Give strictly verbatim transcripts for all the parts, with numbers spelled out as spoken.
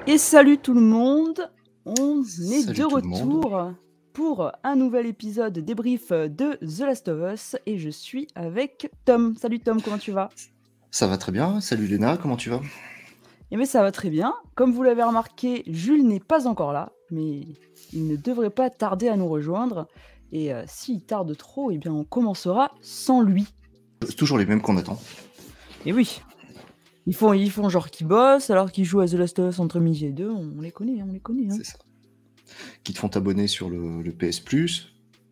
Et salut tout le monde, on est Salut de tout le monde. retour pour un nouvel épisode débrief de The Last of Us et je suis avec Tom. Salut Tom, comment tu vas? Ça va très bien. Salut Léna, comment tu vas? Eh bien ça va très bien. Comme vous l'avez remarqué, Jules n'est pas encore là, mais il ne devrait pas tarder à nous rejoindre. Et euh, s'il tarde trop, eh bien on commencera sans lui. C'est toujours les mêmes qu'on attend. Et oui, ils font, ils font genre qu'ils bossent alors qu'ils jouent à The Last of Us entre midi et deux, on les connaît, on les connaît. Hein. C'est ça. Qui te font t'abonner sur le, le P S Plus.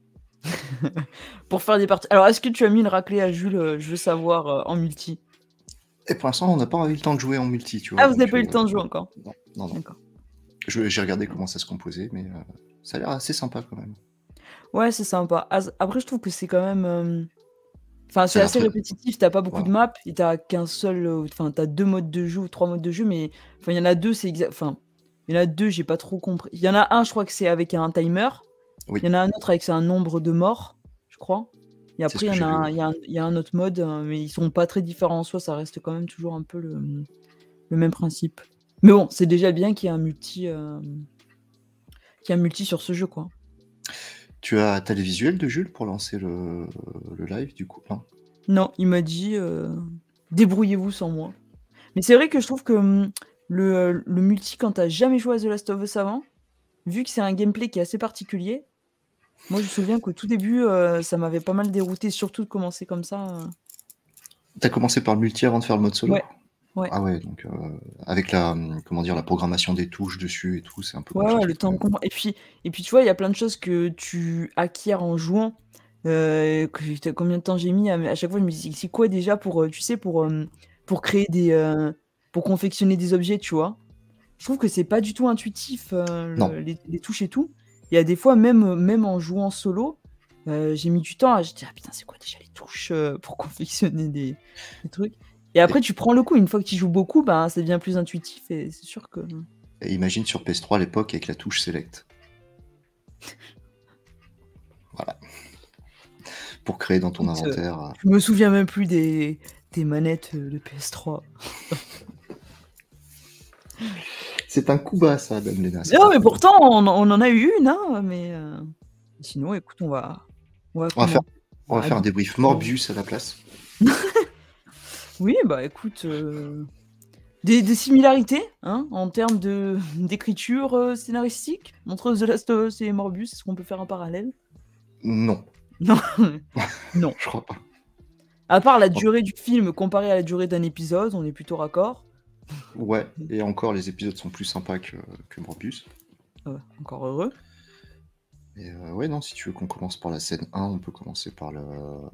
Pour faire des parties. Alors est-ce que tu as mis une raclée à Jules, euh, je veux savoir, euh, en multi? Et pour l'instant, on n'a pas eu le temps de jouer en multi, tu vois. Ah, vous n'avez donc, pas eu le euh, temps de jouer encore? Non, non, non. D'accord. Je- J'ai regardé comment ça se composait, mais euh, ça a l'air assez sympa quand même. Ouais, c'est sympa. As- Après, je trouve que c'est quand même. euh, Enfin, Ça c'est a l'air assez très- répétitif. T'as pas beaucoup Voilà. de maps et t'as qu'un seul. euh, Enfin, t'as deux modes de jeu ou trois modes de jeu, mais enfin, il y en a deux, c'est exact. Enfin, il y en a deux, j'ai pas trop compris. Il y en a un, je crois que c'est avec un timer. Oui, Il y en a un autre avec c'est un nombre de morts, je crois. Et c'est ce après, il que y en j'ai a vu. un, ouais. il y a un, il y a un autre mode, euh, mais ils sont pas très différents en soi. Ça reste quand même toujours un peu le, le même principe. Mais bon, c'est déjà bien qu'il y ait un multi, euh, qu'il y ait un multi sur ce jeu, quoi. Tu as, t'as les visuels de Jules pour lancer le, le live, du coup? Non. Non, il m'a dit euh, débrouillez-vous sans moi. Mais c'est vrai que je trouve que hum, le, euh, le multi, quand t'as jamais joué à The Last of Us avant, vu que c'est un gameplay qui est assez particulier, moi je me souviens qu'au tout début, euh, ça m'avait pas mal dérouté, surtout de commencer comme ça. euh. T'as commencé par le multi avant de faire le mode solo? Ouais, ouais. Ah ouais, donc euh, avec la, hum, comment dire, la programmation des touches dessus et tout, c'est un peu Ouais, ouais, compliqué le quand temps de même. comprendre. Et puis, et puis, tu vois, il y a plein de choses que tu acquiers en jouant. Euh, que- combien de temps j'ai mis à, à chaque fois, je me dis, c'est quoi déjà pour, euh, tu sais, pour, euh, pour créer des. euh, pour confectionner des objets, tu vois. Je trouve que c'est pas du tout intuitif, euh, Non. le- les, les touches et tout. Il y a des fois, même, même en jouant solo, euh, j'ai mis du temps à je dis, ah putain, c'est quoi déjà les touches euh, pour confectionner des, des trucs. Et après, tu prends le coup. Une fois que tu joues beaucoup, ben, ça devient plus intuitif et c'est sûr que. Et imagine sur P S trois à l'époque avec la touche Select. Voilà. Pour créer dans ton Écoute, euh, inventaire. euh, Je me souviens même plus des, des manettes euh, de P S trois. C'est un coup bas, ça, Dame Léna. c'est Non, un mais coup bas. pourtant, on, on en a eu une, hein, mais euh, sinon, écoute, on va, on va On va faire, comment on va Bah, faire un dé- débrief Morbius à la place. Oui, bah écoute, euh, des, des similarités hein, en termes de d'écriture euh, scénaristique entre The Last of Us et Morbius. Est-ce qu'on peut faire un parallèle? Non, Non, non. je crois pas. À part la En- durée du film comparée à la durée d'un épisode, on est plutôt raccord. Ouais, et encore, les épisodes sont plus sympas que, que Morbius. Euh, encore heureux. Et euh, ouais, non, si tu veux qu'on commence par la scène un, on peut commencer par, le...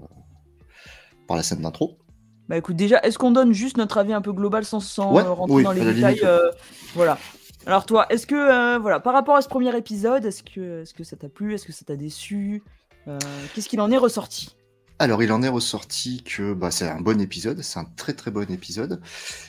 par la scène d'intro. Bah écoute, déjà, est-ce qu'on donne juste notre avis un peu global sans, sans Ouais, euh, rentrer oui, dans les à la détails limite, oui. euh, Voilà. Alors toi, est-ce que, euh, voilà, par rapport à ce premier épisode, est-ce que, est-ce que ça t'a plu? Est-ce que ça t'a déçu? Euh, Qu'est-ce qu'il en est ressorti? Alors, il en est ressorti que bah, c'est un bon épisode, c'est un très très bon épisode.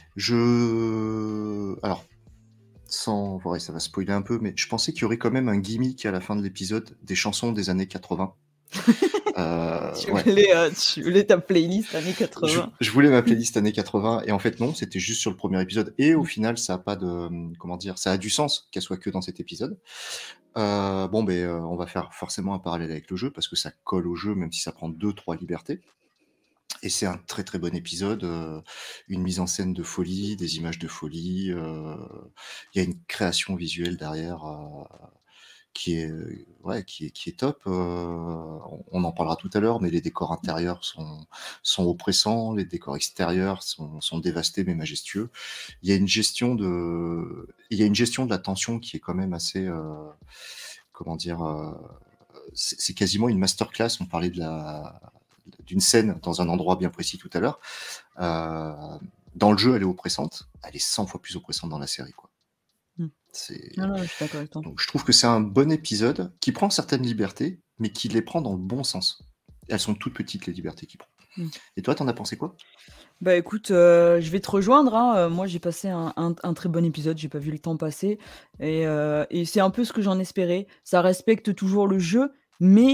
Je... Alors, sans... Ouais, ça va spoiler un peu, mais je pensais qu'il y aurait quand même un gimmick à la fin de l'épisode des chansons des années quatre-vingts. Euh, tu, ouais. voulais, euh, tu voulais ta playlist années Je, quatre-vingts. je voulais ma playlist années quatre-vingts, et en fait non, c'était juste sur le premier épisode, et au final ça a pas de... Comment dire, ça a du sens qu'elle soit que dans cet épisode. Euh, bon, ben, euh, on va faire forcément un parallèle avec le jeu, parce que ça colle au jeu, même si ça prend deux, trois libertés. Et c'est un très très bon épisode, euh, une mise en scène de folie, des images de folie, euh, il y a une création visuelle derrière euh, qui est, euh, ouais, qui est, qui est top. euh, on, on en parlera tout à l'heure, mais les décors intérieurs sont, sont oppressants, les décors extérieurs sont, sont dévastés mais majestueux. Il y a une gestion de, il y a une gestion de la tension qui est quand même assez, euh, comment dire, euh, c'est c'est quasiment une masterclass. On parlait de la d'une scène dans un endroit bien précis tout à l'heure. Euh, dans le jeu, elle est oppressante. Elle est cent fois plus oppressante dans la série, quoi. Mm. C'est... Non, non, je suis d'accord avec toi. Donc, je trouve que c'est un bon épisode qui prend certaines libertés, mais qui les prend dans le bon sens. Elles sont toutes petites, les libertés qu'il prend. Mm. Et toi, t'en as pensé quoi? Bah écoute, euh, je vais te rejoindre. Hein. Euh, Moi, j'ai passé un, un- un très bon épisode. J'ai pas vu le temps passer. Et, euh, et c'est un peu ce que j'en espérais. Ça respecte toujours le jeu, mais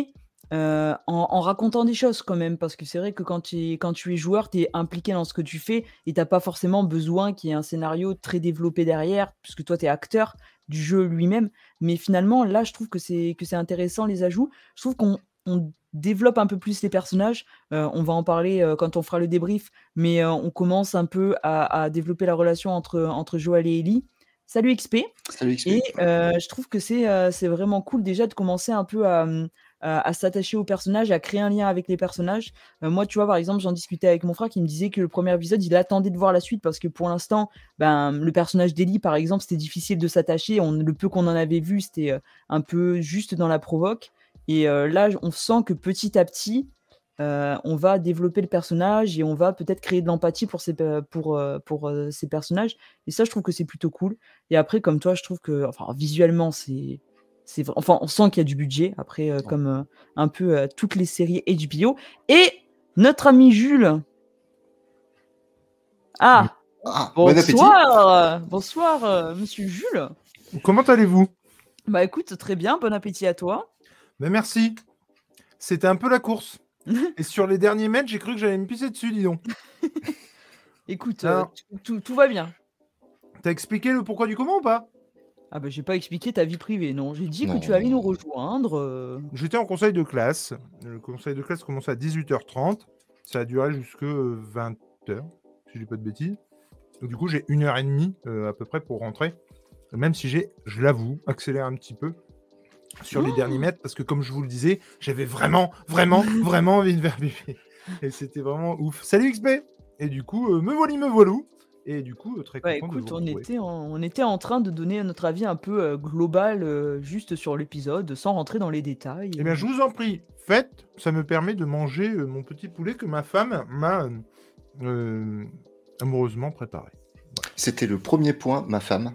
Heu, en en racontant des choses quand même, parce que c'est vrai que quand tu es quand tu es joueur, tu es impliqué dans ce que tu fais et tu as pas forcément besoin qu'il y ait un scénario très développé derrière, puisque toi tu es acteur du jeu lui-même. Mais finalement, là, je trouve que c'est que c'est intéressant les ajouts. Je trouve qu'on on développe un peu plus les personnages, heu, on va en parler, heu, quand on fera le débrief, mais heu, on commence un peu à à développer la relation entre entre Joël et Ellie. Salut X P Salut et X P. heu, je trouve que c'est, heu, c'est vraiment cool déjà de commencer un peu à, mmh, à à s'attacher aux personnages, à créer un lien avec les personnages. Heu, moi, tu vois, par exemple, j'en discutais avec mon frère qui me disait que le premier épisode, il attendait de voir la suite parce que pour l'instant, ben, le personnage d'Ellie, par exemple, c'était difficile de s'attacher. On le peu qu'on en avait vu, c'était, heu, un peu juste dans la provoque et heu, là, on sent que petit à petit, heu, on va développer le personnage et on va peut-être créer de l'empathie pour ces pe pour, heu, pour, heu, ces personnages et ça, je trouve que c'est plutôt cool et après, comme toi, je trouve que enfin, visuellement, c'est c'est vr enfin, on sent qu'il y a du budget après, heu, Ouais. comme, heu, un peu, heu, toutes les séries H B O et notre ami Jules. Oui. Ah! Ah, bon appétit! Bonsoir, bonsoir, heu, monsieur Jules. Comment allez-vous? Bah, écoute, très bien, bon appétit à toi. Ben merci. C'était un peu la course. Et sur les derniers mètres, j'ai cru que j'allais me pisser dessus, dis donc. Écoute, heu, Alors, tout tout tout va bien. t'as expliqué le pourquoi du comment ou pas? Ah bah, j'ai pas expliqué ta vie privée, non, j'ai dit que Non, tu non, allais nous non. rejoindre, heu J'étais en conseil de classe. Le conseil de classe commençait à dix-huit heures trente. Ça a duré jusque vingt heures, si je dis pas de bêtises. Donc, du coup, j'ai une heure et demie euh, à peu près pour rentrer. Même si j'ai, je l'avoue, accéléré un petit peu sur les derniers mètres parce que, comme je vous le disais, j'avais vraiment, vraiment, vraiment envie de faire pipi. Et c'était vraiment ouf. Salut X P! Et du coup, euh, me voilà, me voilou. Et du coup, euh, très Bah, content de écoute, vous on retrouver. était en on était en train de donner notre avis un peu, heu, global, heu, juste sur l'épisode, sans rentrer dans les détails, Eh bien, heu je vous en prie, faites. Ça me permet de manger euh, mon petit poulet que ma femme m'a euh, euh, amoureusement préparé. Voilà. C'était le premier point, ma femme,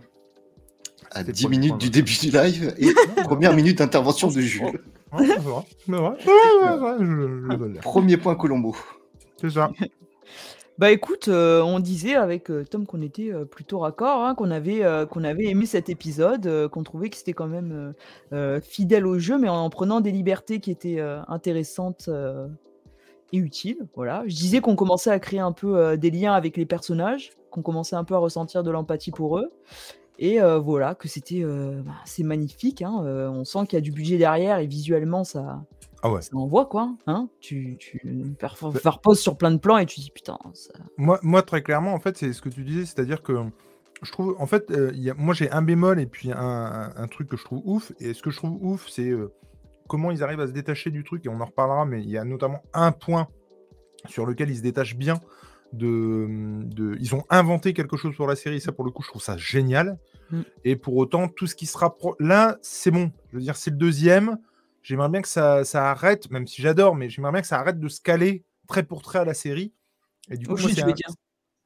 à C'était le dix premier minutes point, du ma début du live et femme. première minute d'intervention de Oh, Jules. ouais, c'est vrai, c'est vrai. C'est vrai, ouais, ouais, ouais, je, je le donne là. Premier point Colombo. C'est ça. Bah, écoute, heu, on disait avec, heu, Tom qu'on était, heu, plutôt raccord, hein, qu'on avait, heu, qu'on avait aimé cet épisode, heu, qu'on trouvait que c'était quand même, heu heu, fidèle au jeu, mais en prenant des libertés qui étaient, heu, intéressantes, heu et utiles, voilà. Je disais qu'on commençait à créer un peu, heu, des liens avec les personnages, qu'on commençait un peu à ressentir de l'empathie pour eux et heu, voilà, que c'était, heu, bah, c'est magnifique, hein, heu, on sent qu'il y a du budget derrière et visuellement ça Ah ouais. ça envoie quoi, hein. Tu tu faire Bah, faire pause sur plein de plans et tu dis: «Putain, ça». moi, moi, très clairement, en fait, c'est ce que tu disais, c'est-à-dire que je trouve, en fait, euh, il y a, moi, j'ai un bémol et puis un, un- un truc que je trouve ouf. Et ce que je trouve ouf, c'est euh, comment ils arrivent à se détacher du truc. Et on en reparlera, mais il y a notamment un point sur lequel ils se détachent bien. De, de, ils ont inventé quelque chose pour la série. Et ça, pour le coup, je trouve ça génial. Mmh. Et pour autant, tout ce qui se rapproche. Là, c'est bon. Je veux dire, c'est le deuxième. J'aimerais bien que ça, ça arrête, même si j'adore, mais j'aimerais bien que ça arrête de se caler trait pour trait à la série. Et du Au coup, moi, jeu, c'est tu veux un. dire?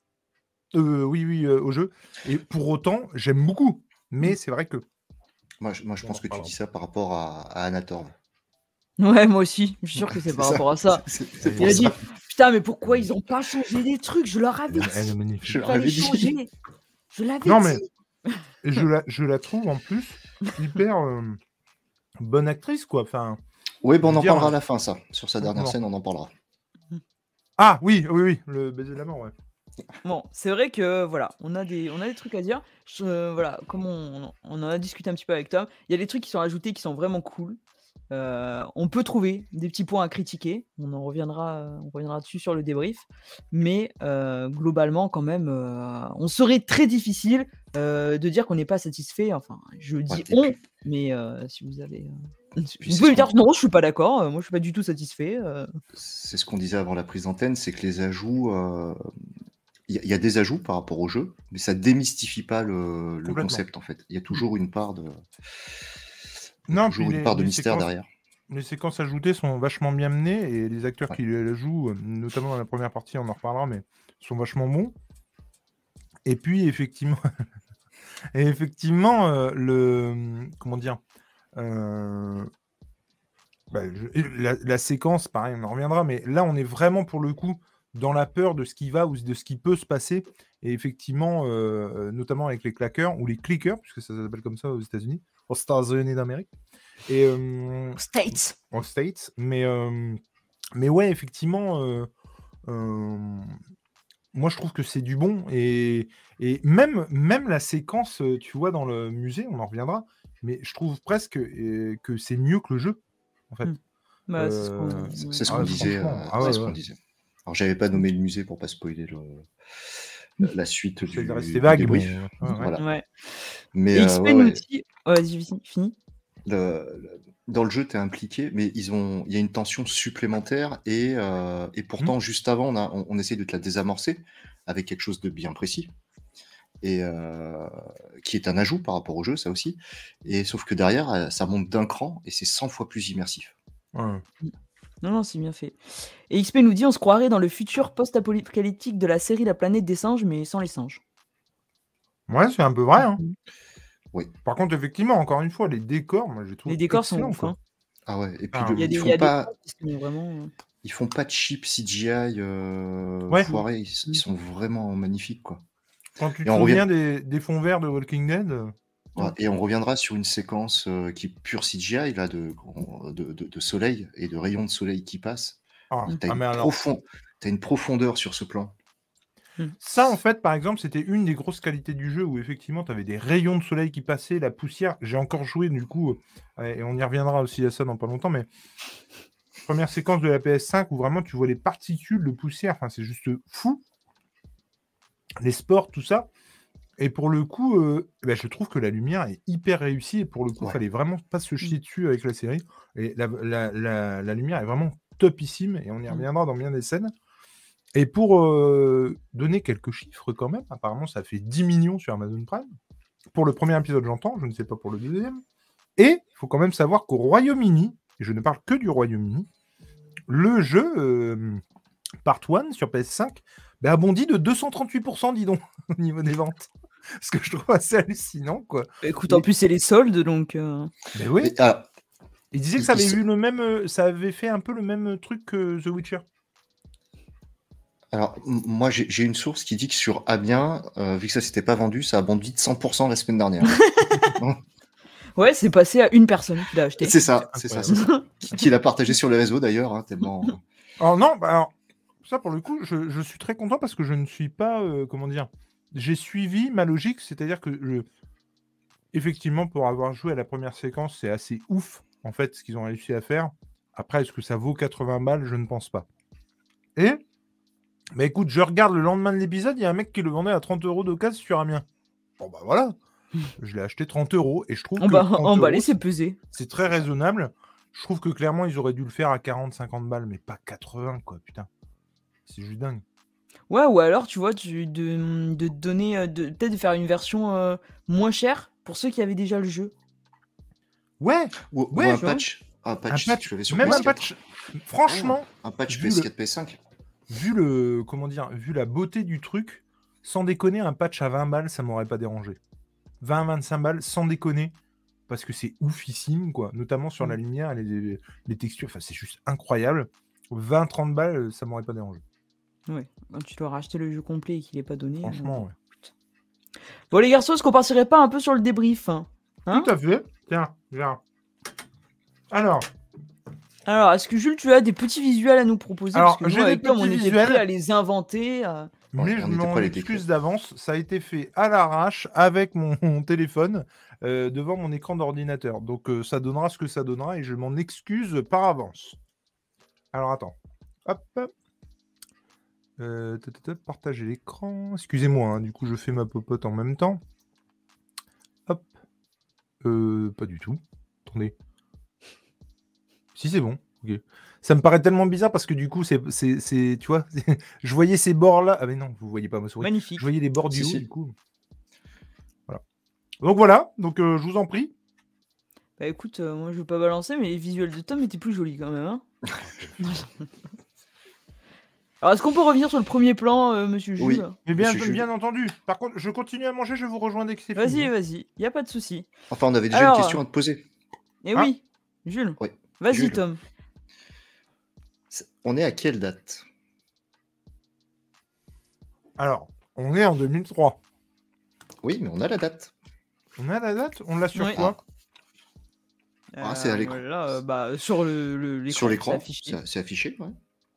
Euh, oui, oui, euh, au jeu. Et pour autant, j'aime beaucoup. Mmh. Mais c'est vrai que. Moi, je, moi, je On en pense que tu reparlera. dis ça par rapport à, à Anatorv. Ouais, moi aussi, je suis sûr que c'est C'est par ça. rapport à ça. C'est c'est Elle Il pour a est, dit: ça. «Putain, mais pourquoi elle ils est- ont pas changé les trucs? Je leur elle avais est- elle est dit Je magnifique. qu'il leur fallait avais dit. changer! Je l'avais Non, mais dit!» je la, je la trouve en plus hyper euh, bonne actrice, quoi. Enfin, Oui, je bon, on veux en dire, parlera à euh, la fin, ça. Sur sa on, on dernière en- scène, on en parlera. Mmh. Ah oui, oui, oui, le baiser de la mort, ouais. Bon, c'est vrai que voilà, on a des on a des trucs à dire. Je voilà, comme on on en a discuté un petit peu avec Tom, il y a des trucs qui sont ajoutés qui sont vraiment cool. Heu, on peut trouver des petits points à critiquer. On en reviendra, heu, on reviendra dessus sur le débrief. Mais, heu, globalement quand même, heu, on serait très difficile, heu, de dire qu'on n'est pas satisfait. Enfin, je Ouais, dis et «on», puis, mais, heu, si vous avez, heu, puis vous c'est pouvez ce me qu'on dire: «Non, je suis pas d'accord, heu, moi je suis pas du tout satisfait», heu. c'est ce qu'on disait avant la prise d'antenne, c'est que les ajouts, euh, il y, a- il y a des ajouts par rapport au jeu, mais ça démystifie pas le, le Complètement. concept en fait. Il y a toujours une part de, il y a Non, puis toujours une les, part de les mystère séquences, derrière. les séquences ajoutées sont vachement bien menées et les acteurs Ouais. qui les jouent, euh, notamment dans la première partie, on en reparlera, mais sont vachement bons. Et puis, effectivement, et effectivement euh, le. Comment dire euh, bah, je- la, la séquence, pareil, on en reviendra, mais là, on est vraiment pour le coup dans la peur de ce qui va ou de ce qui peut se passer. Et effectivement, euh, notamment avec les claqueurs, ou les clickers, puisque ça s'appelle comme ça aux États-Unis, aux États-Unis d'Amérique, et euh, States. aux States. Mais, euh, mais ouais, effectivement, euh, euh, moi je trouve que c'est du bon. Et, et même, même la séquence, euh, tu vois, dans le musée, on en reviendra, mais je trouve presque euh, que c'est mieux que le jeu, en fait. Hmm. Bah, c'est ce qu'on Euh, C'est ouais. c'est ce ah qu'on ouais, disait. franchement, euh, ah c'est ouais, ce qu'on ouais. disait. Alors, j'avais pas nommé le musée pour pas spoiler le- la, la suite J'essaie du, de rester du vague, débrief. mais ouais, ouais. Voilà. Ouais. Mais Et euh, X P ouais, nous ouais. dit. Oh, vas-y, vas-y, fini. Le- le- dans le jeu, tu es impliqué, mais ils ont, il y a une tension supplémentaire et, euh, et pourtant, Hmm. juste avant, on, a, on, on essaie de te la désamorcer avec quelque chose de bien précis et euh, qui est un ajout par rapport au jeu, ça aussi. Et sauf que derrière, euh, ça monte d'un cran et c'est cent fois plus immersif. Ouais. Non, non, c'est bien fait. Et X P nous dit on se croirait dans le futur post-apocalyptique de la série La planète des singes, mais sans les singes. Ouais, c'est un peu vrai. Hein. Oui. Par contre, effectivement, encore une fois, les décors, moi, j'ai trouvé Les décors sont excellents, ouf. quoi. Hein. Ah ouais. Et puis, Ah, le- Il y a ils des, il y font a des pas, plans qui sont vraiment. euh, ils font pas de cheap C G I euh, Ouais. foiré. Ils, ils sont vraiment magnifiques, quoi. Quand tu Et te on revient- souviens des, des fonds verts de Walking Dead, euh, Ouais, et on reviendra sur une séquence euh, qui est pure C G I, là, de, de, de- de soleil et de rayons de soleil qui passent. ah, T'as ah, une, mais alors, profond- t'as une profondeur sur ce plan. ça, en fait, par exemple, c'était une des grosses qualités du jeu où effectivement, tu avais des rayons de soleil qui passaient, la poussière. J'ai encore joué, du coup, euh, et on y reviendra aussi à ça dans pas longtemps, mais première séquence de la P S cinq où vraiment tu vois les particules de poussière, enfin, c'est juste fou. Les sports, tout ça. Et pour le coup, euh, ben, je trouve que la lumière est hyper réussie. Et pour le coup, il Ouais. fallait vraiment pas se chier dessus avec la série. Et la, la- la- la lumière est vraiment topissime. Et on y Mm. reviendra dans bien des scènes. Et pour euh, donner quelques chiffres quand même, apparemment, ça fait dix millions sur Amazon Prime. Pour le premier épisode, j'entends. Je ne sais pas pour le deuxième. Et il faut quand même savoir qu'au Royaume-Uni, et je ne parle que du Royaume-Uni, le jeu euh, Part un sur P S cinq ben, a bondi de deux cent trente-huit pour cent, dis donc, au niveau des ventes. Ce que je trouve assez hallucinant, quoi. Bah, écoute, Et- en plus, c'est les soldes, donc. euh, Mais oui, Et, ah, il disait que il- ça avait il se- vu le même, euh, ça avait fait un peu le même truc que The Witcher. alors, m- moi, j'ai j'ai une source qui dit que sur Amiens, euh, vu que ça s'était pas vendu, ça a bondi de cent pour cent la semaine dernière. Ouais, c'est passé à une personne qui l'a acheté. C'est ça, c'est ça, c'est incroyable. ça. Qui, qui l'a partagé sur les réseaux d'ailleurs, hein, tellement. Alors non, bah, alors, ça pour le coup, je, je suis très content parce que je ne suis pas, euh, comment dire, j'ai suivi ma logique, c'est-à-dire que je... effectivement, pour avoir joué à la première séquence, c'est assez ouf, en fait, ce qu'ils ont réussi à faire. Après, est-ce que ça vaut quatre-vingts balles? Je ne pense pas. Et, bah écoute, je regarde le lendemain de l'épisode, il y a un mec qui le vendait à trente euros d'occasion sur Amiens. Bon bah voilà, je l'ai acheté trente euros et je trouve On que va trente emballer, euros, c'est pesé. c'est très raisonnable. Je trouve que clairement, ils auraient dû le faire à quarante cinquante balles, mais pas quatre-vingts, quoi, putain. C'est juste dingue. Ouais, ou alors, tu vois, tu, de, de donner, euh, de, peut-être de faire une version euh, moins chère pour ceux qui avaient déjà le jeu. Ouais, Ou, ou Ouais, un tu vois. patch. Un un patch, si patch, tu l'avais sur même P S un quatre. patch. Franchement, Un patch vu P S le- quatre, P S cinq. vu le, comment dire, vu la beauté du truc, sans déconner, un patch à vingt balles, ça m'aurait pas dérangé. vingt à vingt-cinq balles, sans déconner, parce que c'est oufissime, quoi. Notamment sur la Mm. lumière et les, les textures, enfin, c'est juste incroyable. vingt à trente balles, ça m'aurait pas dérangé. Ouais, quand tu dois racheter le jeu complet et qu'il est pas donné. Franchement, euh, ouais. Bon, les garçons, est-ce qu'on partirait pas un peu sur le débrief hein Hein Tout à fait. Tiens, viens. Alors, Alors, est-ce que Jules, tu as des petits visuels à nous proposer Alors, Parce que nous, j'ai des avec Tom, on petits était visuels. prêts à les inventer. euh. mais Ouais, je on était m'en prêts à les excuse décrire. d'avance, ça a été fait à l'arrache avec mon, mon téléphone euh, devant mon écran d'ordinateur. Donc euh, ça donnera ce que ça donnera et je m'en excuse par avance. Alors attends. Hop. Euh, ta, ta, ta, partager l'écran. Excusez-moi, hein, du coup je fais ma popote en même temps. Hop. Euh, pas du tout. Attendez. Si c'est bon. Ok. Ça me paraît tellement bizarre parce que du coup, c'est, c'est, c'est- tu vois, c'est- je voyais ces bords-là. Ah mais non, vous voyez pas ma souris. Magnifique. Je voyais les bords du Si, haut, si. du coup. Voilà. Donc voilà, donc euh, je vous en prie. Bah écoute, euh, moi je veux pas balancer, mais les visuels de Tom étaient plus jolis quand même. Hein Alors, est-ce qu'on peut revenir sur le premier plan, euh, monsieur Jules Oui. Mais bien, Monsieur Jules. bien entendu. Par contre, je continue à manger, je vous rejoins dès que c'est Vas-y, fini. hein. vas-y, y a pas de souci. Enfin, on avait déjà Alors, une question à te poser. Eh Ah. oui, Jules. Oui. Vas-y, Jules. Tom. C'est- On est à quelle date? Alors, On est en deux mille trois. Oui, mais on a la date. On a la date? On l'a sur Oui. quoi? Ah, c'est à Euh, l'écran. voilà, euh, bah, sur le, le- l'écran, Sur c'est l'écran, affiché. c'est c'est affiché, ouais.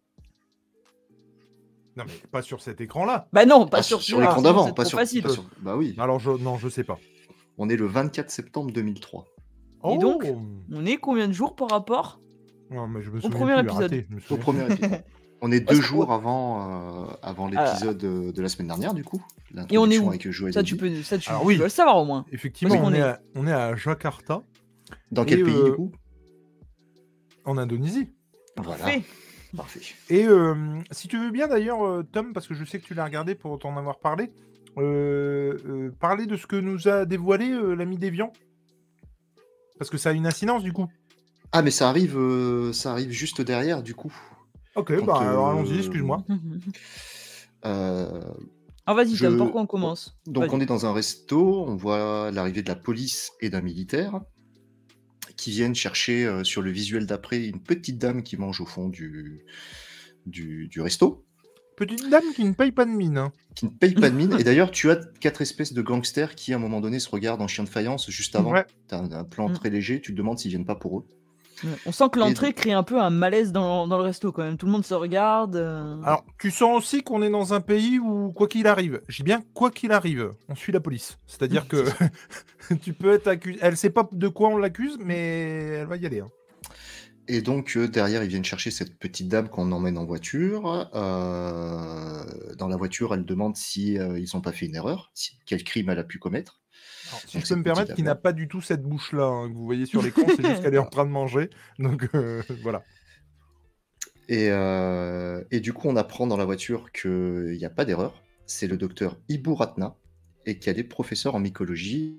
Non, mais pas sur cet écran-là. Bah non, pas Ah, sur, sur, sur celui-là, l'écran sinon d'avant, c'est pas trop sur, facile. pas sur- Bah oui, Alors, je... non, je sais pas. on est le vingt-quatre septembre deux mille trois. Et donc, Oh on est combien de jours par rapport Non, mais je me au souviens premier plus, épisode? arrêtez, je me Au souviens. premier épisode. On est deux Parce que- jours avant, euh, avant l'épisode euh, de la semaine dernière, du coup. Et on est L'introduction où? avec Joël Ça, tu Eddy. peux, ça, tu, Alors tu oui. dois le savoir au moins. Effectivement, Parce on qu'on est, est- à... on est à Jakarta, Dans quel Et, pays, euh, du coup? en Indonésie. Voilà. Parfait. Parfait. Et euh, si tu veux bien d'ailleurs, euh, Tom, parce que je sais que tu l'as regardé pour t'en avoir parlé, euh, euh, parler de ce que nous a dévoilé euh, l'ami Déviant. Parce que ça a une incidence du coup. Ah, mais ça arrive, euh, ça arrive juste derrière, du coup. Ok, Quand, bah alors euh, allons-y, excuse-moi. Euh, Ah, vas-y, Je- Tom, pourquoi on commence? donc, Vas-y. on est dans un resto, on voit l'arrivée de la police et d'un militaire qui viennent chercher euh, sur le visuel d'après une petite dame qui mange au fond du, du, du resto, Petite dame qui ne paye pas de mine. Hein. qui ne paye pas de mine. Et d'ailleurs, tu as quatre espèces de gangsters qui, à un moment donné, se regardent en chien de faïence juste avant. Ouais. Tu as un, un plan Mm. très léger, tu te demandes s'ils viennent pas pour eux. Ouais. On sent que Et l'entrée donc- crée un peu un malaise dans, dans le resto quand même. Tout le monde se regarde. euh. Alors, tu sens aussi qu'on est dans un pays où, quoi qu'il arrive, je dis bien quoi qu'il arrive, on suit la police. C'est-à-dire que tu peux être accusé. Elle sait pas de quoi on l'accuse, mais elle va y aller. Hein. Et donc, euh, derrière, ils viennent chercher cette petite dame qu'on emmène en voiture. Euh, dans la voiture, elle demande si euh, ils n'ont pas fait une erreur, si, quel crime elle a pu commettre. Alors, si Donc, je peux cette me permettre, petite qui n'a dame-là. pas du tout cette bouche-là hein, que vous voyez sur l'écran, c'est juste qu'elle est en train de manger. Donc euh, voilà. Et, euh, et du coup, on apprend dans la voiture qu'il n'y a pas d'erreur. C'est le docteur Ibu Ratna et qu'elle est professeure en mycologie.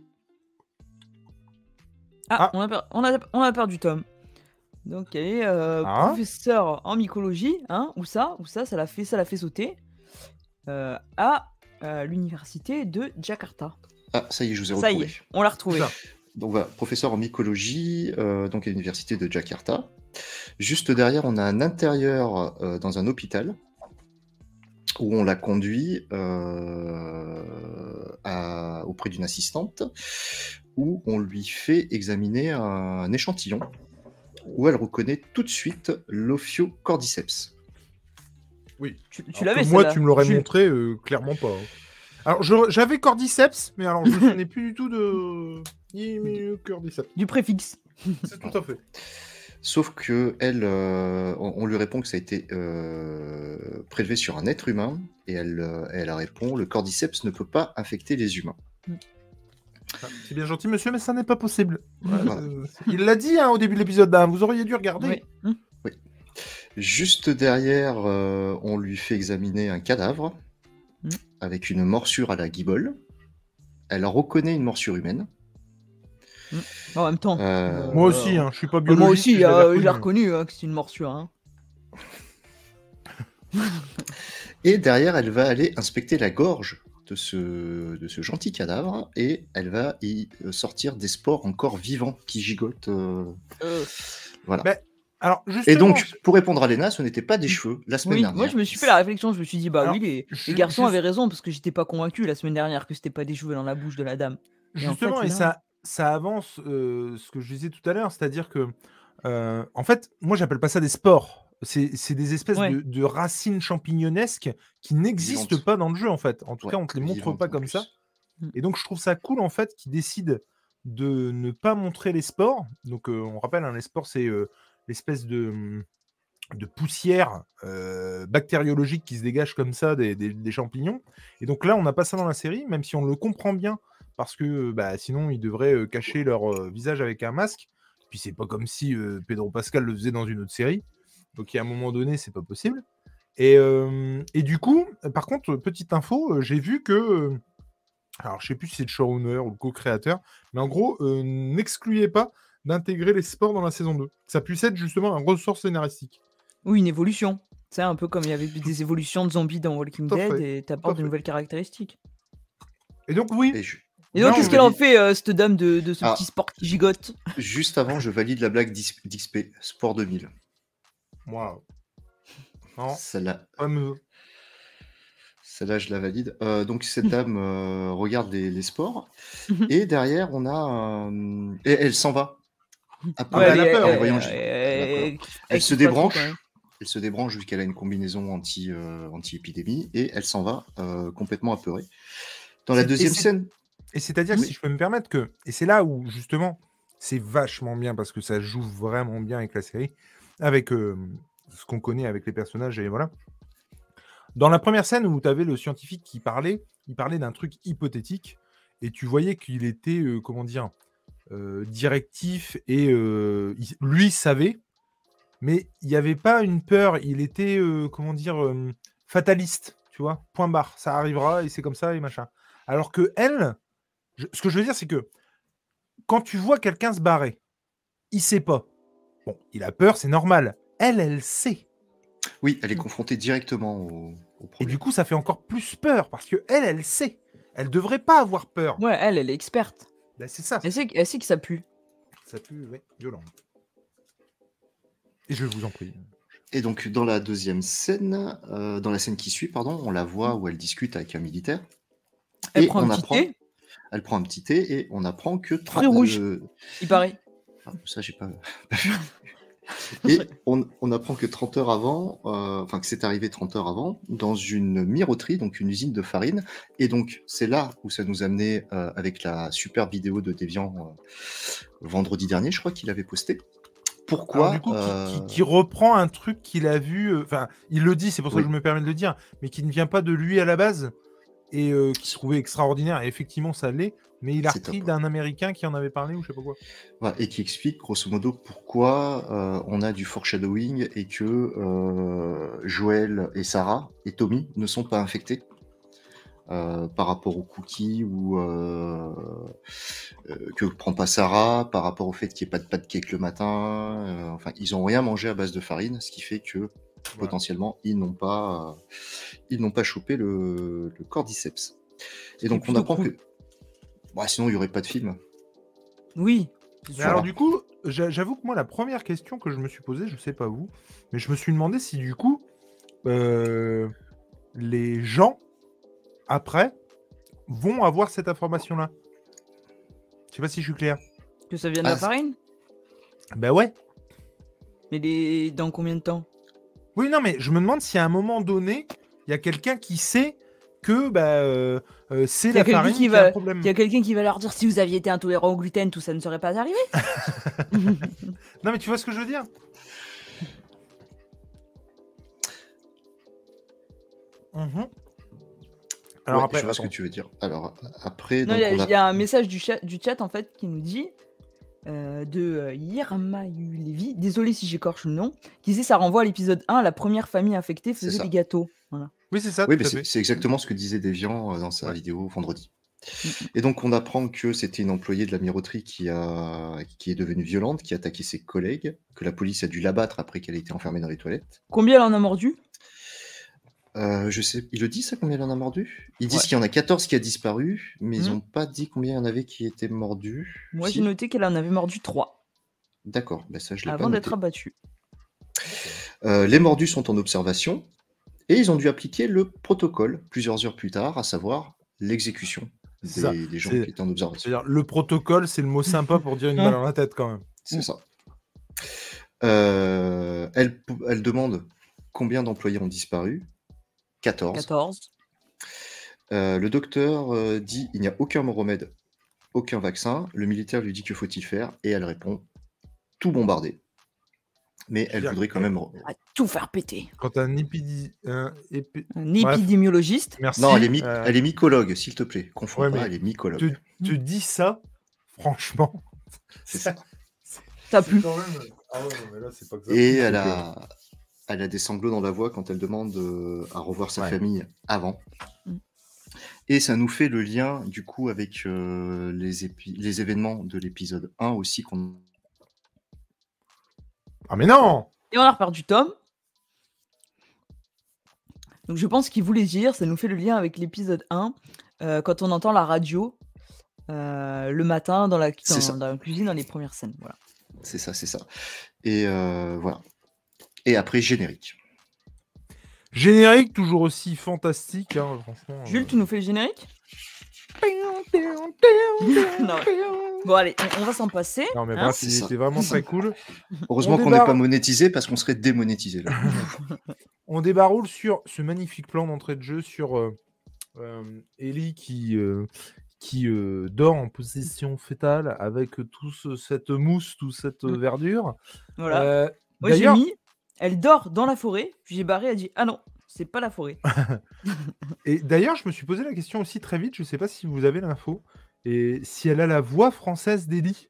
Ah, Ah. On, a per- on, a, on a perdu Tom. Donc elle est euh, Ah. professeure en mycologie, hein, où ça, où ça, ça l'a fait, ça l'a fait sauter euh, à euh, l'université de Jakarta. Ah, ça y est, je vous ai Ça y retrouvé. est, on l'a retrouvé. Ça. Donc voilà, professeur en mycologie, euh, donc à l'université de Jakarta. Juste derrière, on a un intérieur euh, dans un hôpital où on l'a conduit euh, à- auprès d'une assistante, où on lui fait examiner un échantillon, où elle reconnaît tout de suite l'Ophiocordyceps. Oui. Tu, tu Alors l'avais que moi, celle-là, tu me l'aurais Jules. montré, euh, clairement pas. hein. Alors, je- j'avais Cordyceps, mais alors je me souvenais plus du tout de Cordyceps. Du préfixe. C'est tout à fait. Sauf que elle, euh, on, on lui répond que ça a été euh, prélevé sur un être humain, et elle, euh, elle répond le cordyceps ne peut pas infecter les humains. Ah, C'est bien gentil, monsieur, mais ça n'est pas possible. Voilà. Euh, Il l'a dit hein, au début de l'épisode, hein, vous auriez dû regarder. Oui. Hum. Juste derrière, euh, on lui fait examiner un cadavre Mm. avec une morsure à la guibole. Elle reconnaît une morsure humaine. En même temps. Euh, Moi aussi, hein, je suis pas Euh, biologiste. moi aussi, je l'avais euh, je l'ai reconnu. reconnu hein, que c'est une morsure. Hein. Et derrière, elle va aller inspecter la gorge de ce, de ce gentil cadavre et elle va y euh, sortir des spores encore vivants qui gigotent. euh, Euh, Voilà. Ben, Alors, Et justement, donc, pour répondre à Léna, ce n'était pas des cheveux la semaine oui, dernière. moi je me suis fait la réflexion, je me suis dit, bah Alors, oui, les, je- les garçons je- avaient raison parce que j'étais pas convaincu la semaine dernière que c'était pas des cheveux dans la bouche de la dame. Et en Justement, fait, et là- ça, ça avance euh, ce que je disais tout à l'heure, c'est-à-dire que, euh, en fait, moi, j'appelle pas ça des spores. C'est c'est des espèces Ouais. de, de racines champignonnesques qui n'existent Vivantes. pas dans le jeu, en fait. En tout Ouais, cas, on te les montre vivantes pas en comme plus. ça. Mm. Et donc, je trouve ça cool, en fait, qu'ils décident de ne pas montrer les spores. Donc, euh, on rappelle, hein, les spores, c'est euh, l'espèce de, de poussière euh, bactériologique qui se dégage comme ça des, des- des champignons. Et donc là, on n'a pas ça dans la série, même si on le comprend bien, parce que bah, sinon, ils devraient euh, cacher leur euh, visage avec un masque. Puis, c'est pas comme si euh, Pedro Pascal le faisait dans une autre série. Donc, il y a un moment donné, c'est pas possible. Et, euh, et du coup, euh, par contre, petite info, euh, j'ai vu que... euh, alors, je sais plus si c'est le showrunner ou le co-créateur, mais en gros, euh, n'excluez pas d'intégrer les sports dans la saison deux. Que ça puisse être justement un ressort scénaristique. Oui, une évolution. C'est un peu comme il y avait des évolutions de zombies dans Walking Tout à Dead fait, et t'apportes de fait. nouvelles caractéristiques. Et donc, oui, Et je- Et Là, donc, on qu'est-ce qu'elle va en dire- fait, euh, cette dame de, de ce Ah. petit sport qui gigote? Juste avant, je valide la blague d'X- d'X P, Sport deux mille. Waouh. Non, Celle-là, fameux. celle-là, je la valide. Heu, donc cette dame, heu, regarde les les sports Mmh et derrière on a, hem et elle s'en va, Ah, mais Ouais, elle apeurée elle est a elle peur. en voyant elle J elle a peur. elle kiffe Elle elle se kiffe pas trop quand débranche même. elle se débranche vu qu'elle a une combinaison anti, heu, anti-épidémie et elle s'en va, heu, complètement apeurée. Dans la C'est et deuxième c'est scène et c'est-à-dire que oui? si je peux me permettre que et c'est là où justement, c'est vachement bien parce que ça joue vraiment bien avec la série, avec, hem, ce qu'on connaît avec les personnages et voilà. Dans la première scène où tu avais le scientifique qui parlait, il parlait d'un truc hypothétique et tu voyais qu'il était, heu, comment dire? Heu, directif et heu, il lui savait, mais il y avait pas une peur. Il était, heu, comment dire? Hem, fataliste, tu vois? Point barre, ça arrivera et c'est comme ça et machin. Alors qu'elle, je ce que je veux dire, c'est que quand tu vois quelqu'un se barrer, il sait pas. Bon, il a peur, c'est normal. Elle, elle sait Oui, elle est Mmh. confrontée directement au au et du problème. coup, ça fait encore plus peur parce qu'elle, elle sait. Elle devrait pas avoir peur. Ouais, elle, elle est experte. Bah, c'est ça. Elle sait q elle sait que ça pue. Ça pue, ouais, violent. Et je vous en prie. Et donc dans la deuxième scène, heu, dans la scène qui suit, pardon, on la voit où elle discute avec un militaire Elle et prend un on petit apprend thé, elle prend un petit thé et on apprend que fruits trente rouges, heu, il paraît. ah ça j'ai pas et on on apprend que trente heures avant, heu, enfin que c'est arrivé trente heures avant, dans une miroterie, donc une usine de farine et donc c'est là où ça nous a amené, heu, avec la superbe vidéo de Deviant, heu, vendredi dernier, je crois qu'il avait posté. Alors du Pourquoi, coup, qui, qui, heu qui reprend un truc qu'il a vu, euh, enfin, il le dit, c'est pour ça que oui, je me permets de le dire, mais qui ne vient pas de lui à la base et euh, qui trouvait extraordinaire. Et effectivement, ça l'est, mais il a c'est repris top, ouais. d'un Américain qui en avait parlé ou je sais pas quoi. Ouais et qui explique grosso modo pourquoi, heu, on a du foreshadowing et que, heu, Joël et Sarah et Tommy ne sont pas infectés, heu, par rapport aux cookies ou, heu heu, que prend pas Sarah, par rapport au fait qu'il y ait pas de pas de cake le matin, heu, enfin ils ont rien mangé à base de farine, ce qui fait que Voilà. potentiellement ils n'ont pas, heu, ils n'ont pas chopé le le cordyceps Ce et qui est donc on plutôt apprend cool. que bah, sinon il y aurait pas de film. Oui, c'est Mais sûr. alors Voilà. du coup, j'a- j'avoue que moi, la première question que je me suis posée, je sais pas vous, mais je me suis demandé si du coup, euh, les gens, après, vont avoir cette information-là. Je sais pas si je suis clair. Que ça vient de la Ah farine? Ben ouais. Mais les dans combien de temps? Oui, non, mais je me demande si à un moment donné, il y a quelqu'un qui sait que bah, euh, euh, c'est Qu'il y a la quelqu'un farine qui qui a un va qu'il problème. y a quelqu'un qui va leur dire: «Si vous aviez été intolérant au gluten, tout ça ne serait pas arrivé?» Non, mais tu vois ce que je veux dire? Mhm. Alors Ouais, après, je vois ce que attends. tu veux dire. Alors après, Non, il y donc a on il a y a un message du chat du chat en fait qui nous dit, heu, de, heu, Yerma Yulevi, désolé si j'écorche le nom, qui disait: «Ça renvoie à l'épisode un, la première famille infectée c'est faisait des ça. gâteaux». Voilà. Oui, c'est ça, Oui, tout mais à c'est fait. c'est exactement ce que disait Deviant, heu, dans sa Ouais. vidéo vendredi. Mmh mh. Et donc on apprend que c'était une employée de la miroterie qui a qui est devenue violente, qui a attaqué ses collègues, que la police a dû l'abattre après qu'elle ait été enfermée dans les toilettes. Combien elle en a mordu? Heu, je sais il le dit ça, combien il en a mordu? Ils disent Ouais. qu'il y en a quatorze qui a disparu, mais ils Mmh. ont pas dit combien il y en avait qui étaient mordus. Moi, j'ai Si? noté qu'elle en avait mordu trois D'accord, bah ça je l'ai pas avant d'être noté. abattue. D'accord. Heu, les mordus sont en observation et ils ont dû appliquer le protocole plusieurs heures plus tard, à savoir l'exécution C'est ça. des des gens C'est, qui étaient en observation. c'est-à-dire, le protocole, c'est le mot sympa pour dire une balle Hein? dans la tête quand même. C'est Mmh. ça. Heu, elle p elle demande combien d'employés ont disparu? quatorze. quatorze. Heu, le docteur, heu, dit: «Il n'y a aucun remède, aucun vaccin». Le militaire lui dit: «Que faut-il faire?» et elle répond: «Tout bombarder». Mais Je veux elle dire, voudrait quand eh, même re À tout faire péter. quand un épidi... un épi- Un Bref, épidémiologiste. non, elle est merci. my euh, elle est mycologue, s'il te plaît. Confonds Ouais, pas, mais elle est te, mycologue. te dis ça, franchement, C'est ça, ça. c'est, Ça c'est pue. quand même... Ah ouais, non, mais là, c'est pas que ça Et pue, elle c'est que... a elle a des sanglots dans la voix quand elle demande, heu, à revoir sa Ouais. famille avant. Mmh. Et ça nous fait le lien, du coup, avec, heu, les épi les événements de l'épisode un aussi qu'on Ah mais non! Et on a reperdu Tom. Donc je pense qu'il voulait dire, ça nous fait le lien avec l'épisode un, heu, quand on entend la radio, heu, le matin dans la c'est dans ça, dans la cuisine dans les premières scènes, voilà. c'est ça, c'est ça. Et heu, voilà. Et après générique. Générique toujours aussi fantastique, hein, franchement. Jules, euh. tu nous fais le générique? Non, ouais. Bon, allez, on, on va s'en passer. Non, mais hein. bref, C'est il ça. était vraiment très cool. Heureusement On qu'on n'est pas débarque. monétisé parce qu'on serait démonétisé là. On débaroule sur ce magnifique plan d'entrée de jeu sur euh, euh, Ellie qui, euh, qui euh, dort en position fétale avec toute ce- cette mousse, toute cette Mm. verdure. Voilà. Euh, Moi, j'ai D'ailleurs, mis, elle dort dans la forêt. Puis j'ai barré, elle dit, ah non, c'est pas la forêt. et d'ailleurs, je me suis posé la question aussi très vite. Je ne sais pas si vous avez l'info et si elle a la voix française d'Ellie.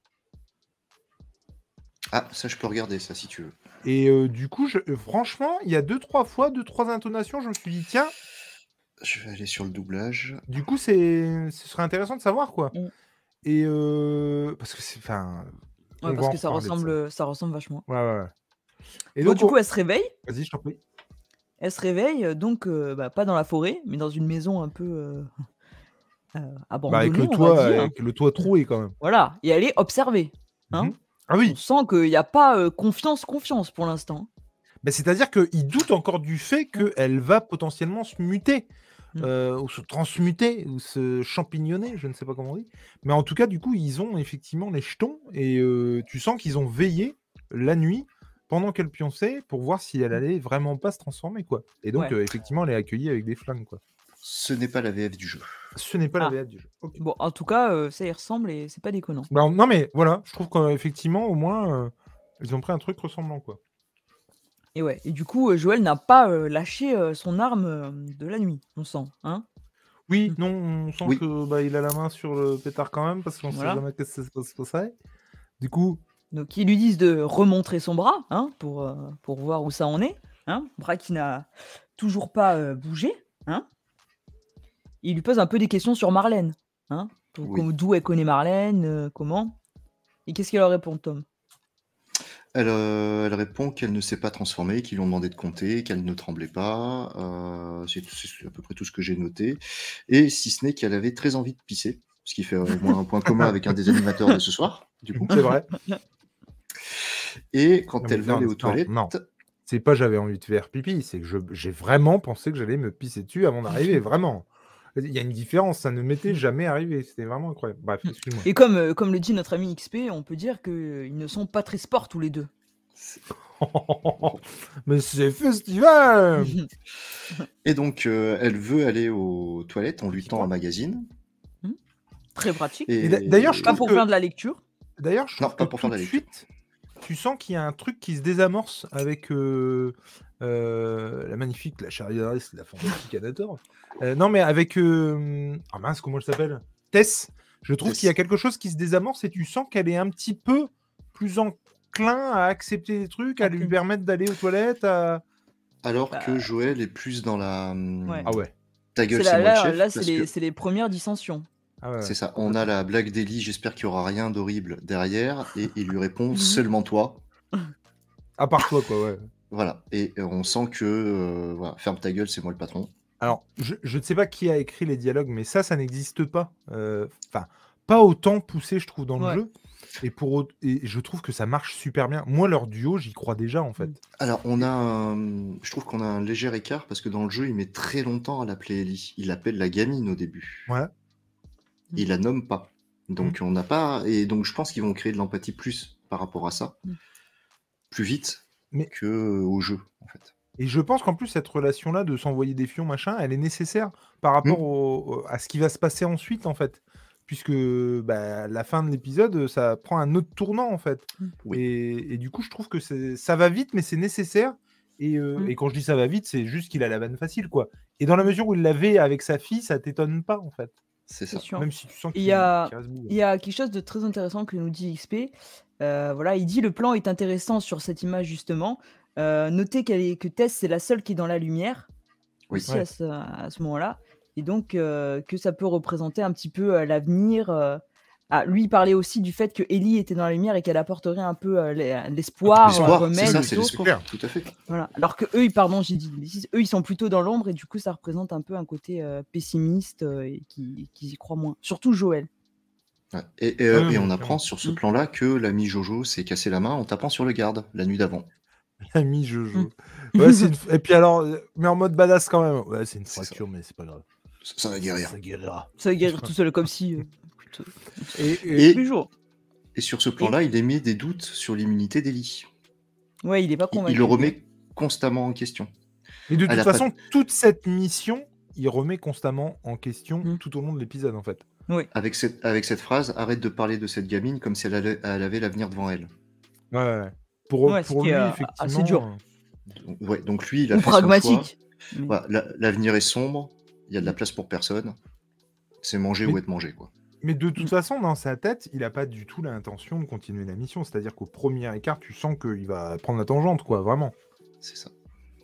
Ah, ça je peux regarder ça si tu veux. Et euh, du coup, je- euh, franchement, il y a deux, trois fois, deux, trois intonations, je me suis dit, tiens, Je vais aller sur le doublage. du coup, c'est, ce serait intéressant de savoir, quoi. Mm. Et euh, parce que c'est, enfin, on Ouais, va parce en que ça reparler de ça. ressemble, ça ressemble vachement. Ouais, ouais, ouais. Et Bon, donc, du on- coup, elle se réveille. vas-y, je t'en prie. Elle se réveille, euh, donc euh, bah, pas dans la forêt, mais dans une maison un peu euh, euh, Bah, abandonnée, avec le on toit, va dire. avec le toit troué quand même. Voilà, et elle est observée. Hein. Mhm. Ah On oui, sent qu'il n'y a pas euh, confiance, confiance pour l'instant. bah, c'est-à-dire qu'il doute encore du fait qu'elle va potentiellement se muter, Mm. euh, ou se transmuter, ou se champignonner, je ne sais pas comment on dit. Mais en tout cas, du coup, ils ont effectivement les jetons, et euh, tu sens qu'ils ont veillé la nuit pendant qu'elle pionçait pour voir si elle allait vraiment pas se transformer, quoi. Et donc, Ouais. euh, effectivement, elle est accueillie avec des flingues, quoi. Ce n'est pas la V F du jeu. Ce n'est pas Ah. la V F du jeu. Ok. Bon, en tout cas, euh, ça y ressemble et c'est pas déconnant. Bah, non, mais voilà, je trouve qu'effectivement, au moins, euh, ils ont pris un truc ressemblant, quoi. Et ouais, et du coup, euh, Joël n'a pas euh, lâché euh, son arme euh, de la nuit, on sent. Hein. Oui, Mm. non, on sent Oui. que bah, il a la main sur le pétard quand même, parce qu'on Voilà. sait jamais qu'est-ce que ça se passer. Du coup, Donc, ils lui disent de remontrer son bras hein, pour, euh, pour voir où ça en est. Hein. Bras qui n'a toujours pas euh, bougé. Hein. Il lui pose un peu des questions sur Marlène. Hein, pour- Oui. comme- D'où elle connaît Marlène, euh, comment. Et qu'est-ce qu'elle leur répond, Tom? Elle, euh, elle répond qu'elle ne s'est pas transformée, qu'ils lui ont demandé de compter, qu'elle ne tremblait pas. Euh, c'est tout- c'est à peu près tout ce que j'ai noté. Et si ce n'est qu'elle avait très envie de pisser, ce qui fait au moins un point commun avec un des animateurs de ce soir, du coup. c'est vrai. Et quand Non, elle mais veut non, aller aux non, toilettes, non. C'est pas j'avais envie de faire pipi, c'est que je- j'ai vraiment pensé que j'allais me pisser dessus avant d'arriver, vraiment. Il y a une différence, ça ne m'était jamais arrivé, c'était vraiment incroyable. Bref, excuse-moi. Et comme, euh, comme le dit notre ami X P, on peut dire qu'ils ne sont pas très sports tous les deux. Mais c'est festival. et donc euh, elle veut aller aux toilettes, on lui Petit tend point. un magazine. Très pratique. Et Et d'a- d'ailleurs, je Pas trouve pour que- faire de la lecture. D'ailleurs, je Non, trouve pas que pour tout faire de de la lecture. suite, tu sens qu'il y a un truc qui se désamorce avec euh, euh, la magnifique, la chariariste, la fantastique Anator. Euh, non, mais avec... euh, Ah mince, comment elle s'appelle? Tess. Je trouve Tess. qu'il y a quelque chose qui se désamorce et tu sens qu'elle est un petit peu plus enclin à accepter des trucs, à lui Ok. permettre d'aller aux toilettes. À... Alors Bah. que Joël est plus dans la... hum, Ouais. Ah ouais. Ta C'est gueule, là, c'est moi le là, chef. là, c'est parce les, que- c'est les premières dissensions. Ah ouais. C'est ça, on a la blague d'Ellie, j'espère qu'il n'y aura rien d'horrible derrière, et il lui répond Mhm. seulement toi. À part toi, quoi, ouais. Voilà, et euh, on sent que, euh, voilà, ferme ta gueule, c'est moi le patron. Alors, je, je ne sais pas qui a écrit les dialogues, mais ça, ça n'existe pas. Euh, Enfin, pas autant poussé, je trouve, dans Ouais. le jeu. Et, pour, au- et je trouve que ça marche super bien. Moi, leur duo, j'y crois déjà, en fait. Alors, on a un... je trouve qu'on a un léger écart, parce que dans le jeu, il met très longtemps à l'appeler Ellie. Il l'appelle la gamine au début. Ouais. Il la nomme pas. Donc, on n'a pas... Et donc, je pense qu'ils vont créer de l'empathie plus par rapport à ça, Mm. plus vite Mais- que euh, au jeu, en fait. Et je pense qu'en plus, cette relation-là de s'envoyer des fions, machin, elle est nécessaire par rapport Mm. au- au- à ce qui va se passer ensuite, en fait. Puisque bah, la fin de l'épisode, ça prend un autre tournant, en fait. Oui. Et, et du coup, je trouve que c'est- ça va vite, mais c'est nécessaire. Et, euh, Mm. et quand je dis ça va vite, c'est juste qu'il a la vanne facile, quoi. Et dans la mesure où il l'avait avec sa fille, ça t'étonne pas, en fait. C'est C'est ça. sûr. Même si tu sens Il qu'il y a- qu'il reste bout. Il y a quelque chose de très intéressant que nous dit X P. Euh, voilà, il dit le plan est intéressant sur cette image justement. Euh, notez qu'elle est, que Tess c'est la seule qui est dans la lumière Oui. aussi Ouais. à ce, à ce moment-là, et donc euh, que ça peut représenter un petit peu euh, l'avenir. euh. Ah, lui il parlait aussi du fait que Ellie était dans la lumière et qu'elle apporterait un peu euh, l'e- l'espoir, L'espoir, un c'est remède ça, aux c'est autres. l'espoir, tout à fait. Voilà. Alors que eux, ils- pardon, j'ai dit une bêtise, eux ils sont plutôt dans l'ombre et du coup ça représente un peu un côté euh, pessimiste euh, et qui, qui y croit moins. Surtout Joël. Ouais. Et, et, euh, Ouais, et ouais, on clairement. apprend sur ce Mm. plan-là que l'ami Jojo s'est cassé la main en tapant sur le garde la nuit d'avant. L'ami Jojo. Mm. Ouais, c'est une... Et puis alors, euh, mais en mode badass quand même. Ouais, c'est une C'est ça. fracture, mais c'est pas grave. Ça, ça va guérir. Ça guérira. Ça va guérir tout seul, comme si. euh, écoute, euh, Et, tous et- les jours. Et sur ce plan-là, il émet des doutes sur l'immunité d'Ellie. Ouais, il est pas Il, convaincu. il le lui. remet constamment en question. mais de Elle toute a pas- façon, toute cette mission, il remet constamment en question Mm. tout au long de l'épisode, en fait. Oui. Avec cette, avec cette phrase, arrête de parler de cette gamine comme si elle, allait- elle avait l'avenir devant elle. Ouais, ouais, ouais. Pour, Ouais, ce pour qui lui, est, euh, effectivement. assez dur. euh, Donc, ouais, donc lui, il a Ou fait son choix. pragmatique. Mais- Voilà, la- l'avenir est sombre, il y a de la place pour personne. C'est manger Mais- ou être mangé, quoi. Mais de toute Mm. façon, dans sa tête, il n'a pas du tout l'intention de continuer la mission. C'est-à-dire qu'au premier écart, tu sens qu'il va prendre la tangente, quoi, vraiment. C'est ça.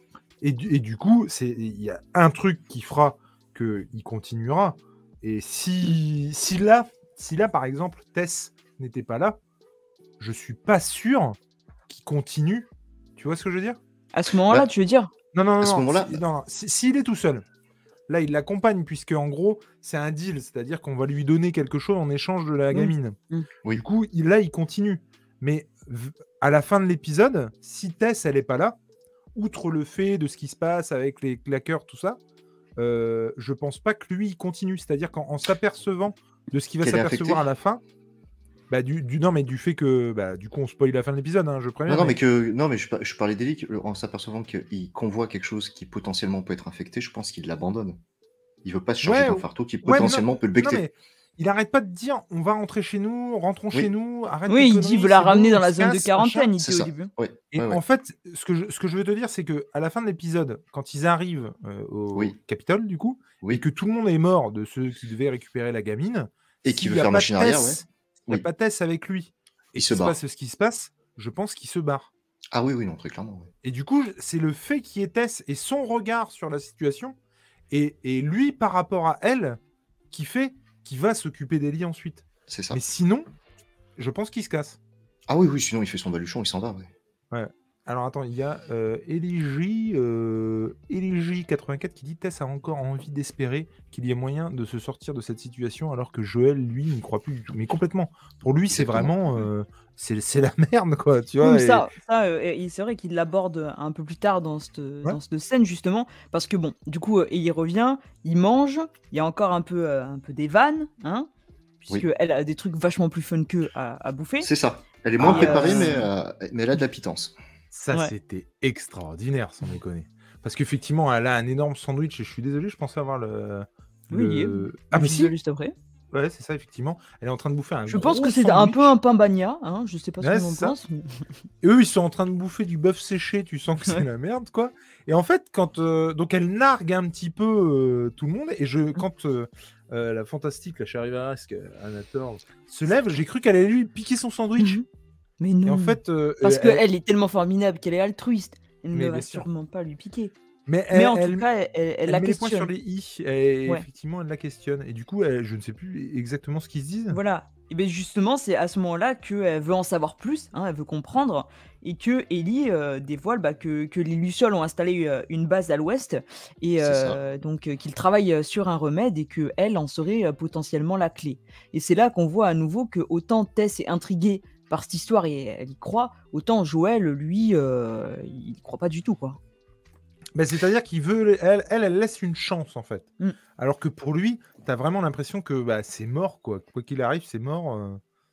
Et du, et du coup, c'est- il y a un truc qui fera qu'il continuera. Et si, si, là, si là, par exemple, Tess n'était pas là, je suis pas sûr qu'il continue. Tu vois ce que je veux dire? À ce moment-là, Bah, tu veux dire? Non, non, non. À ce non, moment-là- si- non, non, si- s'il est tout seul, là, il l'accompagne, puisque en gros, c'est un deal. C'est-à-dire qu'on va lui donner quelque chose en échange de la Oui. gamine. Oui. Du coup, il, là, il continue. Mais v- à la fin de l'épisode, si Tess, elle est pas là, outre le fait de ce qui se passe avec les claqueurs, tout ça, euh, je pense pas que lui, il continue. C'est-à-dire qu'en en s'apercevant de ce qui va Qu'elle est s'apercevoir à affectée la fin, bah, du, du, non, mais du fait que, bah, du coup, on spoil la fin de l'épisode, hein, je préviens. Non, non, mais- mais que non, mais je, par- je parlais d'Ellie que, en s'apercevant qu'il convoit quelque chose qui potentiellement peut être infecté, je pense qu'il l'abandonne. Il veut pas se charger Ouais, d'un fardeau qui ouais, mais non- potentiellement peut le Non, becter. mais il arrête pas de dire on va rentrer chez nous, rentrons Oui. chez nous, arrête Oui, tes il conneries, dit il veut la c'est bon, ramener dans on la se zone de casse, quarantaine, machin. il C'est dit au ça. début. Ouais, Et ouais, ouais. en fait, ce que, je, ce que je veux te dire, c'est que à la fin de l'épisode, quand ils arrivent euh, au Oui. Capitole, du coup, et Oui. que tout le monde est mort de ceux qui devaient récupérer la gamine, Et s'il qui veut y a faire pas machine arrière, ouais. Tess, il n'y a Oui. pas Tess avec lui, et Il qu'il se se barre. passe ce qui se passe, je pense qu'il se barre. Ah oui, oui, non, très clairement. ouais. Et du coup, c'est le fait qu'il y ait Tess et son regard sur la situation, et, et lui par rapport à elle, qui fait qu'il va s'occuper d'Ellie ensuite. C'est ça. Mais sinon, je pense qu'il se casse. Ah oui, oui, sinon il fait son baluchon, il s'en va. Ouais. Alors attends, il y a euh, Eligi, euh, Eligi quatre-vingt-quatre qui dit Tess a encore envie d'espérer qu'il y ait moyen de se sortir de cette situation alors que Joël, lui, n'y croit plus du tout. Mais complètement. Pour lui, c'est Exactement. vraiment... euh, c'est c'est la merde, quoi, tu Oui, vois. mais et- ça, ça euh, et c'est vrai qu'il l'aborde un peu plus tard dans cette, dans cette scène, justement, parce que bon, du coup, euh, il revient, il mange, il y a encore un peu, euh, un peu des vannes, hein, puisque Oui. elle a des trucs vachement plus fun qu'eux à, à bouffer. C'est ça. Elle est moins Ah, préparée, euh, mais, euh, mais elle a de la pitance. Ça, Ouais. c'était extraordinaire, sans déconner. Parce qu'effectivement, elle a un énorme sandwich, et je suis désolé, je pensais avoir le... Oui, il y est. le... Ah, Je mais disais si juste après. Ouais, c'est ça, effectivement. Elle est en train de bouffer un Je pense gros que c'est un sandwich. peu un pain bagna, hein, je sais pas ce Ouais, que vous en c'est ça. pensez. mais- Et eux, ils sont en train de bouffer du bœuf séché, tu sens que c'est Ouais. la merde, quoi. Et en fait, quand euh, donc elle nargue un petit peu euh, tout le monde, et je quand euh, euh, la fantastique, la charivaresque, Anator, se lève, j'ai cru qu'elle allait lui piquer son sandwich. Mhm. Mais Et non, en fait, euh, parce euh, qu'elle est tellement formidable qu'elle est altruiste. Elle Mais ne va bien sûr. sûrement pas lui piquer. mais Mais elle, en elle- tout cas, elle, elle, elle la met les points sur questionne. les i, et Ouais. effectivement, elle la questionne. Et du coup, elle- je ne sais plus exactement ce qu'ils se disent. Voilà. Et bien justement, c'est à ce moment-là qu'elle veut en savoir plus, hein, elle veut comprendre, et que Ellie euh, dévoile bah, que, que les Lucioles ont installé euh, une base à l'ouest, et C'est ça. euh, donc euh, qu'ils travaillent euh, sur un remède, et qu'elle en serait euh, potentiellement la clé. Et c'est là qu'on voit à nouveau que autant Tess est intriguée par cette histoire et elle y croit, autant Joël, lui, euh, il y croit pas du tout, quoi. Ben, c'est-à-dire qu'il veut, elle, elle, elle laisse une chance en fait. Mm. Alors que pour lui, t'as vraiment l'impression que bah, c'est mort, quoi. Quoi qu'il arrive, c'est mort. euh.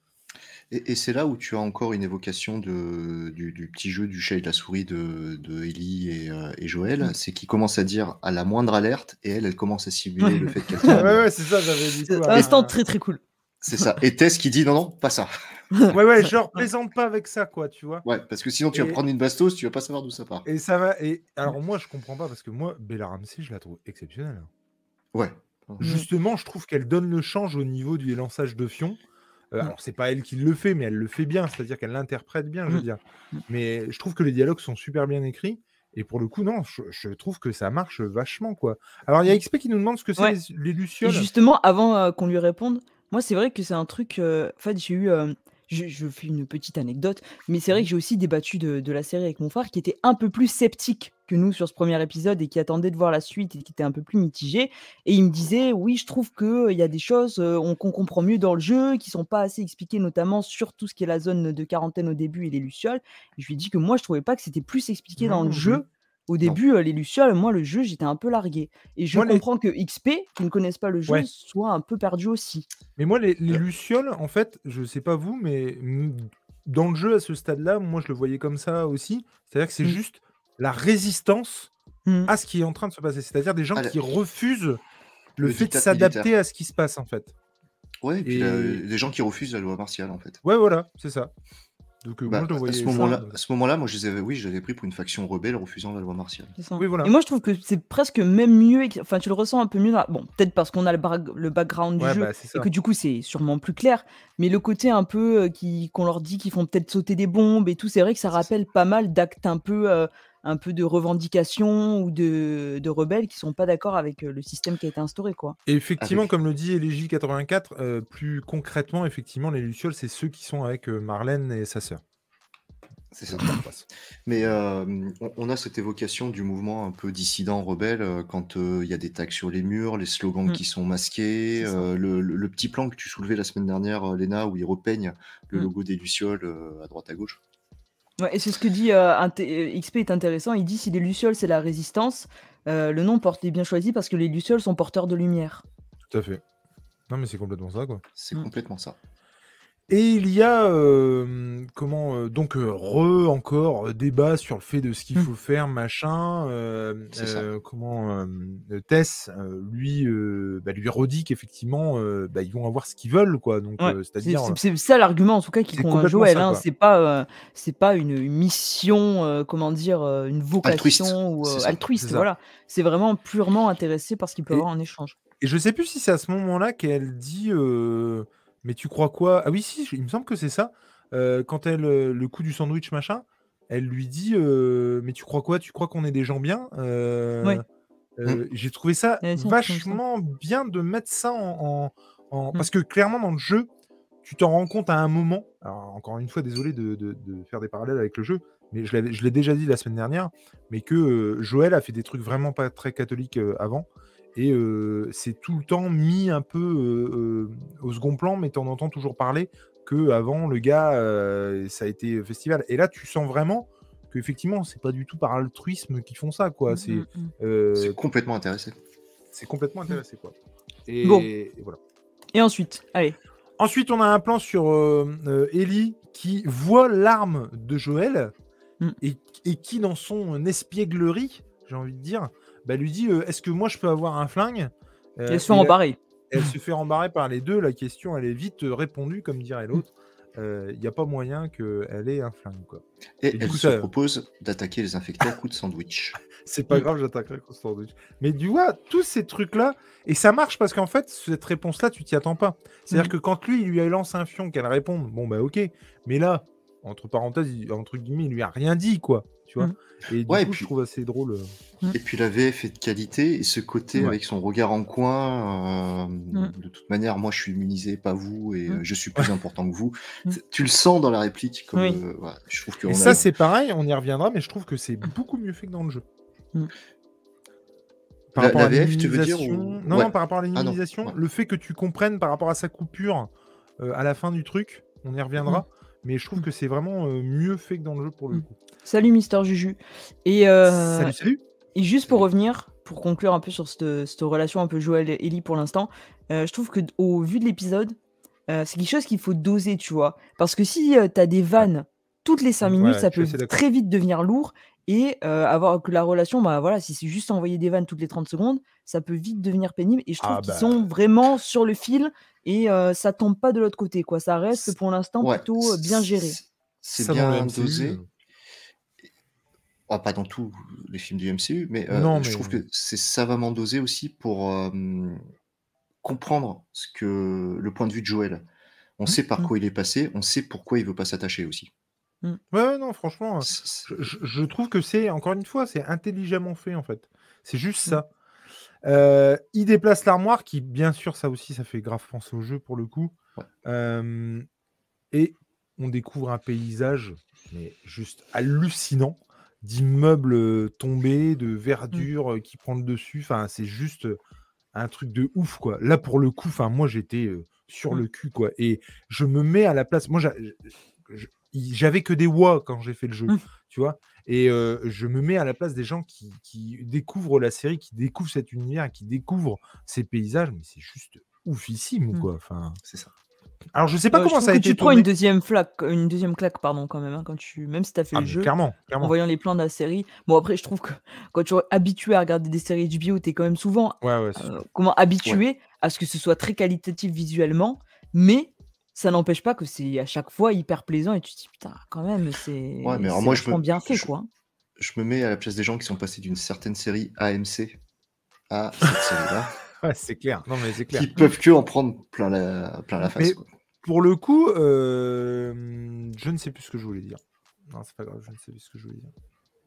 Et, et c'est là où tu as encore une évocation de, du, du petit jeu du chat et de la souris de, de Ellie et, euh, et Joël. Mm. C'est qu'il commence à dire à la moindre alerte, et elle, elle commence à simuler Ouais. le fait qu'elle Ouais, tremble. ouais, c'est ça, j'avais du C'est coup. un un- instant très très cool. C'est ça. Et Tess qui dit non, non, pas ça. Ouais, ouais, genre, plaisante pas avec ça, quoi, tu vois. Ouais, parce que sinon tu vas Et- prendre une bastos, tu vas pas savoir d'où ça part. Et ça va. Et alors, moi, je comprends pas parce que moi, Bella Ramsey, je la trouve exceptionnelle. Ouais. Justement, je trouve qu'elle donne le change au niveau du lançage de fion. Euh, Mm. alors, c'est pas elle qui le fait, mais elle le fait bien, c'est-à-dire qu'elle l'interprète bien, je veux Mm. dire. Mm. Mais je trouve que les dialogues sont super bien écrits. Et pour le coup, non, je, je trouve que ça marche vachement, quoi. Alors, il y a X P qui nous demande ce que c'est Ouais. les, les Et Lucioles. justement, avant euh, qu'on lui réponde, moi c'est vrai que c'est un truc. euh, En fait, j'ai eu. euh, je, je fais une petite anecdote, mais c'est vrai que j'ai aussi débattu de, de la série avec mon frère qui était un peu plus sceptique que nous sur ce premier épisode et qui attendait de voir la suite et qui était un peu plus mitigé. Et il me disait, oui, je trouve qu'il y a des choses euh, on- qu'on comprend mieux dans le jeu, qui sont pas assez expliquées, notamment sur tout ce qui est la zone de quarantaine au début et les Lucioles. Et je lui ai dit que moi, je trouvais pas que c'était plus expliqué dans Non, le non jeu plus. Au Non. début, heu, les lucioles, moi, le jeu, j'étais un peu largué et je Moi, les comprends que X P, qui ne connaissent pas le jeu, Ouais. soit un peu perdu aussi. Mais moi, les les Euh, lucioles, en fait, je sais pas vous, mais mmh, dans le jeu, à ce stade-là, moi, je le voyais comme ça aussi. C'est-à-dire que c'est Mmh. juste la résistance Mmh. à ce qui est en train de se passer. C'est-à-dire des gens Ah, le qui refusent le le fait de diktat s'adapter militaire. à ce qui se passe, en fait. Ouais, et puis la Et les gens qui refusent la loi martiale, en fait. ouais, voilà, c'est ça. Donc heu, moi, Bah, je le à ce voyais ça, moment-là heu à ce moment-là, moi, je les avais oui, je les avais pris pour une faction rebelle refusant la loi martiale. C'est ça Oui, et voilà. moi, je trouve que c'est presque même mieux éc enfin, tu le ressens un peu mieux dans bon, peut-être parce qu'on a le brag le background du Ouais, jeu bah, c'est et que ça. du coup, c'est sûrement plus clair, mais le côté un peu, heu, qui qu'on leur dit qu'ils font peut-être sauter des bombes et tout, c'est vrai que ça C'est ça. rappelle pas mal d'actes un peu, heu, un peu de revendication ou de de rebelles qui sont pas d'accord avec, heu, le système qui a été instauré, quoi. Et effectivement, Avec comme le dit Elegy quatre-vingt-quatre, heu, plus concrètement, effectivement, les lucioles, c'est ceux qui sont avec, heu, Marlène et sa sœur. c'est De ça. Carapace. Mais hem, on on a cette évocation du mouvement un peu dissident rebelle, heu, quand, heu, il y a des tags sur les murs, les slogans Mmh. qui sont masqués, C'est ça. heu, le le le petit plan que tu soulevais la semaine dernière, heu, Léna, où ils repeignent le Mmh. logo des lucioles, heu, à droite à gauche. Ouais et c'est ce que dit, heu, inté X P est intéressant. Il dit: «Si les lucioles, c'est la résistance, heu, le nom porte est bien choisi parce que les lucioles sont porteurs de lumière». Tout à fait. Non, mais c'est complètement ça, quoi. C'est Mmh. complètement ça. Et il y a, hem, comment, heu, donc heu, re encore, heu, débat sur le fait de ce qu'il Mmh. faut faire, machin, hem, C'est ça. heu, comment, hem, heu, Tess, heu, lui, heu, bah, lui redit qu'effectivement, heu, bah, ils vont avoir ce qu'ils veulent, quoi. Donc Ouais, heu, c'est c'est-à-dire, heu c'est c'est ça l'argument en tout cas qui c'est convainc complètement Joël, ça, hein. quoi. C'est pas, heu, c'est pas une une mission, heu, comment dire, heu, une Altruiste, vocation ou, c'est heu, ça. C'est altruiste, ça. voilà. C'est vraiment purement intéressé par ce qu'il peut Et avoir en échange. et je sais plus si c'est à ce moment-là qu'elle dit, heu: «Mais tu crois quoi?» Ah oui, si, il me semble que c'est ça. Heu, quand elle, heu, le coup du sandwich, machin, elle lui dit, heu: «Mais tu crois quoi? Tu crois qu'on est des gens bien?» Ouais, heu Mmh. heu, j'ai trouvé ça il y a aussi un truc comme ça. vachement bien de mettre ça en en en Mmh. parce que clairement dans le jeu, tu t'en rends compte à un moment. Alors encore une fois, désolé de de de faire des parallèles avec le jeu, mais je l'avais je l'ai déjà dit la semaine dernière, mais que, heu, Joël a fait des trucs vraiment pas très catholiques, heu, avant et heu, c'est tout le temps mis un peu, heu heu, au second plan, mais tu en entends toujours parler qu'avant le gars, heu, ça a été festival et là tu sens vraiment qu'effectivement c'est pas du tout par altruisme qu'ils font ça, quoi. Mmh, C'est, mmh, mmh. C'est heu, complètement intéressé. c'est complètement Mmh. intéressé, quoi Bon et et voilà. et ensuite? Allez. Ensuite, on a un plan sur, hem, heu, Ellie qui voit l'arme de Joël Mmh. et et qui, dans son espièglerie, j'ai envie de dire, bah, lui dit, heu: «Est-ce que moi je peux avoir un flingue?» Elle heu se fait et là, embarrer. elle se fait rembarrer par les deux. La question, elle est vite, heu, répondue, comme dirait Mmh. l'autre. Il y a pas moyen qu'elle ait un flingue, quoi Et et du elle coup, se ça propose d'attaquer les infectés à coups de sandwich. c'est pas Mmh. grave, j'attaquerai contre sandwich. Mais tu vois, tous ces trucs-là et ça marche parce qu'en fait, cette réponse-là, tu t'y attends pas. C'est-à-dire Mmh. que quand lui, il lui lance un fion, qu'elle répond, bon, bah, OK. Mais là, entre parenthèses, il entre guillemets, il lui a rien dit, quoi, tu vois? Mmh. Et du Ouais, et coup, je puis trouve assez drôle, heu Mmh. et puis la V F est de qualité et ce côté Mmh. Ouais. avec son regard en coin, Mmh. hem, de toute manière, moi je suis immunisé, pas vous et Mmh. heu, je suis plus important que vous. Mmh. C'est tu le sens dans la réplique comme, Oui. heu, voilà, je trouve Et qu'on ça, a c'est pareil, on y reviendra, mais je trouve que c'est beaucoup mieux fait que dans le jeu. Mmh. Par la rapport la à V F, tu veux dire ou l'immunisation non, ouais. non, par rapport à Ah non, l'immunisation, ouais. le fait que tu comprennes par rapport à sa coupure, heu, à la fin du truc, on y Mmh. reviendra, mais je trouve Mmh. que c'est vraiment, heu, mieux fait que dans le jeu, pour le Mmh. coup. Salut Mister Juju et heu Salut, salut! et juste pour Salut. revenir, pour conclure un peu sur cette cette relation un peu Joël et Ellie pour l'instant, heu, je trouve que d au vu de l'épisode, heu, c'est quelque chose qu'il faut doser, tu vois? Parce que si, heu, tu as des Ouais. vannes toutes les cinq Mmh, minutes, ouais, ça je suis peut assez v d'accord. très vite devenir lourd et heu, avoir que la relation, bah, voilà, si c'est juste envoyer des vannes toutes les trente secondes, ça peut vite devenir pénible et je trouve Ah qu'ils bah, sont vraiment sur le fil et heu, ça tombe pas de l'autre côté, quoi. Ça reste c pour l'instant Ouais, plutôt, heu, c bien géré. c c'est ça dans le bien M C U, dosé. heu Ah, pas dans tous les films du M C U, mais heu, non, je mais trouve que c'est savamment dosé aussi pour, hem, comprendre ce que le point de vue de Joël. On mmh, sait par Mmh. quoi il est passé, on sait pourquoi il veut pas s'attacher aussi. Mmh. ouais, ouais, non, franchement, heu, C c je je je trouve que c'est encore une fois, c'est intelligemment fait, en fait. C'est juste Mmh. ça. Heu, il déplace l'armoire qui, bien sûr, ça aussi, ça fait grave penser au jeu, pour le coup. Ouais. Hem Et on découvre un paysage, mais juste hallucinant, d'immeubles, heu, tombés, de Mmh. verdure, heu, qui prend le dessus. Enfin, c'est juste, heu, un truc de ouf, quoi. Là, pour le coup, enfin, moi, j'étais, heu, sur Mmh. le cul, quoi et je me mets à la place moi, j'a j j i j'avais que des «ouah» quand j'ai fait le jeu, Mmh. tu vois? Et euh, je me mets à la place des gens qui, qui découvrent la série, qui découvrent cet univers, qui découvrent ces paysages, mais c'est juste oufissime, Mm. quoi. Enfin, C'est ça. alors je sais pas Euh, je comment trouve ça a que été tu te prends une tourné. deuxième flaque, une deuxième claque, pardon, quand même, hein, quand tu, même si t'as fait Ah le mais jeu, clairement, en clairement. voyant les plans de la série. Bon, après, je trouve que quand tu es habitué à regarder des séries H B O, t'es quand même souvent Ouais, ouais, c'est euh, sûr. comment Ouais. habitué à ce que ce soit très qualitatif visuellement, mais ça n'empêche pas que c'est à chaque fois hyper plaisant et tu te dis putain, quand même, Ouais, c'est mais alors c'est moi, je vachement me, bien fait, je, quoi. je me mets à la place des gens qui sont passés d'une certaine série A M C à cette série-là, Ouais, c'est clair. Non, mais c'est clair. qui peuvent que en prendre plein la, plein la face, Mais quoi. pour le coup, euh, je ne sais plus ce que je voulais dire. Non, c'est pas grave, je ne sais plus ce que je voulais dire.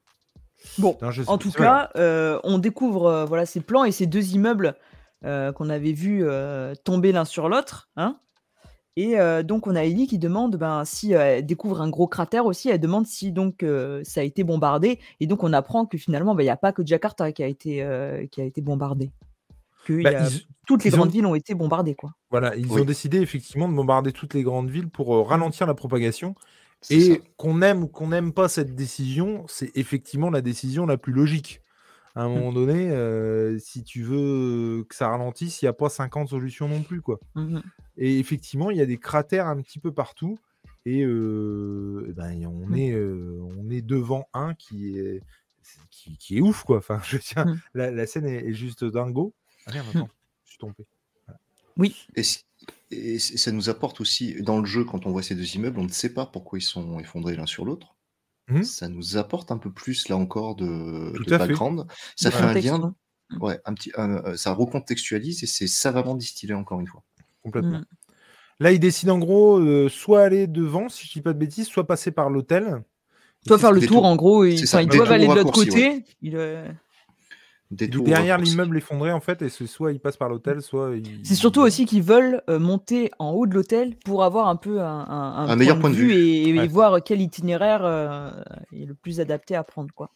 Bon, Non, je sais en plus, tout c'est pas grave. cas, euh, on découvre euh, voilà, ces plans et ces deux immeubles euh, qu'on avait vus euh, tomber l'un sur l'autre, hein. Et euh, donc, on a Ellie qui demande ben, si euh, elle découvre un gros cratère aussi, elle demande si donc euh, ça a été bombardé. Et donc, on apprend que finalement, ben, il n'y a pas que Jakarta qui a été, euh, qui a été bombardé. Que Bah, y a... ils, toutes les ils grandes ont, villes ont été bombardées, quoi. voilà, ils Oui, ont décidé effectivement de bombarder toutes les grandes villes pour euh, Mm. ralentir la propagation. c'est ça. Et qu'on aime ou qu'on n'aime pas cette décision, c'est effectivement la décision la plus logique. À un Mm. moment donné, euh, si tu veux que ça ralentisse, il n'y a pas cinquante solutions non plus, quoi. Mhm. Et effectivement, il y a des cratères un petit peu partout. Et euh, eh ben, on, Mm. est, euh, on est devant un qui est, qui, qui est ouf, quoi. Enfin, je tiens, Mm. la, la scène est, est juste dingo. Ah merde, Mm. attends, je suis trompé. Voilà. Oui. Et, si- et c- ça nous apporte aussi, dans le jeu, quand on voit ces deux immeubles, on ne sait pas pourquoi ils sont effondrés l'un sur l'autre. Hum, Ça nous apporte un peu plus, là encore, de, tout de à fait. background. Ça De fait un contexte, lien, quoi. Mm. ouais, un petit, un- euh, ça recontextualise et c'est savamment distillé, encore une fois. Complètement. Mm. Là, il décide en gros euh, soit aller devant, si je dis pas de bêtises, soit passer par l'hôtel. Et Soit c'est faire ce le qu'il tour, Détour, en gros, et- c'est enfin, ça, ils ouais, doivent détour voilà. ou aller de l'autre raccourci, ouais. côté. Il, euh, Il est Détour ou derrière raccourci. l'immeuble effondré en fait, et c'est soit il passe par l'hôtel, soit il. C'est surtout voilà. aussi qu'ils veulent euh, monter en haut de l'hôtel pour avoir un peu un, un- un Un point meilleur de point de vue vue. et, et Ouais. voir quel itinéraire euh, est le plus adapté à prendre, quoi.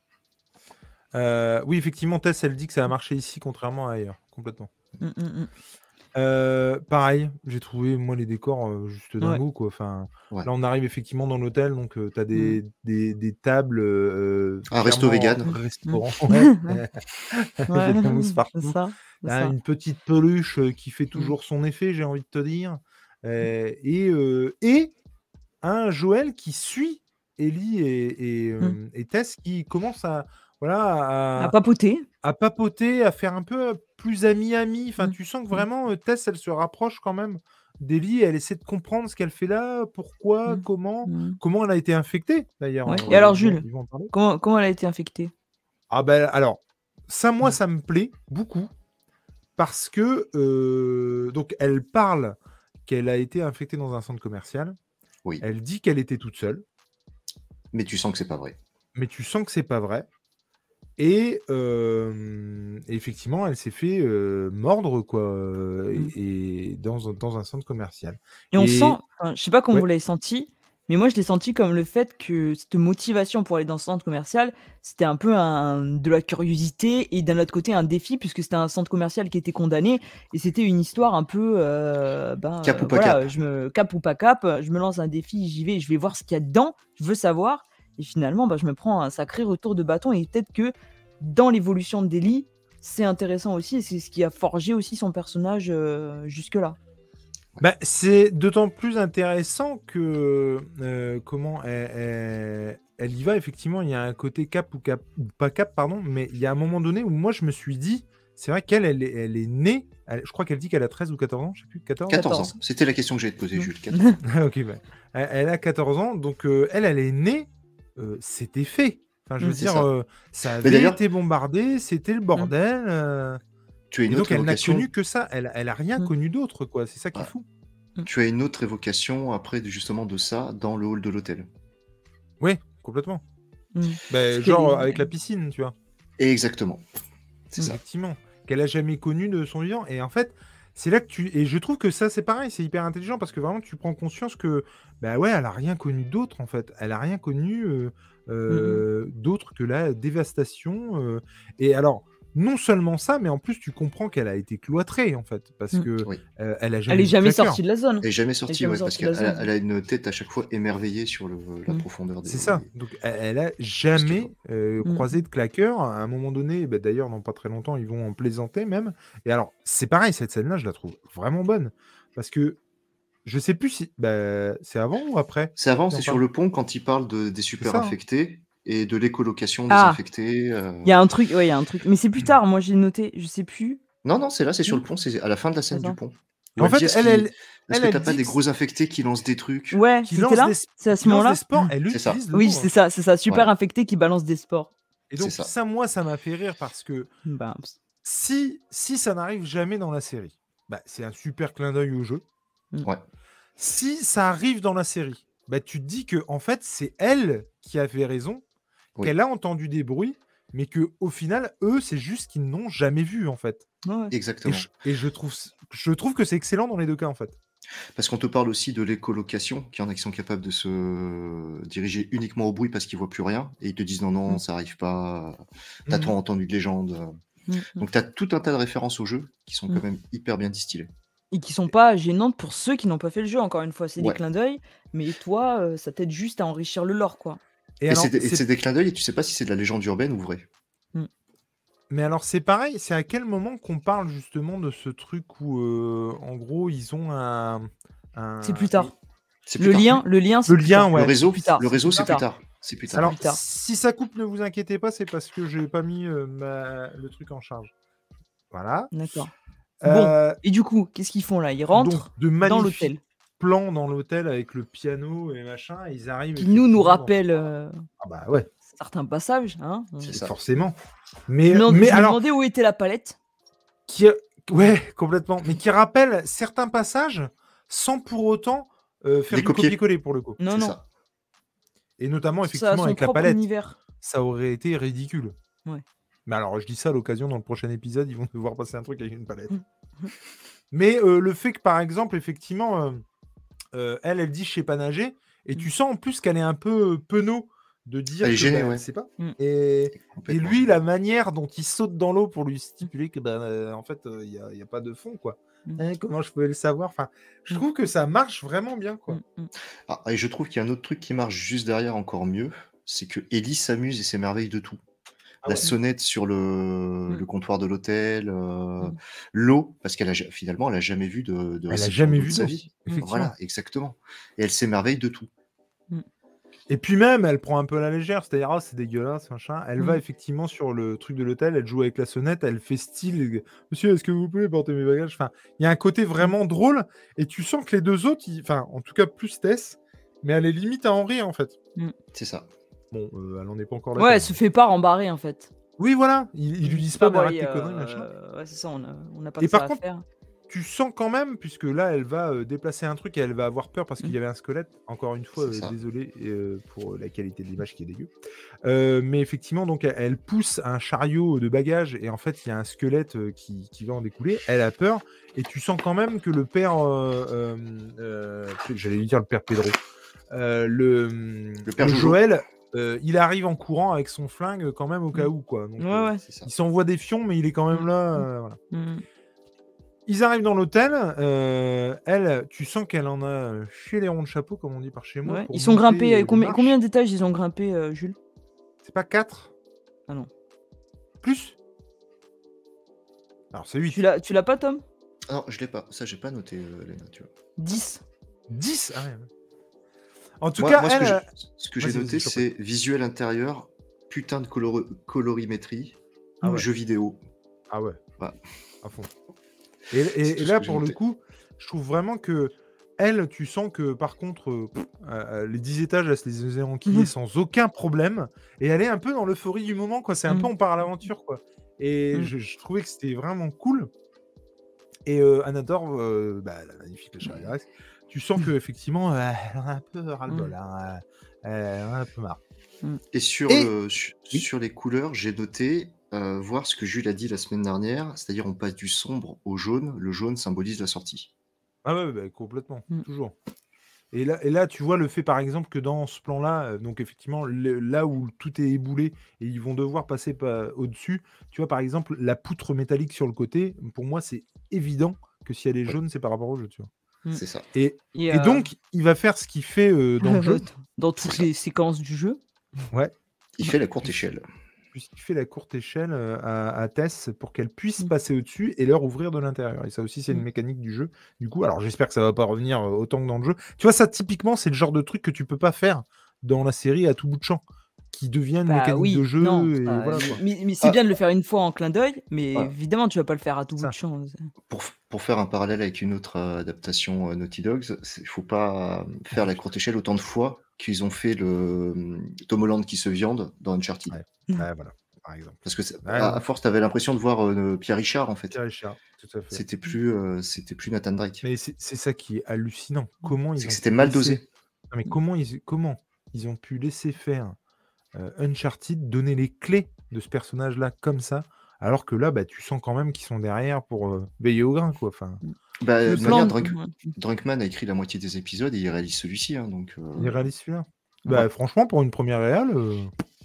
Euh, oui, effectivement, Tess, elle dit que ça a marché ici, contrairement à ailleurs, complètement. Mm, mm, mm. Euh, pareil, j'ai trouvé moi les décors euh, juste Ouais. dingos, quoi. Enfin, Ouais. là, on arrive effectivement dans l'hôtel, donc tu as Mm. des, des, des tables euh, Un resto clairement vegan. Mm. restaurant, ouais. Ouais. Avec Ouais, de la mousse c'est partout. ça, c'est T'as ça. une petite peluche euh, qui fait Mm. toujours son effet, j'ai envie de te dire. Euh, et, euh, et un Joël qui suit Ellie et, et, Mm. euh, et Tess qui commence à, voilà, À à, papoter. à papoter, à faire un peu plus ami-ami. Enfin, Mm. tu sens que Mm. vraiment, euh, Tess, elle se rapproche quand même d'Ellie. Elle essaie de comprendre ce qu'elle fait là, pourquoi, Mm. comment, Mm. comment elle a été infectée, d'ailleurs. Ouais. euh, Et alors, ils, vont, Jules, ils vont en parler. comment, comment elle a été infectée? Ah ben, alors, ça, moi, Mm. ça me plaît beaucoup parce que, euh, donc, elle parle qu'elle a été infectée dans un centre commercial. Oui. Elle dit qu'elle était toute seule, Mais tu sens que c'est pas vrai. mais tu sens que c'est pas vrai. Et euh, effectivement, elle s'est fait euh, mordre, quoi, euh, Mm. et, et dans, un- dans un centre commercial. Et on Et sent, enfin, je sais pas comment ouais, vous l'avez senti, mais moi je l'ai senti comme le fait que cette motivation pour aller dans ce centre commercial, c'était un peu un, de la curiosité et d'un autre côté un défi puisque c'était un centre commercial qui était condamné et c'était une histoire un peu, euh, ben Cap euh, ou pas voilà, cap. je me cap ou pas cap, je me lance un défi, j'y vais, je vais voir ce qu'il y a dedans, je veux savoir et finalement ben, je me prends un sacré retour de bâton et peut-être que dans l'évolution d'Ellie, c'est intéressant aussi et c'est ce qui a forgé aussi son personnage euh, jusque-là. bah, c'est d'autant plus intéressant que euh, comment elle, elle- elle y va. Effectivement, il y a un côté cap ou, cap, ou pas cap, pardon, mais il y a un moment donné où moi je me suis dit, c'est vrai qu'elle, elle, est- elle est née, elle- je crois qu'elle dit qu'elle a treize ou quatorze ans, je sais plus, quatorze. quatorze ans. quatorze. C'était la question que j'allais te poser, Mm. Jules. quatorze ans. Ah, ok, bah, elle, elle a quatorze ans, donc euh, elle, elle est née, euh, c'était fait. Enfin, je veux Mm. C'est dire, ça. euh, ça Mais avait d'ailleurs, été bombardé, c'était le Mm. bordel. euh, tu as une et donc, autre elle n'a évocation. connu que ça. Elle, elle a rien Mm. connu d'autre, quoi. C'est ça qui est Ouais. fou. Tu as une autre évocation après de- justement de ça dans le hall de l'hôtel. Oui, complètement. Mm. Ben, Parce qu'elle genre est- avec la piscine, tu vois. Exactement. C'est Mm. ça. Effectivement. Qu'elle a jamais connu de son vivant. Et en fait, c'est là que tu. Et je trouve que ça, c'est pareil, c'est hyper intelligent parce que vraiment, tu prends conscience que, bah ouais, elle a rien connu d'autre, en fait. Elle a rien connu euh, Mm, mm. euh, d'autre que la dévastation. euh. Et alors, non seulement ça, mais en plus, tu comprends qu'elle a été cloîtrée, en fait, parce Mm. que Oui. euh, elle a Elle jamais est vu jamais Claqueur. sortie de la zone. Elle est jamais Elle est sortie, jamais ouais, parce sortie de la qu'elle a, zone. elle a une tête à chaque fois émerveillée sur le, la Mm. profondeur des. C'est ça. Donc, elle, elle a de ce jamais qu'elle euh, Mm. croisé de Claqueur. À un moment donné, bah, d'ailleurs, dans pas très longtemps, ils vont en plaisanter même. Et alors, c'est pareil, cette scène-là, je la trouve vraiment bonne. Parce que je sais plus si. Bah, c'est avant ou après C'est avant, qu'il en c'est sur parle le pont quand il parle de, des C'est super ça. hein. infectés et de l'écolocation des Ah, infectés. euh. il y a un truc, ouais, il y a un truc. Mais c'est plus tard, moi j'ai noté, je sais plus. Non, non, c'est là, c'est sur le Si pont, c'est à la fin de la scène du Attends. pont. Et Où en elle dit fait, est-ce elle, qu'il- elle, est-ce elle, que elle t'as pas dit des que gros infectés qui lancent des trucs? Ouais, qui c'était lance là des, C'est à qui ce lance moment-là des sports, elle C'est ça. utilise le Oui, mot. c'est hein. ça, c'est ça. Super Voilà. infecté qui balance des sports. Et C'est donc, ça. ça, moi, ça m'a fait rire parce que Bah, si, si ça n'arrive jamais dans la série, bah, c'est un super clin d'œil au jeu. mm. Ouais. Si ça arrive dans la série, bah, tu te dis que en fait, c'est elle qui avait raison, Oui. qu'elle a entendu des bruits, mais que au final, eux, c'est juste qu'ils n'ont jamais vu, en fait. Ouais, ouais. Et Exactement. je, et je trouve, je trouve que c'est excellent dans les deux cas, en fait. Parce qu'on te parle aussi de l'écolocation, qu'il y en a qui sont capables de se diriger uniquement au bruit parce qu'ils voient plus rien, et ils te disent non, non, Mm. ça arrive pas, t'as Mhm. trop entendu de légendes. Mm, mm. Donc t'as tout un tas de références au jeu qui sont Mm. quand même hyper bien distillées. Et qui sont pas gênantes pour ceux qui n'ont pas fait le jeu, encore une fois. C'est des Ouais. clins d'œil, mais toi, euh, ça t'aide juste à enrichir le lore, quoi. Et Et alors, c'est des, et c'est- c'est des clins d'œil et tu sais pas si c'est de la légende urbaine ou vrai. mais alors, c'est pareil, c'est à quel moment qu'on parle justement de ce truc où, euh, en gros, ils ont un. un- C'est plus tard. C'est plus Le tard. lien, le lien, c'est Le plus lien, tard. ouais. Le réseau, plus tard, le c'est réseau, plus c'est plus tard. tard. C'est plus tard. Alors, plus tard. si ça coupe, ne vous inquiétez pas, c'est parce que j'ai pas mis euh, ma- le truc en charge. Voilà. D'accord. Bon. Euh, Et du coup, qu'est-ce qu'ils font là Ils rentrent donc, de dans magnifiques l'hôtel. plans dans l'hôtel avec le piano et machin, et ils arrivent. Qui nous nous effectivement dans- rappelle euh, Ah bah ouais, certains passages. Hein C'est je ça. forcément. Mais, me demande- mais je me alors, demandais où était la palette. qui, ouais, complètement. Mais qui rappelle certains passages sans pour autant euh, faire Les du copier. copier-coller pour le coup. Non, C'est non. ça. Et notamment, Ça a effectivement, son avec la propre palette. univers. Ça aurait été ridicule. Ouais. Mais alors, je dis ça à l'occasion, dans le prochain épisode, ils vont devoir passer un truc avec une palette. Mm. Mais euh, le fait que, par exemple, effectivement, euh, euh, elle, elle dit je sais pas nager, et tu sens en plus qu'elle est un peu euh, penaud de dire Elle est que gênée, bah, ouais. elle sait pas. Mm. Et, et Complètement. lui, la manière dont il saute dans l'eau pour lui stipuler que, bah, euh, en fait, il n'y a, y a pas de fond, quoi. Mm. Hein, comment je pouvais le savoir? Enfin, je Mm. trouve que ça marche vraiment bien, quoi. Mm, mm. Ah, et je trouve qu'il y a un autre truc qui marche juste derrière encore mieux, c'est que Ellie s'amuse et s'émerveille de tout. Ah La ouais. sonnette sur le, Mm. le comptoir de l'hôtel, euh, Mm. l'eau, parce qu'elle a ja- finalement elle a jamais vu de, de Elle a réception jamais d'eau vu de sa d'eau, vie. effectivement. Voilà, exactement. Et elle s'émerveille de tout. Et puis même, elle prend un peu à la légère, c'est-à-dire, ah, c'est dégueulasse, machin. Elle va Mm. effectivement sur le truc de l'hôtel, elle joue avec la sonnette, elle fait style, monsieur, est-ce que vous pouvez porter mes bagages? Enfin, il y a un côté vraiment drôle, et tu sens que les deux autres, ils- enfin, en tout cas plus Tess, mais elle est limite à en rire, en fait. C'est ça. Bon, euh, elle en est pas encore là. Ouais, quand elle même. se fait pas rembarrer en fait. Oui, voilà, ils, ils lui disent C'est pas, bon, mais arrête et, tes conneries, euh, machin. Ouais, c'est ça, on a, on a pas Et que ça par à contre, faire. Tu sens quand même, puisque là, elle va euh, déplacer un truc et elle va avoir peur parce qu'il y avait un squelette. Encore une fois, C'est euh, ça. désolé euh, pour la qualité de l'image qui est dégueu. Euh, mais effectivement, donc, elle, elle pousse un chariot de bagages et en fait, il y a un squelette euh, qui, qui va en découler. Elle a peur et tu sens quand même que le père, euh, euh, euh, j'allais lui dire le père Pedro, euh, le, Le père le Jojo. Joël, euh, il arrive en courant avec son flingue quand même au cas où, quoi. Donc, Ouais, euh, ouais. C'est ça. il s'envoie des fions, mais il est quand même Mm. là. euh, voilà. Mm. Ils arrivent dans l'hôtel. euh, elle, tu sens qu'elle en a chez les ronds de chapeau, comme on dit par chez moi. Ouais. pour Ils sont monter, grimpés. euh, euh, les combien, marches. combien d'étages ils ont grimpé, euh, Jules? C'est pas quatre? Ah non. Plus? Alors c'est huit. Tu l'as, tu l'as pas, Tom? Non, je l'ai pas. Ça, j'ai pas noté, euh, Léna, tu vois. dix. dix? Ah ouais. En tout Moi, cas, moi, ce elle. que j'ai- euh, ce que j'ai vas-y, noté, vas-y, je t'en prie. c'est visuel intérieur, putain de color- colorimétrie, Ah ouais. jeu vidéo. Ah ouais. Voilà. À fond. Et, et- C'est et tout ce là, que j'ai pour le noté. coup, je trouve vraiment que elle, tu sens que par contre, euh, pff, euh, les dix étages, elle se les faisait enquiller Mhm. sans aucun problème. Et elle est un peu dans l'euphorie du moment, quoi. C'est un Mhm. peu on part à l'aventure, quoi. Et Mhm. je, je trouvais que c'était vraiment cool. Et euh, Anador, euh, bah, la magnifique la Charigresse, tu sens que effectivement, euh, elle en a un peu ras-le-bol. Mhm. Hein. Elle en a un peu marre. Et sur, Et- le, su- Oui. sur les couleurs, j'ai noté euh, voir ce que Jules a dit la semaine dernière, c'est-à-dire on passe du sombre au jaune. Le jaune symbolise la sortie. Ah ouais, bah, complètement, Mm. toujours. Et là, et là, tu vois le fait, par exemple, que dans ce plan-là, euh, donc effectivement, le- là où tout est éboulé et ils vont devoir passer pa- au-dessus, tu vois, par exemple, la poutre métallique sur le côté, pour moi, c'est évident que si elle est Oui, jaune, c'est par rapport au jeu, tu vois. Mm. c'est ça. Et, Et et euh, donc, il va faire ce qu'il fait euh, dans le jeu. dans C'est toutes ça. les séquences du jeu. Ouais. Il fait la courte Puis- échelle. Puisqu'il fait la courte échelle euh, à, à Tess pour qu'elle puisse Mm. passer au-dessus et leur ouvrir de l'intérieur. Et ça aussi, c'est une Mm. mécanique du jeu. Du coup, alors j'espère que ça va pas revenir euh, autant que dans le jeu. Tu vois, ça, typiquement, c'est le genre de truc que tu peux pas faire dans la série à tout bout de champ, qui devient une Bah mécanique de oui, jeu. non. Et ça- voilà quoi. mais mais c'est Ah, bien de le faire une fois en clin d'œil, mais voilà. évidemment, tu vas pas le faire à tout bout Ça. de champ. Pour, f- pour faire un parallèle avec une autre euh, adaptation euh, Naughty Dogs, il faut pas euh, faire la courte échelle autant de fois qu'ils ont fait le euh, Tom Holland qui se viande dans Uncharted. Ouais. Ouais, voilà, par exemple. Parce que c'est- Ouais, à, ouais. à force, tu avais l'impression de voir euh, Pierre Richard en fait. Pierre Richard, tout à fait. C'était plus, euh, c'était plus Nathan Drake. Mais c'est c'est ça qui est hallucinant. Comment C'est ils que ont c'était pu mal laisser... dosé. Non, mais comment ils, comment ils ont pu laisser faire euh, Uncharted, donner les clés de ce personnage-là comme ça, alors que là, bah, tu sens quand même qu'ils sont derrière pour euh, veiller au grain, quoi. Enfin, Bah, Le de toute plan manière, de- Drunk- ouais. Drunkman a écrit la moitié des épisodes et il réalise celui-ci. Hein, donc, euh, il réalise celui-là. Bah, ouais. franchement, pour une première réal, euh,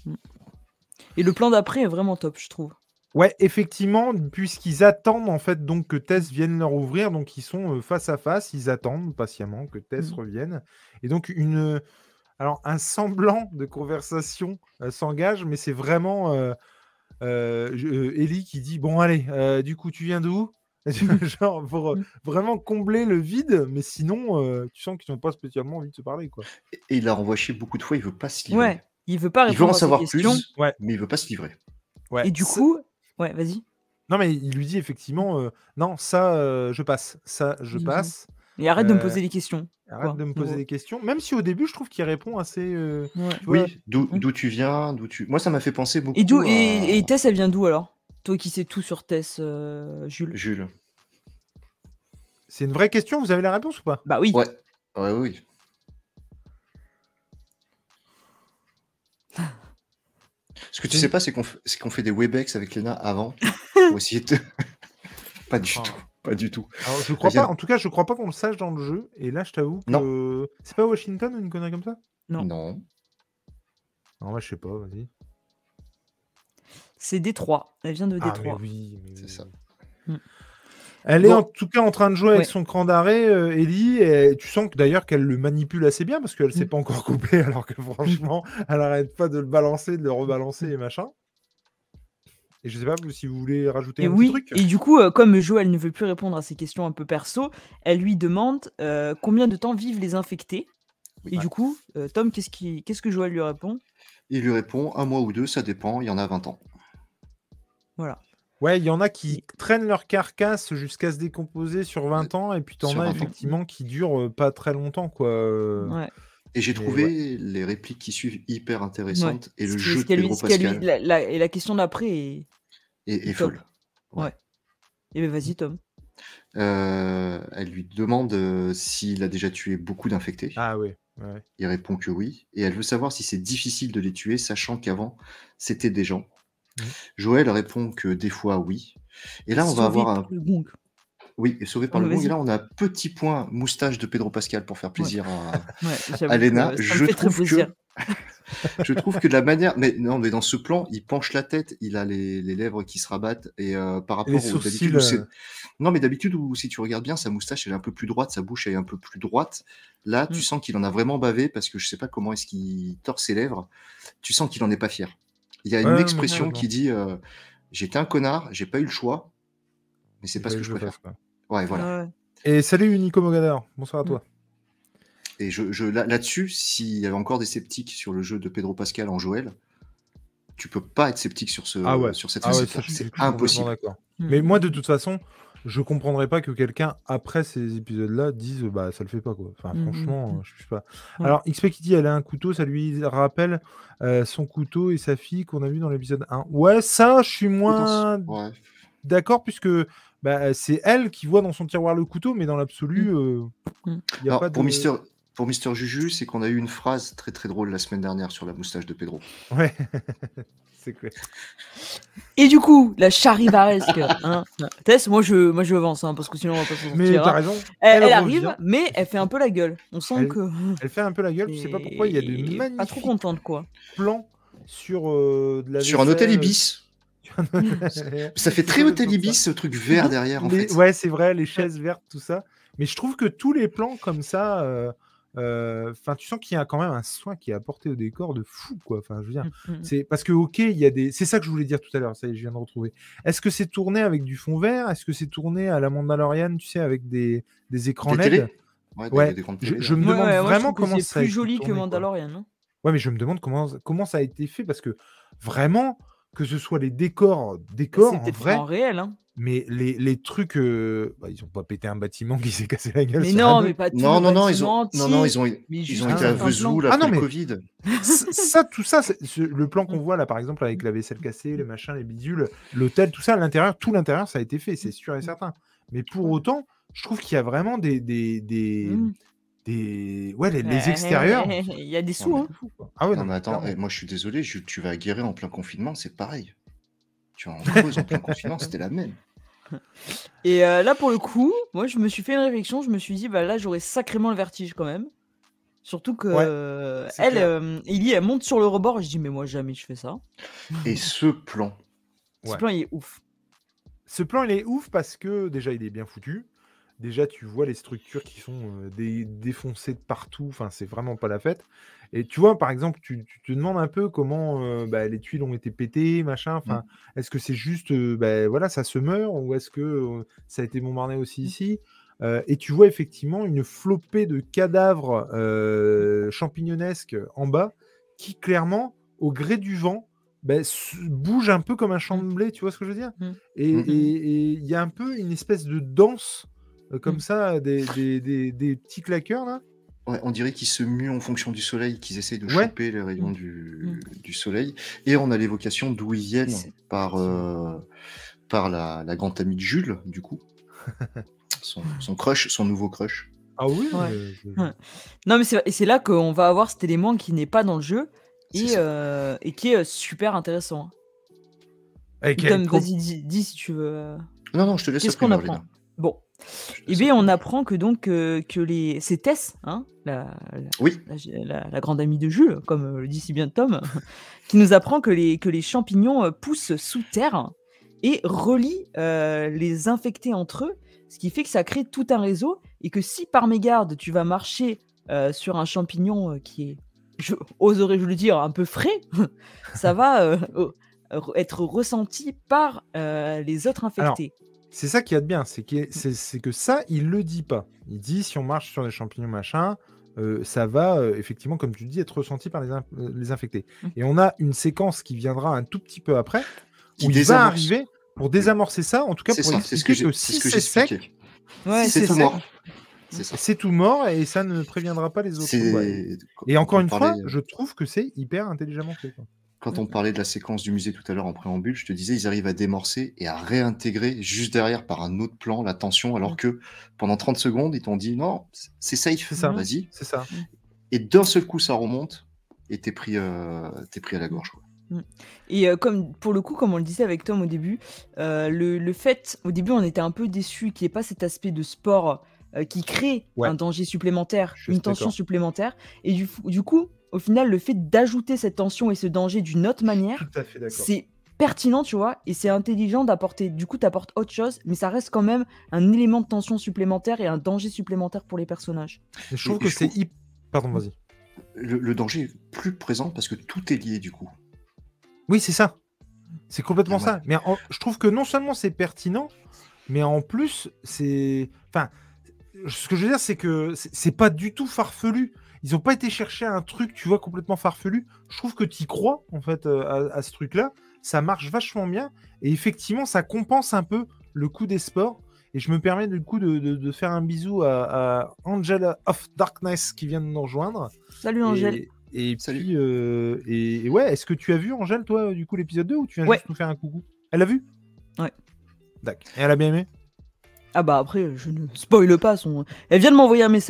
Et le plan d'après est vraiment top, je trouve. ouais, effectivement, puisqu'ils attendent en fait donc que Tess vienne leur ouvrir, donc ils sont euh, face à face, ils attendent patiemment que Tess Mhm. revienne, et donc une, alors un semblant de conversation euh, s'engage, mais c'est vraiment euh, euh, je- euh, Ellie qui dit bon allez, euh, du coup tu viens d'où? Genre pour euh, Mm. vraiment combler le vide, mais sinon euh, tu sens qu'ils n'ont pas spécialement envie de se parler quoi. Et, et il l'a renvoyé chier beaucoup de fois, il veut pas se livrer. Ouais, il veut pas Il veut répondre en Ah, à ses savoir questions. plus, Ouais. mais il veut pas se livrer. Ouais. Et du ça- coup, ouais, vas-y. Non mais il lui dit effectivement euh, non ça euh, je passe, ça je Mhm. passe. Et arrête de me Euh, poser des questions. Arrête quoi, de me en poser gros. des questions, même si au début je trouve qu'il répond assez. euh, Ouais. tu vois, Oui, d'où Mm. d'où tu viens, d'où tu. Moi, ça m'a fait penser beaucoup Et d'où à et, et Tess, elle vient d'où alors? Toi qui sais tout sur Tess, euh, Jules. Jules. c'est une vraie question, vous avez la réponse ou pas? Bah oui. Ouais, ouais, oui. Ce que tu C'est sais une- pas, c'est qu'on f- c'est qu'on fait des Webex avec Léna avant pour essayer de. Pas du Ah. tout, pas du tout. Alors je crois Viens. pas, en tout cas je crois pas qu'on le sache dans le jeu, et là je t'avoue que Non. c'est pas Washington ou une connerie comme ça? Non. Non. Non, moi je sais pas, vas-y. C'est Détroit. Elle vient de Ah mais Détroit. oui, mais C'est oui, ça. oui. Mm. Elle est Bon. en tout cas en train de jouer avec Ouais. son cran d'arrêt, euh, Ellie, et tu sens que d'ailleurs qu'elle le manipule assez bien parce qu'elle s'est Mm. pas encore couplée, alors que franchement, elle arrête pas de le balancer, de le rebalancer et machin. Et je sais pas vous, si vous voulez rajouter Et un oui, petit truc. et du coup, euh, comme Joël ne veut plus répondre à ses questions un peu perso, elle lui demande euh, combien de temps vivent les infectés. Oui. Et Ouais. du coup, euh, Tom, qu'est-ce qui, qu'est-ce que Joël lui répond? Il lui répond un mois ou deux, ça dépend, il y en a vingt ans. Voilà. Ouais, il y en a qui traînent leur carcasse jusqu'à se décomposer sur vingt ans, et puis t'en Sur as vingt ans. effectivement qui durent euh, pas très longtemps, quoi. euh. Ouais. Et j'ai Mais trouvé ouais. les répliques qui suivent hyper Ouais. intéressantes et Ce le qui- jeu ce de qu'elle lui- Pedro ce qu'elle lui- Pascal la, la- et la question d'après est, est, est est top. folle. Ouais. Ouais. Et ben vas-y, Tom. Euh, elle lui demande euh, s'il a déjà tué beaucoup d'infectés. Ah ouais, ouais. Il répond que oui. Et elle veut savoir si c'est difficile de les tuer, sachant qu'avant, c'était des gens. Mhm. Joël répond que des fois, oui. Et là, on va Sauvé avoir par un... le gong. Oui, sauvé par Ouais, le gong. Et vas-y. là, on a un petit point moustache de Pedro Pascal pour faire Ouais. plaisir à, Ouais, j'avoue à Léna. que ça Je me fait très trouve plaisir. que... Je trouve que de la manière... Mais non, mais dans ce plan, il penche la tête, il a les, les lèvres qui se rabattent. Et euh, par Et les rapport au... sourcils. D'habitude, où c'est... euh, Non, mais d'habitude, où, si tu regardes bien, sa moustache, elle est un peu plus droite, sa bouche, elle est un peu plus droite. Là, tu Mm. sens qu'il en a vraiment bavé parce que je sais pas comment est-ce qu'il tord ses lèvres. Tu sens qu'il en est pas fier. Il y a une Ouais, mais expression complètement. qui dit euh, j'étais un connard, j'ai pas eu le choix, mais c'est Il pas ce fallait que je le préfère. fasse, quoi. Ouais, voilà. Ouais. Et salut Nico Mogador, bonsoir à Mm. toi. Et je, je, là, là-dessus, s'il y avait encore des sceptiques sur le jeu de Pedro Pascal en Joël, tu peux pas être sceptique sur, ce, Ah ouais, sur cette ah ouais, facette-là. ça, je suis C'est complètement impossible. d'accord. Mm. Mais moi, de toute façon, je comprendrais pas que quelqu'un, après ces épisodes-là, dise bah ça le fait pas, quoi. Enfin, Mm, franchement, mm, euh, je sais pas. Ouais. Alors, X P Kitty, elle a un couteau, ça lui rappelle euh, son couteau et sa fille qu'on a vu dans l'épisode un. Ouais, ça, je suis moins Ouais. d'accord, puisque bah, c'est elle qui voit dans son tiroir le couteau, mais dans l'absolu, Mm. euh, Mm. il y a Alors, pas pour de. Mister, pour Mister Juju, c'est qu'on a eu une phrase très très drôle la semaine dernière sur la moustache de Pedro. Ouais, c'est clair. Et du coup, la charivaresque, hein. Tess, moi je, moi je avance, hein, parce que sinon on va pas s'en Mais sortir. t'as hein. raison. Elle, Elle elle arrive, revient. mais elle fait un peu la gueule. On sent Elle- que. Elle fait un peu la gueule, je sais pas pourquoi, il y a de Et Pas trop magnifiques contente, quoi. plans sur euh, de la Sur un hôtel vaisselle. Ibis. Sur un hôtel- Ça fait très Sur hôtel ça. Ibis, ce truc vert derrière, en Les- fait. Ouais, c'est vrai, les chaises vertes, tout ça. Mais je trouve que tous les plans comme ça, euh, euh, 'fin, tu sens qu'il y a quand même un soin qui est apporté au décor de fou, quoi. Enfin, je veux dire, Mm, mm. c'est parce que ok, il y a des. C'est ça que je voulais dire tout à l'heure. Ça y est, je viens de retrouver. Est-ce que c'est tourné avec du fond vert? Est-ce que c'est tourné à la Mandalorian, tu sais, avec des, des écrans Des L E D? télés Ouais, des, Ouais, des grandes je, télés. je là. me Ouais, demande ouais, moi, je vraiment trouve que comment c'est ça a plus été joli tourné, que quoi. Mandalorian. Hein. Ouais, mais je me demande comment, comment ça a été fait parce que vraiment, que ce soit les décors, décors C'est en peut-être fait vrai, en réel. Hein. mais les, les trucs, euh, bah, ils ont pas pété un bâtiment qui s'est cassé la gueule Mais sur un non, autre. mais pas tout Non, le non, non, ils bâtiment ont, non, non, entier. ils ont, Mais ils juste ont Ah, été à un plan. Vesoul Ah après non, le mais Covid. c- ça, tout ça, c'est- ce- le plan qu'on Mm. voit là, par exemple, avec la vaisselle cassée, les machins, les bidules, l'hôtel, tout ça, à l'intérieur, tout l'intérieur, ça a été fait, c'est sûr et certain. Mais pour Ouais. autant, je trouve qu'il y a vraiment des, des, des, Mm. des... ouais, les, les extérieurs. Il y a des Non, sous, mais, hein. C'est fou, quoi. Ah ouais, non, non, mais mais attends, clairement. eh, moi je suis désolé, je- tu vas à Guéret en plein confinement, c'est pareil. Tu vas en Creuse en plein confinement, c'était la même. Et euh, là, pour le coup, moi, je me suis fait une réflexion. Je me suis dit, bah là, j'aurais sacrément le vertige quand même. Surtout que Ouais, euh, c'est elle, clair. euh, Ellie, elle monte sur le rebord. Je dis, mais moi, jamais je fais ça. Et ce plan, Ce Ouais. plan, il est ouf. Ce plan, il est ouf parce que déjà, il est bien foutu. Déjà, tu vois les structures qui sont euh, dé- défoncées de partout. Enfin, c'est vraiment pas la fête. Et tu vois, par exemple, tu, tu te demandes un peu comment euh, bah, les tuiles ont été pétées, machin. Enfin, mm, est-ce que c'est juste, euh, bah, voilà, ça se meurt ou est-ce que euh, ça a été bombardé aussi ici? Euh, Et tu vois effectivement une flopée de cadavres euh, champignonnesques en bas qui, clairement, au gré du vent, bah, se- bougent un peu comme un champ Mm. de blé. Tu vois ce que je veux dire? Mm. Et mm. et- et il y a un peu une espèce de danse euh, comme Mm. ça, des, des, des, des petits claqueurs là. Ouais, on dirait qu'ils se muent en fonction du soleil, qu'ils essayent de Ouais. choper les rayons Mm. du, du soleil. Et on a l'évocation d'où ils viennent C'est- par, euh, par la, la grande amie de Jules, du coup. Son, son crush, son nouveau crush. Ah oui. Ouais. mais je- Ouais. Non, mais c'est et c'est là qu'on va avoir cet élément qui n'est pas dans le jeu C'est et, ça. euh, et qui est euh, super intéressant. Avec Tom, elle- vas-y, dis, dis si tu veux. euh, Non, non, je te laisse Qu'est-ce après, qu'on Marlène. apprend Bon, Je te eh laisse bien, après. on apprend que donc euh, que les c'est Tess, hein, la, la, Oui, la- la- la grande amie de Jules, comme euh, le dit si bien Tom, qui nous apprend que les, que les champignons euh, poussent sous terre et relient euh, les infectés entre eux, ce qui fait que ça crée tout un réseau et que si par mégarde tu vas marcher euh, sur un champignon euh, qui est, je, oserais-je le dire, un peu frais, ça va euh, euh, être ressenti par euh, les autres Alors, infectés. c'est ça qu'il y a de bien, c'est que, c'est, c'est que ça, il le dit pas. Il dit si on marche sur des champignons machin, euh, ça va euh, effectivement, comme tu dis, être ressenti par les, in- euh, les infectés. Mm. Et on a une séquence qui viendra un tout petit peu après, qui où il va désamorce. arriver pour désamorcer ça, en tout cas C'est pour ça, c'est ce que expliquer j'ai que, c'est si ce que c'est sec, j'expliquais. Ouais, si C'est c'est tout sec, mort. C'est ça. c'est tout mort et ça ne préviendra pas les autres. Bah, et, C'est... et encore on une parlait- fois, je trouve que c'est hyper intelligemment fait, quoi. Quand on parlait de la séquence du musée tout à l'heure en préambule, je te disais, ils arrivent à démorcer et à réintégrer juste derrière par un autre plan la tension, alors que pendant trente secondes, ils t'ont dit non, c'est safe, C'est ça. vas-y. C'est ça. Et d'un seul coup, ça remonte et t'es pris, euh, t'es pris à la gorge. Quoi. Et euh, comme pour le coup, comme on le disait avec Tom au début, euh, le, le fait, au début, on était un peu déçus qu'il n'y ait pas cet aspect de sport euh, qui crée Ouais. un danger supplémentaire, Je suis une tension d'accord. supplémentaire. Et du, fou- du coup, au final, le fait d'ajouter cette tension et ce danger d'une autre manière, Tout à fait d'accord. c'est pertinent, tu vois, et c'est intelligent d'apporter. Du coup, t'apportes autre chose, mais ça reste quand même un élément de tension supplémentaire et un danger supplémentaire pour les personnages. Et je trouve Et que je c'est trouve- hyper. Pardon, vas-y. Le, le danger est plus présent parce que tout est lié du coup. Oui, c'est ça. C'est complètement Ouais. ça. Mais en- je trouve que non seulement c'est pertinent, mais en plus, c'est. Enfin, ce que je veux dire, c'est que c'est c'est pas du tout farfelu. Ils ont pas été chercher un truc, tu vois, complètement farfelu. Je trouve que tu y crois, en fait, euh, à, à ce truc-là. Ça marche vachement bien. Et effectivement, ça compense un peu le coup des sports. Et je me permets, du coup, de, de- de faire un bisou à, à Angela of Darkness qui vient de nous rejoindre. Salut Angèle. Et, et Salut. puis, euh, et, et ouais, est-ce que tu as vu Angèle, toi, du coup, l'épisode deux, ou tu viens Ouais. juste nous faire un coucou? Elle l'a vu? Ouais. D'accord. Et elle a bien aimé? Ah bah après, je ne spoile pas son. Elle vient de m'envoyer un message.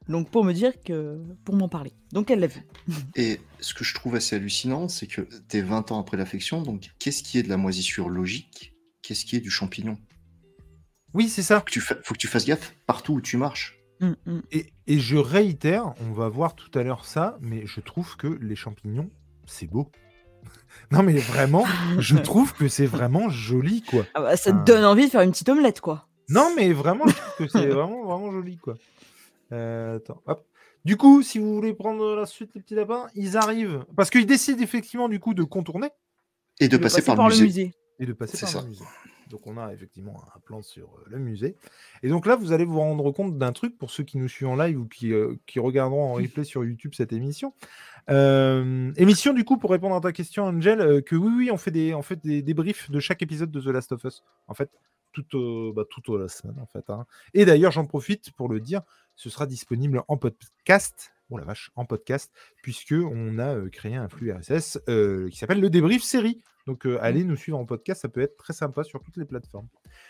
Donc pour me dire que pour m'en parler. Donc elle l'a vu. Et ce que je trouve assez hallucinant, c'est que t'es vingt ans après l'affection, donc qu'est-ce qui est de la moisissure logique? Qu'est-ce qui est du champignon? Oui, c'est ça. Faut que tu, fa- faut que tu fasses gaffe partout où tu marches. Mm, mm. Et, et je réitère, on va voir tout à l'heure ça, mais je trouve que les champignons, c'est beau. Non, mais vraiment, je trouve que c'est vraiment joli, quoi. Ah bah, ça te Enfin, donne envie de faire une petite omelette, quoi. Non, mais vraiment, je trouve que c'est vraiment, vraiment joli, quoi. Euh, attends, hop. Du coup, si vous voulez prendre la suite, les petits lapins, ils arrivent. Parce qu'ils décident effectivement, du coup, de contourner Et de De passer passer par, par le le musée. musée. et de passer C'est par ça. le musée. Donc, on a effectivement un plan sur euh, le musée. Et donc là, vous allez vous rendre compte d'un truc pour ceux qui nous suivent en live ou qui, euh, qui regarderont en replay sur YouTube cette émission. Euh, émission, du coup, pour répondre à ta question, Angel, euh, que oui, oui, on fait des, on fait des débriefs de chaque épisode de The Last of Us. En fait, toute, euh, bah, toute la semaine, en fait. Hein. Et d'ailleurs, j'en profite pour le dire, ce sera disponible en podcast. Oh la vache, en podcast, puisque on a euh, créé un flux R S S euh, qui s'appelle le débrief série. Donc, euh, allez nous suivre en podcast, ça peut être très sympa sur toutes les plateformes.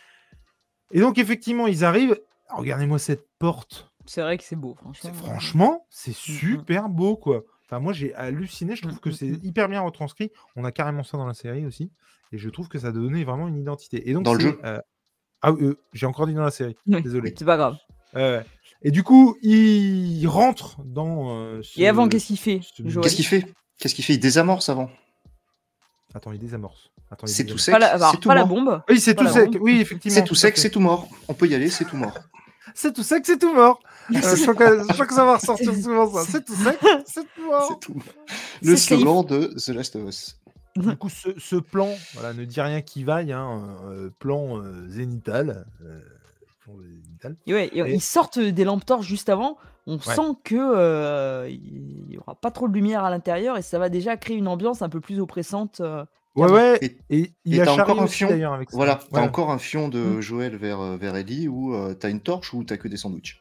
Et donc, effectivement, ils arrivent. Alors, regardez-moi cette porte. C'est vrai que c'est beau, franchement. C'est, franchement, c'est super beau, quoi. Enfin, moi, j'ai halluciné. Je trouve Mm, que mm, c'est mm. hyper bien retranscrit. On a carrément ça dans la série aussi. Et je trouve que ça donnait vraiment une identité. Et donc, Dans le c'est, jeu. euh, Ah, euh, j'ai encore dit dans la série. Oui, Désolé. c'est pas grave. Euh, et du coup, il rentre dans euh, ce... Et avant, qu'est-ce qu'il fait, ce- Joël Qu'est-ce qu'il fait? Qu'est-ce qu'il fait? Il désamorce avant. Attends, il désamorce. Attends, il C'est tout désamorce. sec, Pas la, alors, c'est tout pas la mort. bombe. Oui, c'est Pas tout la sec. bombe. Oui, effectivement. C'est tout tout à sec, fait. c'est tout mort. On peut y aller, c'est tout mort. C'est tout sec, c'est tout mort. Euh, je, crois que, je crois que ça va ressortir souvent, ça. C'est tout sec, c'est tout mort. C'est tout mort. Le C'est slogan de The Last of Us. Du coup, ce, ce plan, voilà, ne dit rien qui vaille, hein, euh, plan euh, zénital. euh, plan zénital. Et ouais, et Et- ils sortent des lampes torches juste avant. On Ouais. sent que euh, il y aura pas trop de lumière à l'intérieur et ça va déjà créer une ambiance un peu plus oppressante. euh, Ouais, qu'avant. ouais. Et- Et il Et a t'as charrié encore un aussi, fion. d'ailleurs avec ça. Voilà, t'as Ouais. encore un fion de Mm. Joël vers, euh, vers Ellie où euh, t'as une torche ou t'as que des sandwichs.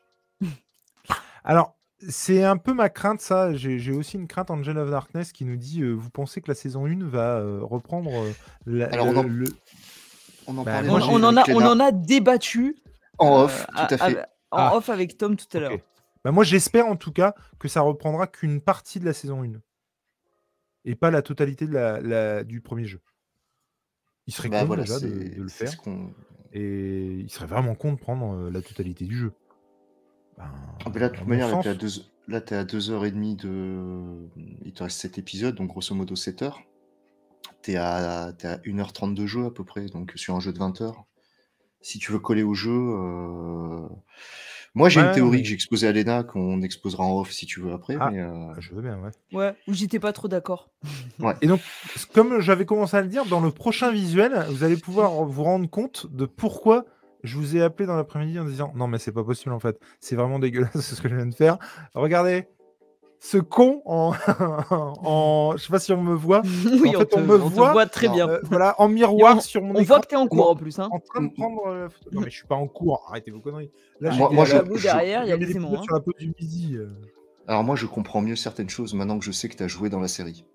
Alors, c'est un peu ma crainte, ça. J'ai j'ai aussi une crainte, Angel of Darkness, qui nous dit euh, vous pensez que la saison un va euh, reprendre euh, la- Alors, le, on en- le- On en Bah, parlait moi, On, avec on en a, on Cléna. en a débattu En euh, off, tout à fait. en Ah. off avec Tom tout à l'heure. Ok. Bah, moi, j'espère en tout cas que ça reprendra qu'une partie de la saison un et pas la totalité de la, la- du premier jeu. Il serait Bah con voilà, déjà de, c'est de le c'est faire ce qu'on. et il serait vraiment con de prendre euh, la totalité du jeu. Ben, Ah, mais là, de à toute mon manière, là, sens- t'es à deux... là, t'es à deux heures et demie de. Il te reste sept épisodes, donc grosso modo sept heures. T'es à... t'es à une heure trente de jeu à peu près, donc sur un jeu de vingt heures. Si tu veux coller au jeu. euh, Moi, j'ai Ouais, une non, théorie mais- que j'ai exposée à Léna, qu'on exposera en off si tu veux après. Ah. Mais, euh, Je veux bien, ouais. Ouais, où j'étais pas trop d'accord. Et donc, comme j'avais commencé à le dire, dans le prochain visuel, vous allez pouvoir vous rendre compte de pourquoi je vous ai appelé dans l'après-midi en disant non, mais c'est pas possible en fait. C'est vraiment dégueulasse ce que je viens de faire. Regardez, ce con en. en... Je sais pas si on me voit. oui, en on, fait, te, on me on te voit, voit très Non. bien. Euh, voilà, en miroir Et on- sur mon On écran. voit que t'es en cours en plus. Hein. En train de prendre euh, la photo. Non, mais je suis pas en cours. Arrêtez vos conneries. Là, Ah, j'ai Moi- des- moi, le je- tableau je- derrière, il y a regardez les l'épisode aimants. sur la pause du midi. euh. Alors moi, je comprends mieux certaines choses maintenant que je sais que t'as joué dans la série.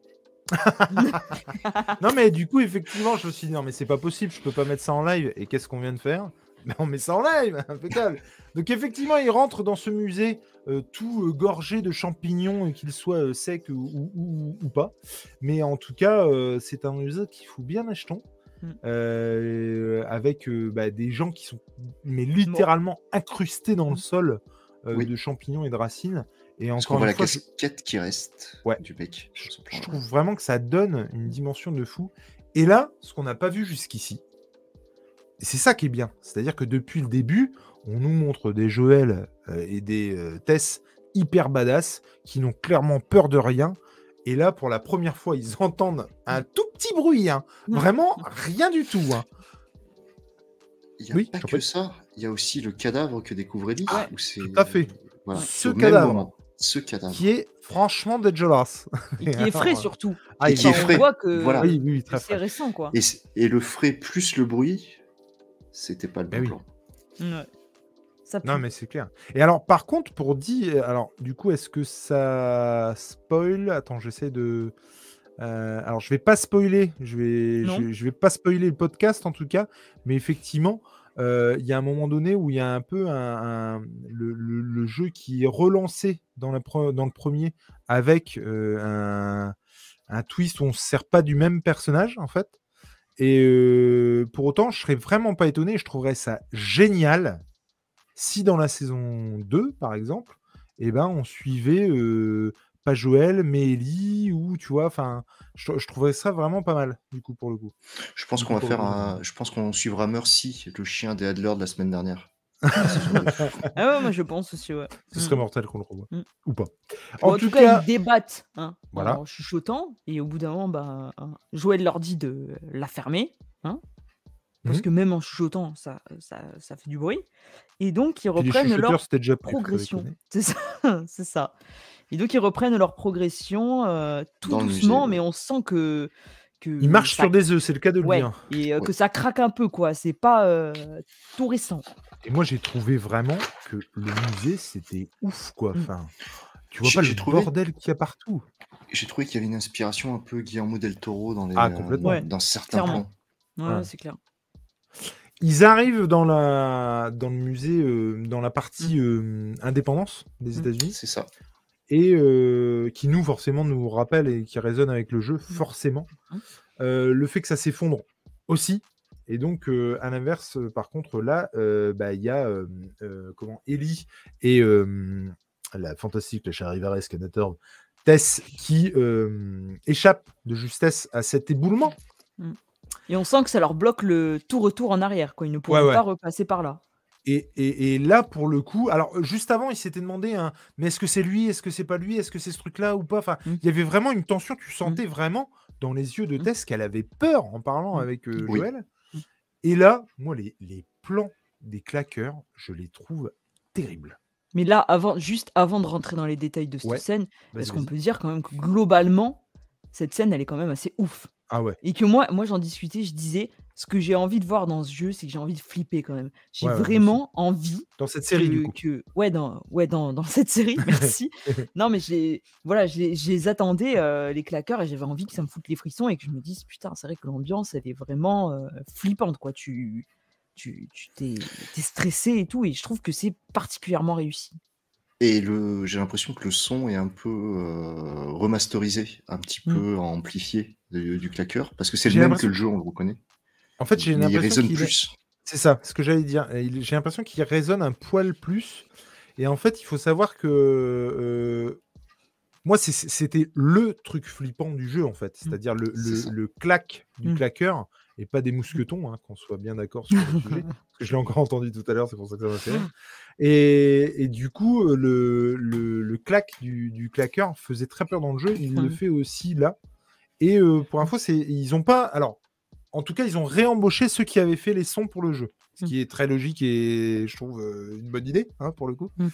Non, mais du coup, effectivement, je me suis dit, non, mais c'est pas possible, je peux pas mettre ça en live. Et qu'est-ce qu'on vient de faire? Ben, on met ça en live, impeccable. Donc, effectivement, il rentre dans ce musée euh, tout euh, gorgé de champignons, euh, qu'ils soient euh, secs ou, ou- ou- ou pas. Mais en tout cas, euh, c'est un musée qui fout bien achetons. Mm. euh, avec euh, bah, des gens qui sont mais littéralement incrustés dans le Mm. sol euh, Oui. de champignons et de racines. Et Parce qu'on encore voit une la fois, je- casquette qui reste Ouais. du mec. sur ce je plan-là. trouve vraiment que ça donne une dimension de fou. Et là, ce qu'on n'a pas vu jusqu'ici, et c'est ça qui est bien. C'est-à-dire que depuis le début, on nous montre des Joël euh, et des euh, Tess hyper badass qui n'ont clairement peur de rien. Et là, pour la première fois, ils entendent un tout petit bruit. Hein. Vraiment, rien du tout. Hein. Il n'y a Oui, pas j'en que prie. ça. Il y a aussi le cadavre que découvre Ellie. Ouais, où c'est... tout à fait. Voilà, Ce c'est au même cadavre. moment. Ce cadavre. Qui est franchement dégueulasse. Et qui est frais Alors, surtout. Ah, Et il qui est Enfin, frais. On voit que Voilà. Oui, oui, oui, que très c'est frais. récent, quoi. Et, c'est- et le frais plus le bruit, c'était pas le Ben bon oui. plan. Ouais. Ça pue. Non, mais c'est clair. Et alors, par contre, pour dire... Alors, du coup, est-ce que ça spoil? Attends, j'essaie de... Euh, alors, je vais pas spoiler. Je vais, Non. je, je vais pas spoiler le podcast, en tout cas. Mais effectivement, euh, il y a un moment donné où il y a un peu un, un- le, le- le jeu qui est relancé dans, la pre- dans le premier avec euh, un, un twist où on ne se sert pas du même personnage, en fait. Et euh, pour autant, je serais vraiment pas étonné. Je trouverais ça génial si dans la saison deux, par exemple, eh ben, on suivait euh, pas Joël, mais Ellie, ou tu vois, enfin, je, je trouverais ça vraiment pas mal, du coup, pour le coup. Je pense Du qu'on coup, va pour le faire coup, j'aime un... Je pense qu'on suivra Mercy, le chien des Adler de la semaine dernière. La saison deux. Ah ouais, moi je pense aussi, ouais. Ce serait Mm. mortel qu'on le revoie. Mm. Ou pas. Bon, En en tout tout cas, cas, ils débattent hein, voilà. en chuchotant, et au bout d'un moment, bah, hein, Joël leur dit de la fermer, hein, parce Mhm. que même en chuchotant, ça, ça, ça fait du bruit. Et donc, ils Puis les reprennent chuchoteurs, leur c'était déjà prévu, faut progression. déconner. C'est ça, c'est ça. Et donc, ils reprennent leur progression euh, tout Dans le musée, doucement, ouais. mais on sent que, Ils que marchent ça, sur des œufs, c'est le cas de le ouais, dire. et euh, Ouais. que ça craque un peu, quoi. C'est pas euh, tout récent. Et moi, j'ai trouvé vraiment que le musée, c'était ouf, quoi. Mm. Enfin, tu vois J'ai pas le j'ai trouvé, bordel qu'il y a partout. j'ai trouvé qu'il y avait une inspiration un peu Guillermo del Toro dans, les, Ah, euh, complètement. Ouais, dans certains clairement. plans. Ouais, Ouais. c'est clair. Ils arrivent dans, la, dans le musée, euh, dans la partie euh, indépendance des Mm. États-Unis, C'est ça. et euh, qui nous, forcément, nous rappelle et qui résonne avec le jeu, forcément. Mm. Euh, le fait que ça s'effondre aussi. Et donc, euh, à l'inverse, euh, par contre, là, euh, bah, il y a euh, euh, comment, Ellie et euh, la fantastique, la charivaresque Nator, Tess, qui euh, échappent de justesse à cet éboulement. Mm. Et on sent que ça leur bloque le tout retour en arrière, quoi. Ils ne Ouais, pourront ouais. pas repasser par là. Et, et- et là, pour le coup, alors euh, juste avant, il s'était demandé, hein, mais est-ce que c'est lui, est-ce que c'est pas lui, est-ce que c'est ce truc-là ou pas. Enfin, Mm. il y avait vraiment une tension. Tu sentais vraiment dans les yeux de Mm. Tess qu'elle avait peur en parlant Mm. avec euh, Oui. Joël. Mm. Et là, moi, les, les plans des claqueurs, je les trouve terribles. Mais là, avant, juste avant de rentrer dans les détails de cette Ouais. scène, Vas-y, est-ce qu'on vas-y. peut dire quand même que globalement, cette scène, elle est quand même assez ouf. Ah ouais. Et que moi, moi j'en discutais, je disais, ce que j'ai envie de voir dans ce jeu, c'est que j'ai envie de flipper quand même. J'ai Ouais, ouais, moi aussi. vraiment envie Dans cette série, du que, coup. que ouais, dans, ouais dans, dans cette série, merci. Non, mais j'ai, voilà, je les, je les attendais, euh, les claqueurs, et j'avais envie que ça me foute les frissons et que je me dise, putain, c'est vrai que l'ambiance, elle est vraiment euh, flippante, quoi. Tu, tu, tu t'es, t'es stressé et tout, et je trouve que c'est particulièrement réussi. Et le, j'ai l'impression que le son est un peu euh, remasterisé, un petit Mm. peu amplifié de- du claqueur, parce que c'est J'ai le même que l'impression- le jeu, on le reconnaît. En fait, j'ai Mais il l'impression résonne qu'il est- plus. C'est ça, ce que j'allais dire. Et il- J'ai l'impression qu'il résonne un poil plus. Et en fait, il faut savoir que euh, moi, c'est- c'était le truc flippant du jeu, en fait. C'est-à-dire le, C'est le, ça. le claque du Mm. claqueur et pas des mousquetons, hein, qu'on soit bien d'accord sur le sujet. Parce que je l'ai encore entendu tout à l'heure, c'est pour ça que ça m'a fait rire. Et, et du coup, euh, le, le, le claque du, du claqueur faisait très peur dans le jeu. Il le Mm. fait aussi là. Et euh, pour info, c'est ils ont pas. Alors, en tout cas, ils ont réembauché ceux qui avaient fait les sons pour le jeu. Ce qui est très logique et je trouve euh, une bonne idée, hein, pour le coup. Mm.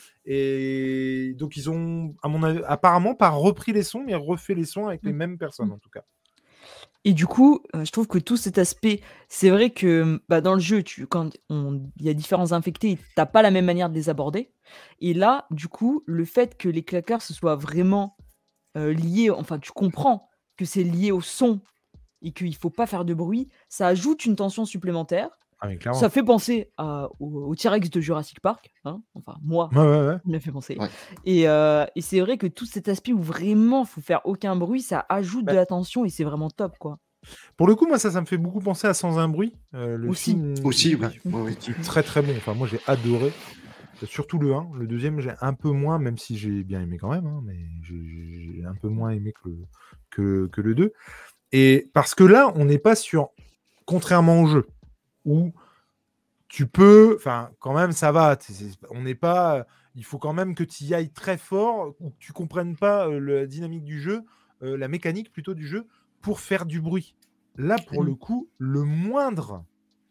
Et donc, ils ont, à mon avis, apparemment pas repris les sons, mais refait les sons avec les Mm. mêmes personnes, en tout cas. Et du coup, euh, je trouve que tout cet aspect, c'est vrai que bah, dans le jeu, tu, quand on- il y a différents infectés, t'as pas la même manière de les aborder. Et là, du coup, le fait que les claqueurs se soient vraiment euh, liés, enfin, tu comprends que c'est lié au son et qu'il faut pas faire de bruit, ça ajoute une tension supplémentaire. Ah, mais clairement. Ça fait penser à- au, au T-Rex de Jurassic Park, hein. Enfin, moi, Ouais, ouais, ouais. il m'a fait penser. Ouais. Et, euh, et c'est vrai que tout cet aspect où vraiment faut faire aucun bruit, ça ajoute Bah. de la tension et c'est vraiment top, quoi. Pour le coup, moi, ça, ça me fait beaucoup penser à Sans un bruit. euh, le Aussi. film Aussi, enfin, oui. Oui, oui. qui est très très bon. Enfin, moi, j'ai adoré. Surtout le un. Le deuxième, j'ai un peu moins, même si j'ai bien aimé quand même, hein, mais j'ai j'ai un peu moins aimé que le, que, que le deux. Et parce que là, on n'est pas sur, contrairement au jeu, où tu peux, enfin, quand même, ça va. t'es- c'est- On n'est pas, il faut quand même que tu y ailles très fort, ou que tu comprennes pas euh, la dynamique du jeu, euh, la mécanique plutôt du jeu, pour faire du bruit. Là, pour Mm. le coup, le moindre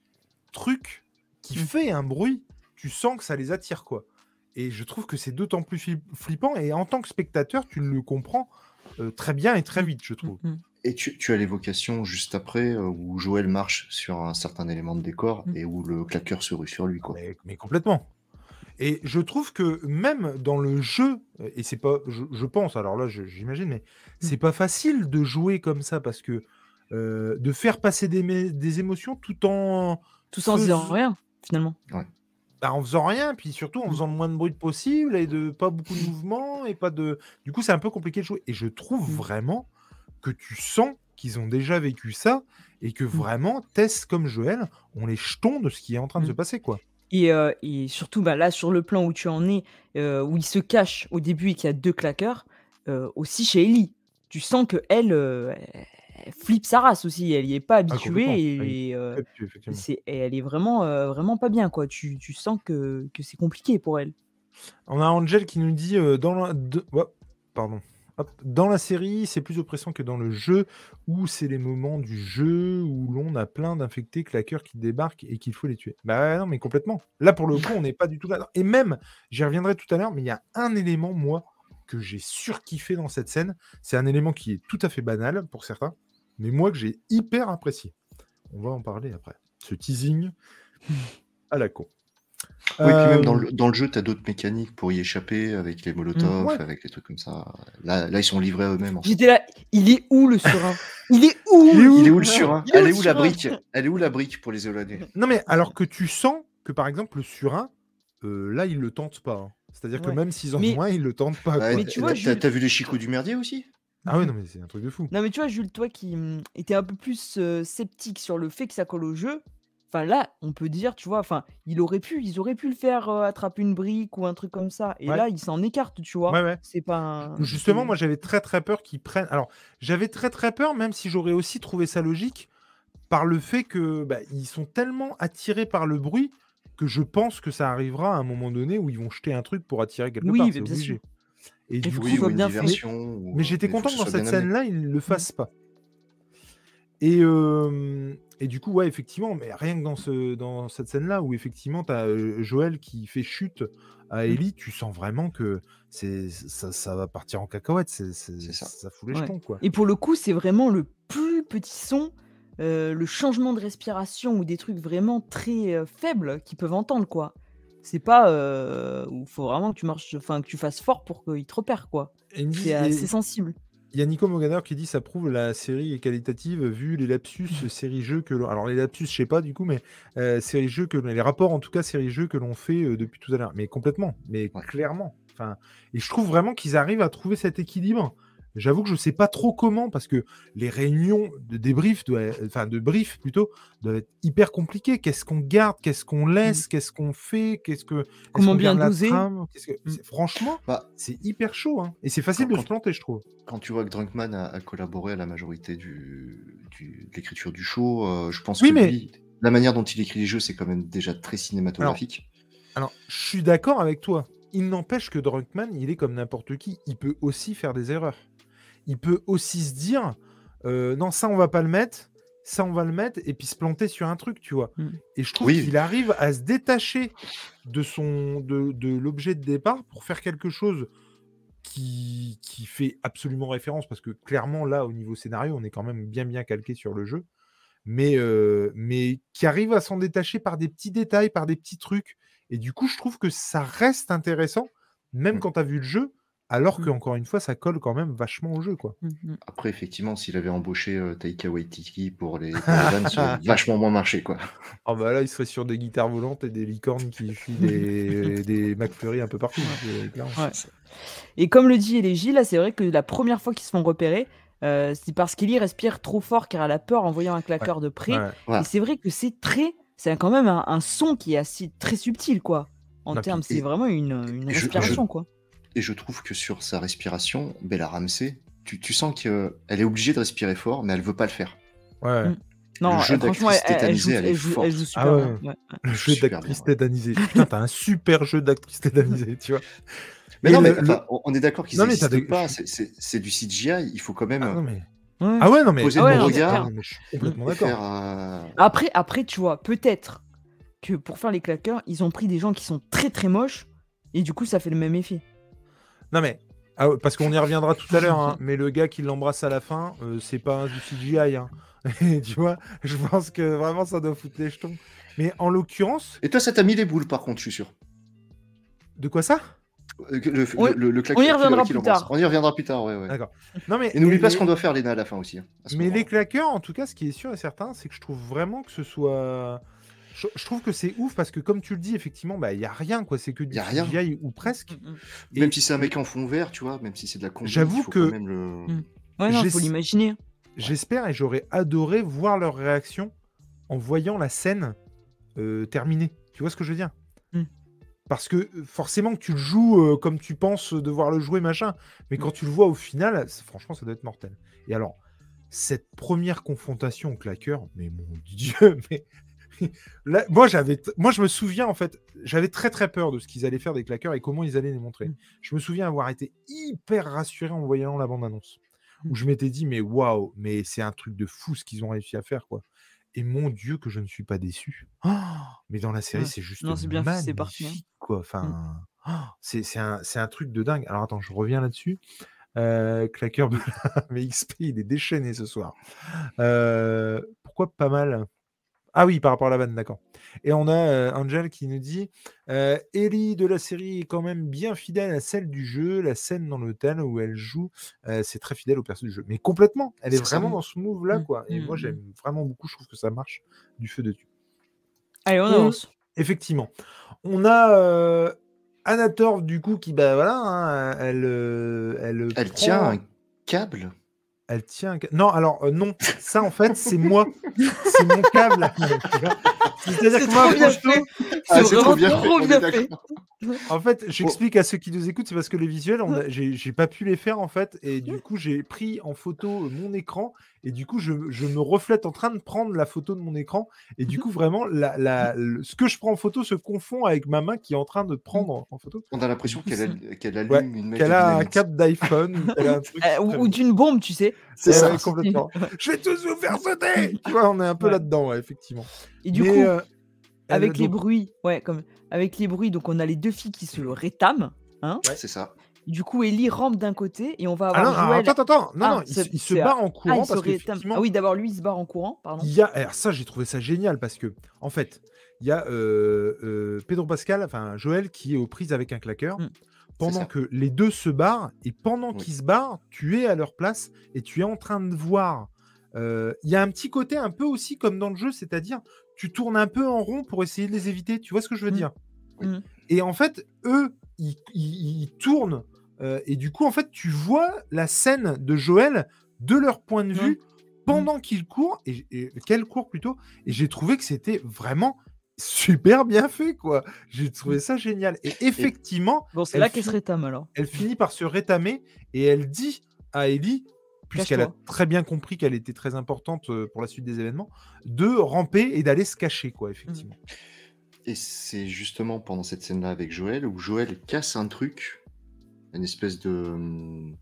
truc qui Mm. fait un bruit, tu sens que ça les attire, quoi. Et je trouve que c'est d'autant plus fli- flippant. Et en tant que spectateur, tu le comprends euh, très bien et très vite, je trouve. Mm. Et tu, tu as l'évocation juste après euh, où Joël marche sur un certain élément de décor Mm. et où le claqueur se rue sur lui, quoi. Mais, mais complètement. Et je trouve que même dans le jeu, et c'est pas, je, je pense, alors là je- j'imagine, mais c'est pas facile de jouer comme ça parce que euh, de faire passer des, mé- des émotions tout en Tout en se disant fais- rien. finalement. Ouais. Bah, en faisant rien, puis surtout en Mmh. faisant le moins de bruit possible et de pas beaucoup de mouvements et pas de. Du coup, c'est un peu compliqué de jouer. Et je trouve Mmh. vraiment que tu sens qu'ils ont déjà vécu ça et que Mmh. vraiment, Tess comme Joël ont les jetons de ce qui est en train de se Mmh. passer, quoi. Et, euh, et surtout, bah, là, sur le plan où tu en es, euh, où il se cache au début et qu'il y a deux claqueurs, euh, aussi chez Ellie, tu sens que elle, euh, elle- elle flippe sa race aussi. Elle y est pas Ah, complètement. Ah, habituée il et, euh, est habitué, effectivement. c'est, et elle est vraiment, euh, vraiment pas bien, quoi. Tu, tu sens que, que c'est compliqué pour elle. On a Angel qui nous dit euh, dans la... de- oh, pardon. Hop. Dans la série, c'est plus oppressant que dans le jeu, où c'est les moments du jeu où l'on a plein d'infectés claqueurs qui débarquent et qu'il faut les tuer. Bah non, mais complètement. Là, pour le coup, on n'est pas du tout là. Et même, j'y reviendrai tout à l'heure, mais il y a un élément, moi, que j'ai surkiffé dans cette scène. C'est un élément qui est tout à fait banal pour certains, mais moi que j'ai hyper apprécié. On va en parler après. Ce teasing à la con. Oui, puis même dans Euh, le, dans le jeu, tu as d'autres mécaniques pour y échapper, avec les molotovs, ouais. avec les trucs comme ça. Là, là ils sont livrés à eux-mêmes. En fait. J'étais là, il est où le surin? Il est où? Il est où Il est où le surin? Il est où Elle est le où la surin? brique? Elle est où la brique pour les éloigner? Non, mais alors que tu sens que, par exemple, le surin, euh, là, il le tente pas. hein. C'est-à-dire que Ouais. même s'ils en Mais- ont un, ils le tentent pas. Ouais, quoi. Mais tu vois, t'as- Jules- T'as vu les chicots du merdier aussi? Ah ouais, non, mais c'est un truc de fou. Non, mais tu vois, Jules, toi qui hum, étais un peu plus euh, sceptique sur le fait que ça colle au jeu, enfin là, on peut dire, tu vois, enfin, il aurait pu, ils auraient pu le faire euh, attraper une brique ou un truc comme ça. Et Ouais. là, il s'en écarte, tu vois. Ouais, ouais. C'est pas un- Justement, c'est- moi, j'avais très très peur qu'ils prennent. Alors, j'avais très très peur, même si j'aurais aussi trouvé ça logique, par le fait que bah, ils sont tellement attirés par le bruit que je pense que ça arrivera à un moment donné où ils vont jeter un truc pour attirer quelque Oui, part. mais C'est bien obligé. sûr. Et du faut coup, que Oui, ce soit ou une bien fait. diversion. ou- mais j'étais mais faut content que que ce dans soit cette bien amené. scène-là, ils ne le fassent pas. Et, euh, et du coup, ouais, effectivement, mais rien que dans, ce, dans cette scène-là, où effectivement, tu as Joël qui fait chute à Ellie, tu sens vraiment que c'est, ça, ça va partir en cacahuète, c'est, c'est- C'est ça. ça fout les Ouais. jetons, quoi. Et pour le coup, c'est vraiment le plus petit son, euh, le changement de respiration ou des trucs vraiment très euh, faibles qu'ils peuvent entendre, quoi. C'est pas euh, où faut vraiment que tu marches, enfin que tu fasses fort pour qu'ils te repèrent, quoi. Et il me dit- C'est et- assez sensible. Il y a Nico Moganer qui dit ça prouve la série est qualitative vu les lapsus série-jeux que l'on... Alors les lapsus, je sais pas du coup, mais euh, série-jeux que les rapports en tout cas série-jeux que l'on fait euh, depuis tout à l'heure. Mais complètement, mais Ouais. clairement. Enfin, et je trouve vraiment qu'ils arrivent à trouver cet équilibre. J'avoue que je sais pas trop comment parce que les réunions de débrief, doivent- enfin de brief plutôt, doivent être hyper compliquées. Qu'est-ce qu'on garde, qu'est-ce qu'on laisse, qu'est-ce qu'on fait, qu'est-ce que est-ce Comment qu'on bien garde la doser trame Qu'est-ce que- Mm. c'est- Franchement, Bah, c'est hyper chaud, hein. Et c'est facile Quand- de quand- se planter, je trouve. quand tu vois que Drunkman a, a collaboré à la majorité du, du- de l'écriture du show, euh, je pense Oui, que mais- lui, la manière dont il écrit les jeux, c'est quand même déjà très cinématographique. Alors, je suis d'accord avec toi. Il n'empêche que Drunkman, il est comme n'importe qui. Il peut aussi faire des erreurs. Il peut aussi se dire euh, non, ça, on va pas le mettre. Ça, on va le mettre. Et puis se planter sur un truc, tu vois. Mm. Et je trouve Oui. qu'il arrive à se détacher de, son, de, de l'objet de départ pour faire quelque chose qui, qui fait absolument référence. Parce que clairement, là, au niveau scénario, on est quand même bien, bien calqué sur le jeu. Mais, euh, mais qui arrive à s'en détacher par des petits détails, par des petits trucs. Et du coup, je trouve que ça reste intéressant, même Mm. quand tu as vu le jeu, alors Mm. que encore une fois, ça colle quand même vachement au jeu, quoi. Mhm. Après, effectivement, s'il avait embauché euh, Taika Waititi pour les, pour les vannes, ça aurait vachement moins marché, quoi. Ah bah là, il serait sur des guitares volantes et des licornes qui fuient des, des McFlurry un peu partout. euh, clairement. Ouais. Et comme le dit Elégie, là, c'est vrai que la première fois qu'ils se font repérer, euh, c'est parce qu'Ellie respire trop fort car elle a peur en voyant un claqueur de près. Ouais. Voilà. Et c'est vrai que c'est très, c'est quand même un, un son qui est assez très subtil, quoi. En Non, termes, puis- c'est et- vraiment une, une et je- respiration, quoi. Et je trouve que sur sa respiration, Bella Ramsey, tu, tu sens qu'elle est obligée de respirer fort, mais elle veut pas le faire. Ouais. Mm. Non, jeu elle- franchement, d'actrice elle, elle joue, tétanisée, elle est elle, joue, elle forte. joue super Ah ouais. bien. Ouais. Le jeu Super d'actrice bien, ouais. tétanisée. Putain, t'as un super jeu d'actrice tétanisée, tu vois. Mais Et non, mais le- enfin, on- on est d'accord qu'ils Non, mais t'as n'existent des- pas. C'est- C'est c'est du C G I. Il faut quand même Ah, non, mais... Ouais. ah ouais, non, mais... poser Ah ouais, le non, regard mais je suis complètement et d'accord. faire. euh, Après, après, tu vois, peut-être que pour faire les claqueurs, ils ont pris des gens qui sont très très moches et du coup, ça fait le même effet. Non mais, ah ouais, parce qu'on y reviendra tout à l'heure, hein, mais le gars qui l'embrasse à la fin, euh, c'est pas un du C G I. Hein. Et tu vois, je pense que vraiment ça doit foutre les jetons. Mais en l'occurrence, Et toi, ça t'a mis les boules, par contre, je suis sûr. de quoi ça? Euh, que Le, On- le, le, le on y claqueur qui- reviendra qui plus l'embrasse. tard. On y reviendra plus tard, ouais, ouais. D'accord. Non mais, Et n'oublie les- pas ce les- qu'on doit faire, Léna, à la fin aussi. hein, à ce mais moment-là. les claqueurs, en tout cas, ce qui est sûr et certain, c'est que je trouve vraiment que ce soit Je, je trouve que c'est ouf parce que, comme tu le dis, effectivement, bah, il n'y a rien, quoi. C'est que Il du y a rien. C G I ou presque. Mm, mm. Même Et si c'est un mec en fond vert, tu vois, même si c'est de la combi, il j'avoue faut que- quand même le. Mm. Ouais, non, J'es- faut l'imaginer. j'espère et j'aurais adoré voir leur réaction en voyant la scène euh, terminée. Tu vois ce que je veux dire? Mm. Parce que euh, forcément que tu le joues euh, comme tu penses devoir le jouer, machin. Mais quand tu le vois au final, c'est- franchement, ça doit être mortel. Et alors, cette première confrontation au claqueur, mais mon Dieu, mais là, moi, j'avais, t- moi, je me souviens en fait, j'avais très très peur de ce qu'ils allaient faire des claqueurs et comment ils allaient les montrer. Mm. Je me souviens avoir été hyper rassuré en voyant la bande-annonce, où Mm. je m'étais dit, mais waouh, mais c'est un truc de fou ce qu'ils ont réussi à faire, quoi. Et mon Dieu, que je ne suis pas déçu. Oh, mais dans la série, Ouais. c'est juste Non, c'est bien fait, magnifique, c'est parti, hein. quoi. Enfin, oh, c'est, c'est, un, c'est un truc de dingue. Alors attends, je reviens là-dessus. Euh, claqueur, de- mais X P, il est déchaîné ce soir. Euh, pourquoi pas mal? Ah oui, par rapport à la vanne, d'accord. Et on a euh, Angel qui nous dit euh, Ellie de la série est quand même bien fidèle à celle du jeu. La scène dans l'hôtel où elle joue, euh, c'est très fidèle au perso du jeu. Mais complètement, elle est C'est ça. vraiment dans ce move-là, Mm. quoi. Et Mm, moi, mm. j'aime vraiment beaucoup. Je trouve que ça marche du feu de Dieu. Allez, on On- avance. Effectivement. On a euh, Anatorv, du coup, qui, bah voilà, hein, elle, euh, elle, Elle prend- tient un câble. Elle tient un ca- Non, alors, euh, non. Ça, en fait, c'est moi. C'est mon câble. C'est-à-dire C'est que moi, trop bien franchement, fait. Ah, C'est c'est trop vraiment bien fait, trop on est bien d'accord. fait. En fait, j'explique à ceux qui nous écoutent, c'est parce que les visuels, on a- j'ai j'ai pas pu les faire en fait, et du coup j'ai pris en photo euh, mon écran, et du coup je, je me reflète en train de prendre la photo de mon écran, et du coup vraiment la, la, le- ce que je prends en photo se confond avec ma main qui est en train de prendre en photo. On a l'impression Du coup, qu'elle c'est- a- qu'elle allume Ouais, une mèche qu'elle de a un dynamite. câble d'iPhone, ou qu'elle a un truc. Euh, très ou ou bien. d'une bombe, tu sais. C'est Ouais, ça. ouais, complètement. Je vais tous vous faire sauter. Tu vois, on est un peu Ouais. là-dedans, ouais, effectivement. Et du Mais, coup, euh, elle- avec les donc- bruits, ouais, comme avec les bruits, donc on a les deux filles qui se rétament, hein. C'est ça. Du coup, Ellie rampe d'un côté et on va Ah avoir non, alors, Joël. attends, attends, non, Ah, non, il, c'est- se- il se c'est- barre en Ah, courant il se parce rétame. qu'effectivement, Ah oui, d'abord lui il se barre en courant, pardon. il y a, alors ça, j'ai trouvé ça génial parce que, en fait, il y a euh, euh, Pedro Pascal, enfin Joël, qui est aux prises avec un claqueur, Mm. pendant ça. que les deux se barrent, et pendant Oui. qu'ils se barrent, tu es à leur place et tu es en train de voir. euh, Il y a un petit côté un peu aussi comme dans le jeu, c'est-à-dire tu tournes un peu en rond pour essayer de les éviter. Tu vois ce que je veux Mm. dire? Oui. Mm. Et en fait, eux, ils, ils- ils tournent. euh, et du coup, en fait, tu vois la scène de Joël de leur point de vue pendant qu'ils courent, et, et qu'elle court plutôt. Et j'ai trouvé que c'était vraiment super bien fait, quoi. J'ai trouvé ça génial. Et effectivement, Bon, c'est elle là qu'elle finit- se rétame alors. elle finit par se rétamer et elle dit à Ellie, puisqu'elle a Cache-toi. très bien compris qu'elle était très importante euh, pour la suite des événements, de ramper et d'aller se cacher, quoi, effectivement. Et c'est justement pendant cette scène-là avec Joël où Joël casse un truc, une espèce de. hum,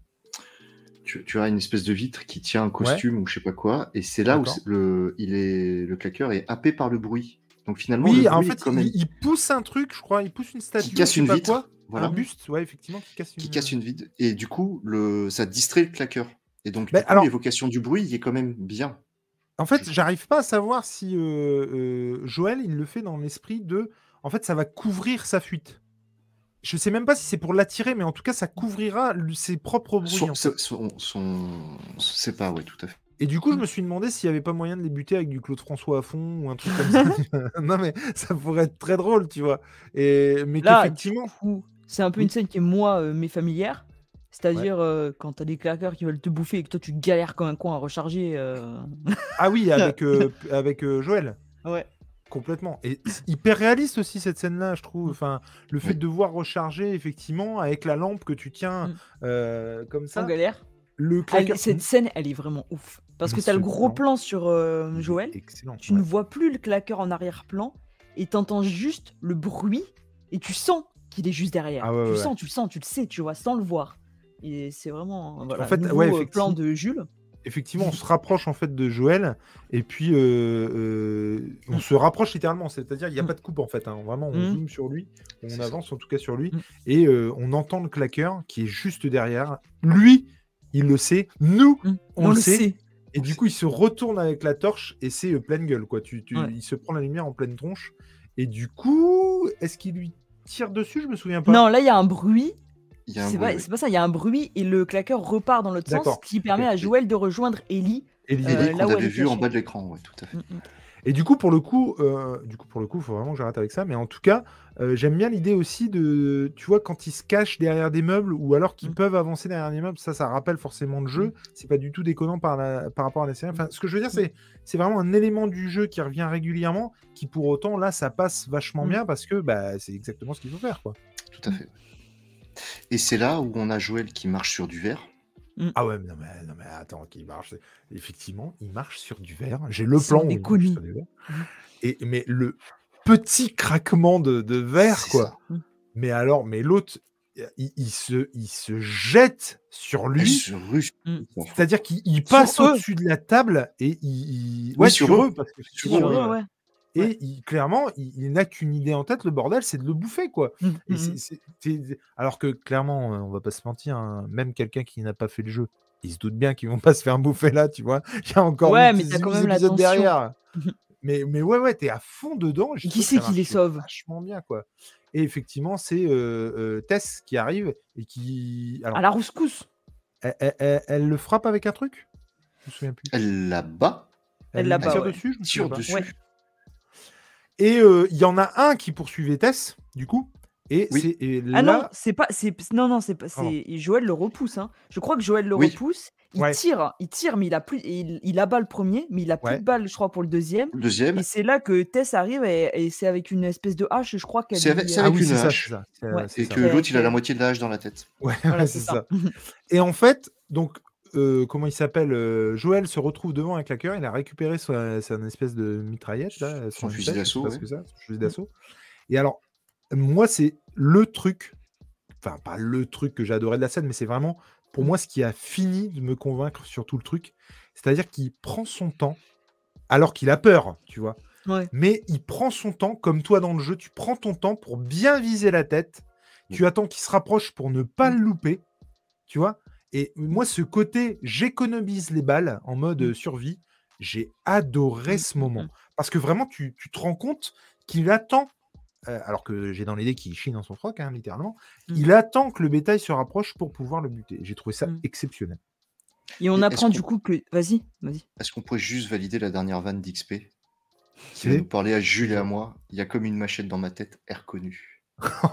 Tu, tu as une espèce de vitre qui tient un costume ou je sais pas quoi, et c'est là où D'accord. c'est- le, il est, le claqueur est happé par le bruit. Donc finalement, Oui, le en bruit fait, est quand il, même il pousse un truc, je crois, il pousse une statue, qui casse je sais une pas vitre, quoi, voilà, un buste, ouais, effectivement, qui casse une. qui casse une vitre, et du coup, le, ça distrait le claqueur. Et donc, Mais du coup, alors- l'évocation du bruit, il est quand même bien. En fait, j'arrive pas à savoir si euh, euh, Joël, il le fait dans l'esprit de. En fait, ça va couvrir sa fuite. Je sais même pas si c'est pour l'attirer, mais en tout cas, ça couvrira le- ses propres bruits. Son, en fait. son, son- c'est pas, ouais, tout à fait. Et du coup, je me suis demandé s'il n'y avait pas moyen de les buter avec du Claude François à fond ou un truc comme ça. Non, mais ça pourrait être très drôle, tu vois. Et... Mais Là, qu'effectivement. du coup, c'est un peu Oui. une scène qui est moi euh, mais familière. C'est-à-dire euh, quand t'as des claqueurs qui veulent te bouffer et que toi tu galères comme un con à recharger. euh, Ah oui, avec, euh, avec euh, Joël. Ouais. Complètement. Et c'est hyper réaliste aussi cette scène-là, je trouve. Enfin, le fait Oui. de devoir recharger effectivement avec la lampe que tu tiens Mm. euh, comme Sans ça. galère. Le Elle- claqueur. cette scène, elle est vraiment ouf. Parce Mais que t'as le ce gros plan, plan sur euh, il est Joël. Excellent. Tu ouais. ne vois plus le claqueur en arrière-plan et t'entends juste le bruit et tu sens qu'il est juste derrière. Ah ouais, tu ouais, le ouais. sens, tu le sens, tu le sais, tu vois, sans le voir. Et c'est vraiment voilà, En fait, nouveau ouais, euh, effectivement. plan de Jules. Effectivement, on se rapproche en fait de Joël et puis euh, euh, on Mm. se rapproche littéralement, c'est-à-dire il n'y a Mm. pas de coupe en fait, hein. Vraiment on Mm. zoome sur lui, on C'est ça. avance en tout cas sur lui Mm. et euh, on entend le claqueur qui est juste derrière. Lui, il le sait, nous, Mm. on, le sait. Et du coup, il se retourne avec la torche et c'est euh, pleine gueule quoi. Tu, tu- Ouais. Il se prend la lumière en pleine tronche et du coup, est-ce qu'il lui tire dessus? Je me souviens pas. Non, là il y a un bruit. Il y a un C'est bruit, pas, oui. c'est pas ça, il y a un bruit et le claqueur repart dans l'autre sens, D'accord. ce qui permet Ok. à Joël de rejoindre Ellie. Et lui, Euh, Et là qu'on où elle avait est vu en cachée. bas de l'écran, ouais, tout à fait. Mm, mm. Et du coup, pour le coup, euh, du coup, pour le coup, faut vraiment que j'arrête avec ça. Mais en tout cas, euh, j'aime bien l'idée aussi de, tu vois, quand ils se cachent derrière des meubles ou alors qu'ils Mm. peuvent avancer derrière des meubles, ça, ça rappelle forcément le jeu. C'est pas du tout déconnant par, la, par rapport à la série. Enfin, ce que je veux dire, c'est, c'est vraiment un élément du jeu qui revient régulièrement, qui pour autant, là, ça passe vachement Mm. bien parce que bah, c'est exactement ce qu'il faut faire, quoi. Tout à fait. Et c'est là où on a Joël qui marche sur du verre. Ah ouais, mais non, mais, non, mais attends, qu'il marche. Effectivement, il marche sur du verre. J'ai le Sans plan où il marche déconner. sur du verre. Et, mais le petit craquement de, de verre, C'est quoi. ça. Mais alors, mais l'autre, il, il se, il se jette sur Elle lui. se rue. Mm. C'est-à-dire qu'il il passe Sur eux. au-dessus de la table et il. il- Oui, sur eux. parce que Sur effectivement, eux, Sur euh, eux, ouais. Et Ouais. il- clairement, il, il n'a qu'une idée en tête, le bordel, c'est de le bouffer, quoi. Mm, Et mm, c'est- mm. c'est- c'est- Alors que clairement, euh, on va pas se mentir, hein, même quelqu'un qui n'a pas fait le jeu, il se doute bien qu'ils vont pas se faire bouffer là, tu vois. Il y a encore Ouais, huit mais t'as quand même épisodes l'attention. derrière. Mais, mais ouais, ouais, t'es à fond dedans. Et je Et qui trouve que c'est ça qui les marche sauve? vachement bien, quoi. Et effectivement, c'est euh, euh, Tess qui arrive et qui. Alors, À la rouscousse. elle, elle- elle- elle le frappe avec un truc? Je me souviens plus. Elle la bat. Elle Elle la lui bat, tire ouais. dessus, je me Tire souviens pas. dessus. Ouais. Et euh, il y en a un qui poursuivait Tess, du coup. Et Oui. c'est et Ah là. non, c'est pas, c'est non non, c'est pas, Pardon. c'est Joël le repousse. Hein. Je crois que Joël le Oui. repousse. Il Ouais. tire, il tire, mais il a plus, il, il abat le premier, mais il a plus Ouais. de balles, je crois, pour le deuxième. Le deuxième. Et c'est là que Tess arrive et, et c'est avec une espèce de hache, je crois qu'elle. C'est avec, lui- c'est Ah avec oui, une c'est ça, hache. c'est ça. c'est- Ouais. c'est Et ça. que C'est- l'autre, il a la c'est- moitié de la hache dans la tête. Ouais, Voilà, ouais, c'est c'est ça. ça. Et en fait, donc, euh, comment il s'appelle euh, Joël se retrouve devant un claqueur. Il a récupéré sa, sa espèce de mitraillette, là, Son M fusil sept, je sais d'assaut, pas ouais. ce que c'est, son fusil d'assaut. Et alors, moi, c'est le truc, enfin, pas le truc que j'ai adoré de la scène, mais c'est vraiment, pour moi, ce qui a fini de me convaincre sur tout le truc. C'est-à-dire qu'il prend son temps, alors qu'il a peur, tu vois. Ouais. Mais il prend son temps, comme toi dans le jeu, tu prends ton temps pour bien viser la tête. Tu attends qu'il se rapproche pour ne pas le louper, tu vois. Et moi, ce côté, j'économise les balles en mode euh, survie, j'ai adoré ce moment. Parce que vraiment, tu, tu te rends compte qu'il attend, euh, alors que j'ai dans l'idée qu'il chie dans son froc, hein, littéralement, Mm. il attend que le bétail se rapproche pour pouvoir le buter. J'ai trouvé ça Mm. exceptionnel. Et on Et apprend est-ce du qu'on- coup que. Vas-y, vas-y. Est-ce qu'on pourrait juste valider la dernière vanne d'X P qui C'est- va nous parler à Jules et à moi? Il y a comme une machette dans ma tête, air connu.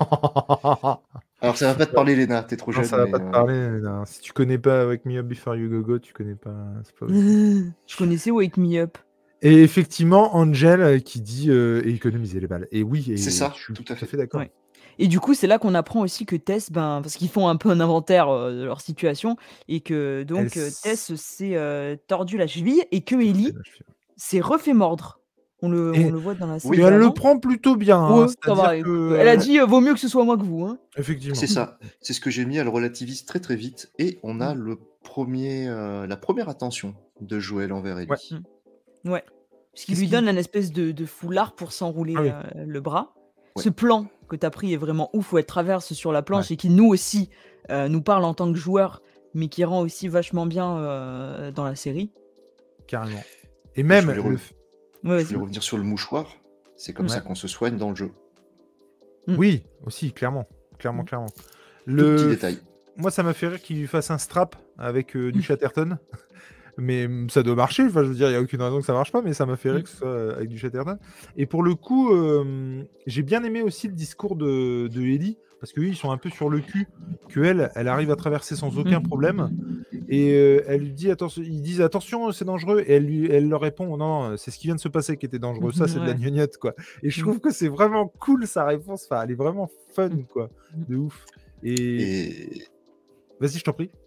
Alors, ça va pas te parler, Léna, t'es trop Non, jeune. ça va mais, pas te euh, parler. non. Si tu connais pas Wake Me Up Before You Go Go, tu connais pas. c'est pas possible. Je connaissais Wake Me Up. Et effectivement, Angel euh, qui dit euh, économiser les balles. Et oui, et C'est ça, je suis tout tout à à fait. fait d'accord. Ouais. Et du coup, c'est là qu'on apprend aussi que Tess, ben, parce qu'ils font un peu un inventaire euh, de leur situation, et que donc Elle euh, s- Tess s'est euh, tordu la cheville et que Et Ellie là, je fais- s'est refait mordre. On le, Et- on le voit dans la scène. Oui, Et elle le d'avant. prend plutôt bien. hein, Ouais, ça va. c'est-à-dire que, Elle a euh, dit euh, vaut mieux que ce soit moi que vous. Hein. Effectivement. C'est ça, c'est ce que j'ai mis, elle relativise très très vite. Et on a Mm. le premier, euh, la première attention de Joël envers Ellie. Ouais. Ouais. Parce qu'il Qu'est-ce lui qu'il- donne un espèce de, de foulard pour s'enrouler Ah oui. euh, le bras. Ouais. Ce plan que tu as pris est vraiment ouf, où elle traverse sur la planche et qui nous aussi euh, nous parle en tant que joueur, mais qui rend aussi vachement bien euh, dans la série. Carrément. Et même. voulais le re- f- Ouais, Je vas-y. voulais revenir sur le mouchoir. C'est comme Ouais. ça qu'on se soigne dans le jeu. Mm. Oui, aussi, clairement. Clairement, Mm. clairement. Tout Le... petit détail. Moi, ça m'a fait rire qu'il lui fasse un strap avec euh, du Chatterton. Mais mm, ça doit marcher. Enfin, je veux dire, il n'y a aucune raison que ça marche pas, mais ça m'a fait rire Mm. que ce soit euh, avec du Chatterton. Et pour le coup, euh, j'ai bien aimé aussi le discours de, de Ellie. Parce que oui, ils sont un peu sur le cul. Que elle, elle arrive à traverser sans aucun Mm. problème. Et euh, elle lui dit, attention, ils disent attention, c'est dangereux. Et elle, lui, elle leur répond, non, non, c'est ce qui vient de se passer qui était dangereux. Ça, c'est de la Ouais. gnognotte, quoi. Et je Mm. trouve que c'est vraiment cool sa réponse. Enfin, elle est vraiment fun, Mm. quoi. De ouf. Et, Et, vas-y, je t'en prie.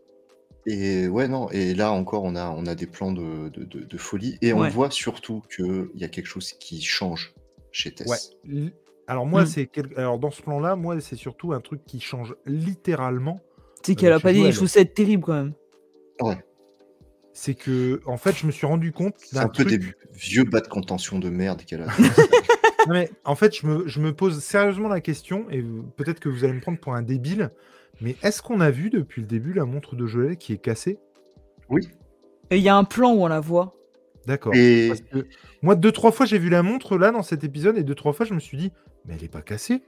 et ouais, non. Et là encore, on a, on a des plans de, de, de- de folie. Et on Ouais. voit surtout qu'il y a quelque chose qui change chez Tess. Ouais. L- Alors moi, Mm. c'est quel- alors dans ce plan-là, moi, c'est surtout un truc qui change littéralement. C'est qu'elle Euh, a chez pas des Joël. chaussettes terribles quand même. Ouais. C'est que, en fait, je me suis rendu compte C'est d'un un peu truc. des vieux bas de contention de merde qu'elle a. Non, mais en fait, je me, je me pose sérieusement la question, et vous- peut-être que vous allez me prendre pour un débile, mais est-ce qu'on a vu depuis le début la montre de Joël qui est cassée? Oui. Et il y a un plan où on la voit. D'accord. Et Parce que moi, deux, trois fois, j'ai vu la montre là dans cet épisode, et deux, trois fois, je me suis dit, mais elle est pas cassée.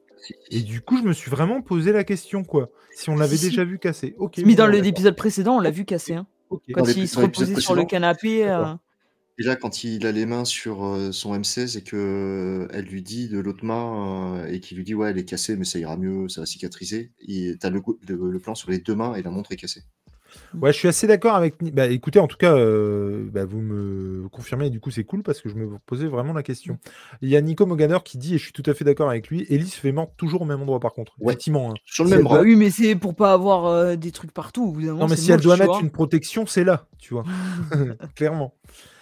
Et du coup, je me suis vraiment posé la question, quoi. Si on l'avait Si, si. déjà vu cassée. Ok. Mais dans bon, le- d'accord. l'épisode précédent, on l'a vu casser. Hein. Ok. Quand Dans il l'épis- se dans l'épisode reposait sur le précédent. canapé. D'accord. euh, Et là, quand il a les mains sur euh, son M seize et que elle lui dit de l'autre main euh, et qu'il lui dit ouais, elle est cassée, mais ça ira mieux, ça va cicatriser. Et t'as le, go- le, le plan sur les deux mains et la montre est cassée. Ouais, je suis assez d'accord avec. Ni- Bah, écoutez, en tout cas, euh, bah, vous me confirmez, et du coup, c'est cool parce que je me posais vraiment la question. Il y a Nico Moganer qui dit, et je suis tout à fait d'accord avec lui, Ellie se fait mordre toujours au même endroit, par contre. Ouais, Effectivement. hein. sur le Si même elle Bah bras. doit- oui, mais c'est pour pas avoir euh, des trucs partout. Au bout d'un Non, moment, mais c'est si elle moche, doit tu mettre vois. une protection, c'est là, tu vois. Clairement.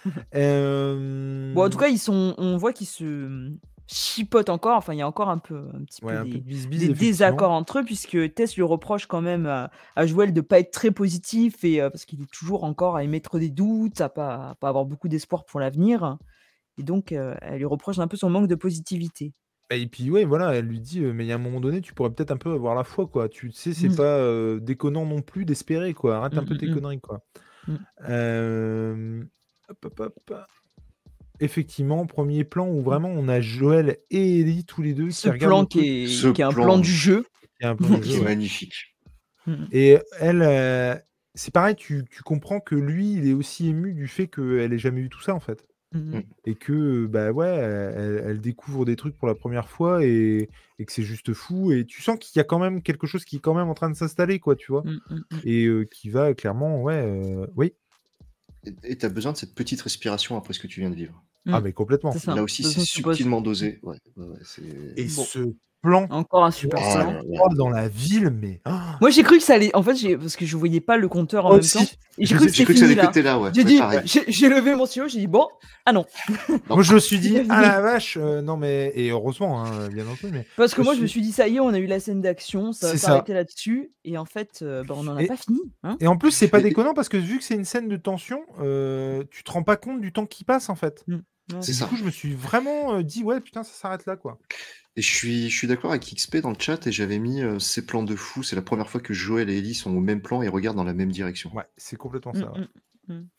Euh, Bon, en tout cas, ils sont, on voit qu'ils se chipotent encore. Enfin, il y a encore un peu, un petit Ouais, peu un peu des, de bisbise, des effectivement. désaccords entre eux, puisque Tess lui reproche quand même à, à Joël de pas être très positif et euh, parce qu'il est toujours encore à émettre des doutes, à pas, à pas avoir beaucoup d'espoir pour l'avenir. Et donc, euh, elle lui reproche un peu son manque de positivité. Et puis, ouais, voilà, elle lui dit, euh, mais il y a un moment donné, tu pourrais peut-être un peu avoir la foi, quoi. Tu sais, c'est Mm. pas euh, déconnant non plus d'espérer, quoi. Arrête un Mm, peu mm, tes mm. conneries, quoi. Mm. Euh, hop, hop, hop. Effectivement, premier plan où vraiment on a Joël et Ellie tous les deux Ce qui regardent le plan truc. qui Ce est, qui est un plan plan du jeu. Il y a un plan du qui jeu, est ouais. magnifique. Mm. Et elle, euh, c'est pareil, tu, tu comprends que lui, il est aussi ému du fait qu'elle ait jamais eu tout ça, en fait. Mm. Mm. Et que, bah ouais, elle, elle découvre des trucs pour la première fois et, et que c'est juste fou. Et tu sens qu'il y a quand même quelque chose qui est quand même en train de s'installer, quoi, tu vois. Mm, mm, mm. Et euh, qui va clairement, ouais, euh, oui. Et tu as besoin de cette petite respiration après ce que tu viens de vivre. Ah, Mm. mais complètement. C'est ça. Là aussi, De c'est toute façon, je suppose. subtilement dosé. Ouais, ouais, ouais, c'est... Et Bon. ce plan Encore un super Ah, plan. là, là. oh, dans la ville, mais. ah, Moi, j'ai cru que ça allait. En fait, j'ai... parce que je voyais pas le compteur en moi même temps. aussi. Et j'ai Je cru sais- que J'ai c'était cru que ça fini allait là. péter là, ouais. J'ai Ouais, dit, pareil. j'ai, j'ai levé mon stylo, j'ai dit bon, ah non. Non. Moi, je me suis dit, C'est ah fini. la vache, euh, non mais. Et heureusement, hein, bien entendu, mais. Parce que je moi, je me suis- suis dit, ça y est, on a eu la scène d'action, ça va C'est ça. s'arrêter là-dessus. Et en fait, euh, bah, on n'en a Et- pas fini. Hein. Et en plus, c'est pas Et- déconnant parce que vu que c'est une scène de tension, euh, tu te rends pas compte du temps qui passe en fait. Mm. Ouais. C'est Et du ça. coup, je me suis vraiment euh, dit, ouais, putain, ça s'arrête là, quoi. Et je suis, je suis d'accord avec X P dans le chat et j'avais mis euh, ces plans de fou. C'est la première fois que Joël et Ellie sont au même plan et regardent dans la même direction. Ouais, c'est complètement Mm, ça. ouais. mm, mm.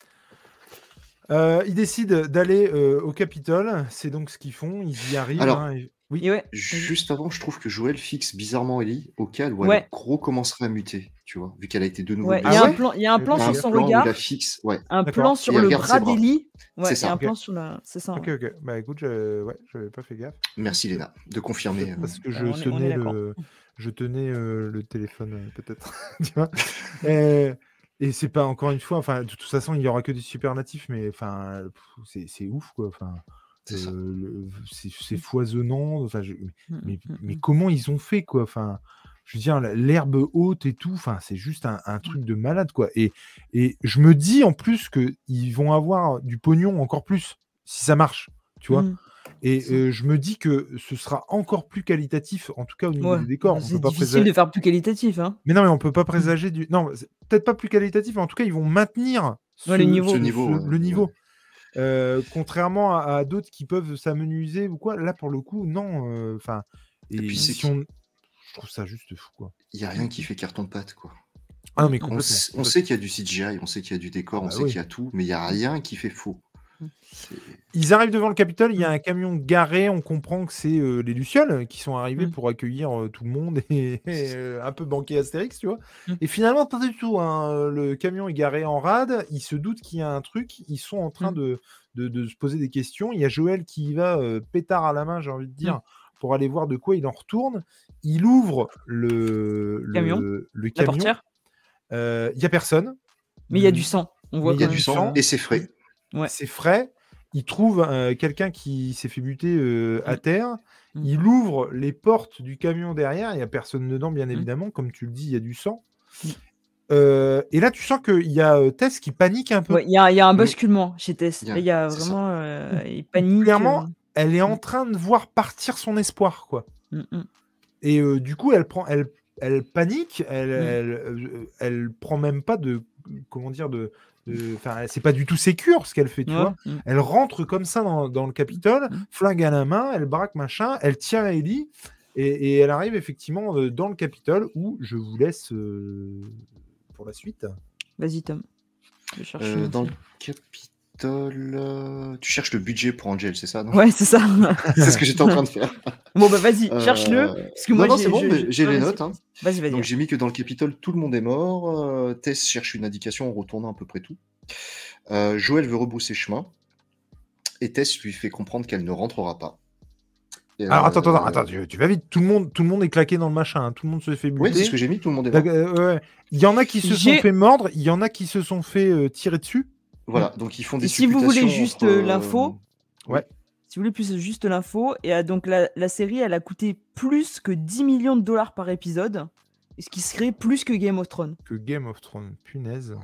Euh, ils décident d'aller euh, au Capitole. C'est donc ce qu'ils font. Ils y arrivent. Alors, hein, et- Oui. Et ouais. Juste avant, je trouve que Joël fixe bizarrement Ellie au cas où Ouais. elle gros commencerait à muter, tu vois, vu qu'elle a été de nouveau Ouais. Il Ah y a blessée. un ouais plan, il y a un J'avais plan pas T'as sur un fait son plan où regard, il a fixe, ouais. un D'accord. plan sur Et elle le regarde bras ses bras. d'Ellie. Ouais, C'est et ça. un Ok. plan sur la. C'est ça. Ok, ok. Bah écoute, je... ouais, j'avais pas fait gaffe. Merci Léna de confirmer. euh. Parce que Bah, je on est- on est tenais d'accord. le, je tenais euh, le téléphone euh, peut-être. Tu vois. Euh, Et c'est pas encore une fois. Enfin, de toute façon, il y aura que des superlatifs, mais enfin, pff, c'est c'est ouf quoi. Enfin, C'est ça. euh, le- c'est c'est foisonnant. Enfin, je- Mm, mais, mm, mais mm. comment ils ont fait quoi. Enfin, je veux dire, la- l'herbe haute et tout. Enfin, c'est juste un, un truc de malade quoi. Et et je me dis en plus que ils vont avoir du pognon encore plus si ça marche. Tu vois. Mm. Et Ça. euh, je me dis que ce sera encore plus qualitatif, en tout cas au niveau Ouais. des décors. Bah, On c'est peut pas difficile présager. de faire plus qualitatif. Hein. Mais non, mais on peut pas présager du. Non, c'est peut-être pas plus qualitatif, mais en tout cas, ils vont maintenir ce, Ouais, le niveau. Ce ce- niveau, ce- ouais, le niveau. ouais. Euh, contrairement à, à d'autres qui peuvent s'amenuiser ou quoi. Là, pour le coup, non. Enfin, et, Et puis c'est si on... je trouve ça juste fou, quoi. Il n'y a rien qui fait carton-pâte, quoi. Ah non, mais Mm, mm. On, complètement. s- on complètement. sait qu'il y a du C G I, on sait qu'il y a du décor, Ah on bah sait oui. qu'il y a tout, mais il n'y a rien qui fait faux. Mm. C'est- Ils arrivent devant le Capitole, il y a Mm. un camion garé, on comprend que c'est euh, les Lucioles qui sont arrivés Mm. pour accueillir euh, tout le monde et, et, euh, un peu banquer Astérix, tu vois. Mm. Et finalement, pas du tout, hein, le camion est garé en rade, ils se doutent qu'il y a un truc, ils sont en train Mm. de, de, de se poser des questions. Il y a Joël qui y va, euh, pétard à la main, j'ai envie de dire, pour aller voir de quoi il en retourne. Il ouvre le, Camion. le, le La camion, portière. Euh, il y a personne. Mais il y a Mm. du sang. On Mais voit il y Il y a quand a même. du du sang sang. et c'est frais. Ouais. C'est frais. Il trouve euh, quelqu'un qui s'est fait buter euh, à Mm. terre. Mm. Il ouvre les portes du camion derrière. Il n'y a personne dedans, bien Mm. évidemment. Comme tu le dis, il y a du sang. Mm. Euh, et là, tu sens qu'il y a euh, Tess qui panique un peu. Ouais, il y a, il y a un Mm. basculement chez Tess. Il y a- Là, il y a c'est ça. vraiment. euh, il Où panique. clairement, euh. elle est en Mm. train de voir partir son espoir, quoi. Mm, mm. Et euh, du coup, elle prend, elle, elle panique. Elle, Mm. elle, euh, elle prend même pas de, comment dire, de, de- enfin, c'est pas du tout sécure ce qu'elle fait, tu Ouais. vois. Mm. Elle rentre comme ça dans, dans le Capitole, Mm. flingue à la main, elle braque machin, elle tient Ellie et, et elle arrive effectivement euh, dans le Capitole où je vous laisse euh, pour la suite. Vas-y, Tom. Je cherche Euh, le nom, dans le c'est- Capitole, euh, tu cherches le budget pour Angel, c'est ça, non? Ouais, c'est ça. C'est ce que j'étais en train de faire. Bon, bah vas-y, Euh, cherche-le. Parce que non, moi, non, j'ai c'est bon, je- mais je- j'ai les vas-y. notes, hein. Vas-y, vas-y. Donc j'ai mis que dans le Capitole, tout le monde est mort. Euh, Tess cherche une indication en retournant à peu près tout. Euh, Joël veut rebrousser chemin. et Tess lui fait comprendre qu'elle ne rentrera pas. Et, Alors, attends, attends, euh, attends, tu, tu vas vite. Tout le, monde, tout le monde est claqué dans le machin. Hein. Tout le monde se fait buter. Oui, c'est ce que j'ai mis, tout le monde est D'ac- mort. euh, ouais. Il y en a qui se J'ai- sont fait mordre, il y en a qui se sont fait euh, tirer dessus. Voilà, donc ils font des Et si vous voulez supputations juste entre, euh, euh, l'info, Ouais. si vous voulez plus juste l'info, et euh, donc la, la série, elle a coûté plus que dix millions de dollars par épisode, ce qui serait plus que Game of Thrones. Que Game of Thrones, punaise.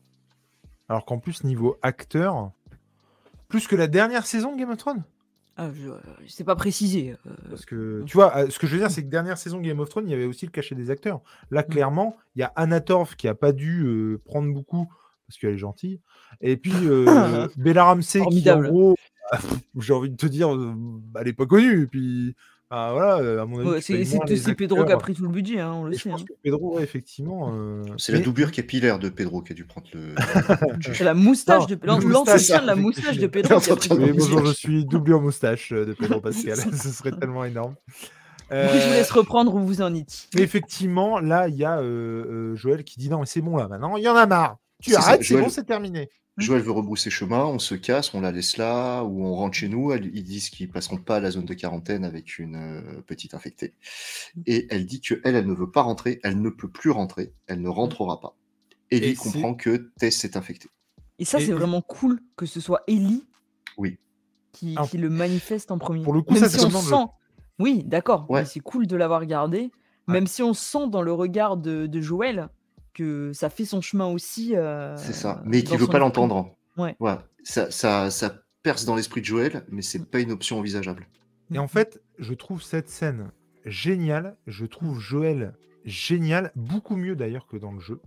Alors qu'en plus, niveau acteur, plus que la dernière saison de Game of Thrones. Ah, je, je sais pas préciser. euh, Parce que, tu vois, euh, ce que je veux dire, c'est que dernière saison Game of Thrones, il y avait aussi le cachet des acteurs. Là, Mm. clairement, il y a Anna Torv qui a pas dû euh, prendre beaucoup, parce qu'elle est gentille. Et puis, euh, Bella Ramsey qui, en Formidable. gros, j'ai envie de te dire, euh, elle est pas connue. Et puis, bah, voilà, euh, à mon avis, Ouais, tu c'est payes c'est- moins les c'est Pedro qui a acteurs. pris tout le budget, hein, on le Et je sait. pense hein. que Pedro, ouais, effectivement... euh, C'est la mais- doublure capillaire de Pedro qui a dû prendre le. le budget. C'est la moustache Non, de le Pedro. moustache, L'entretien de la ça, moustache de effectivement. Pedro qui a pris tout L'entretien le de Oui, la budget. bonjour, je moustache. suis doublure moustache euh, de Pedro Pascal. Ce serait tellement énorme. Écoutez, je vous Euh, laisse reprendre où vous en êtes. Mais effectivement, là, il y a euh, euh, Joël qui dit non, mais c'est bon là, maintenant, il y en a marre. Tu C'est ça, arrêtes, c'est Joël- bon, c'est terminé. Joël veut rebrousser chemin, on se casse, on la laisse là, ou on rentre chez nous. Elle- ils disent qu'ils passeront pas à la zone de quarantaine avec une euh, petite infectée. Et elle dit que elle, elle ne veut pas rentrer, elle ne peut plus rentrer, elle ne rentrera pas. Ellie Et comprend que Tess est infectée. Et ça, Et- c'est vraiment cool que ce soit Ellie Oui. qui, Alors, qui le manifeste en premier. pour le coup, Même ça, si c'est on comme dans le sent. Oui, d'accord. Ouais. Mais c'est cool de l'avoir gardé. Ouais. Même si on sent dans le regard de, de Joël que ça fait son chemin aussi. euh, C'est ça, mais dans qui veut son pas esprit. l'entendre. Ouais. Voilà. Ça, ça, ça perce dans l'esprit de Joël, mais c'est pas une option envisageable. Et en fait, je trouve cette scène géniale. Je trouve Joël génial, beaucoup mieux d'ailleurs que dans le jeu.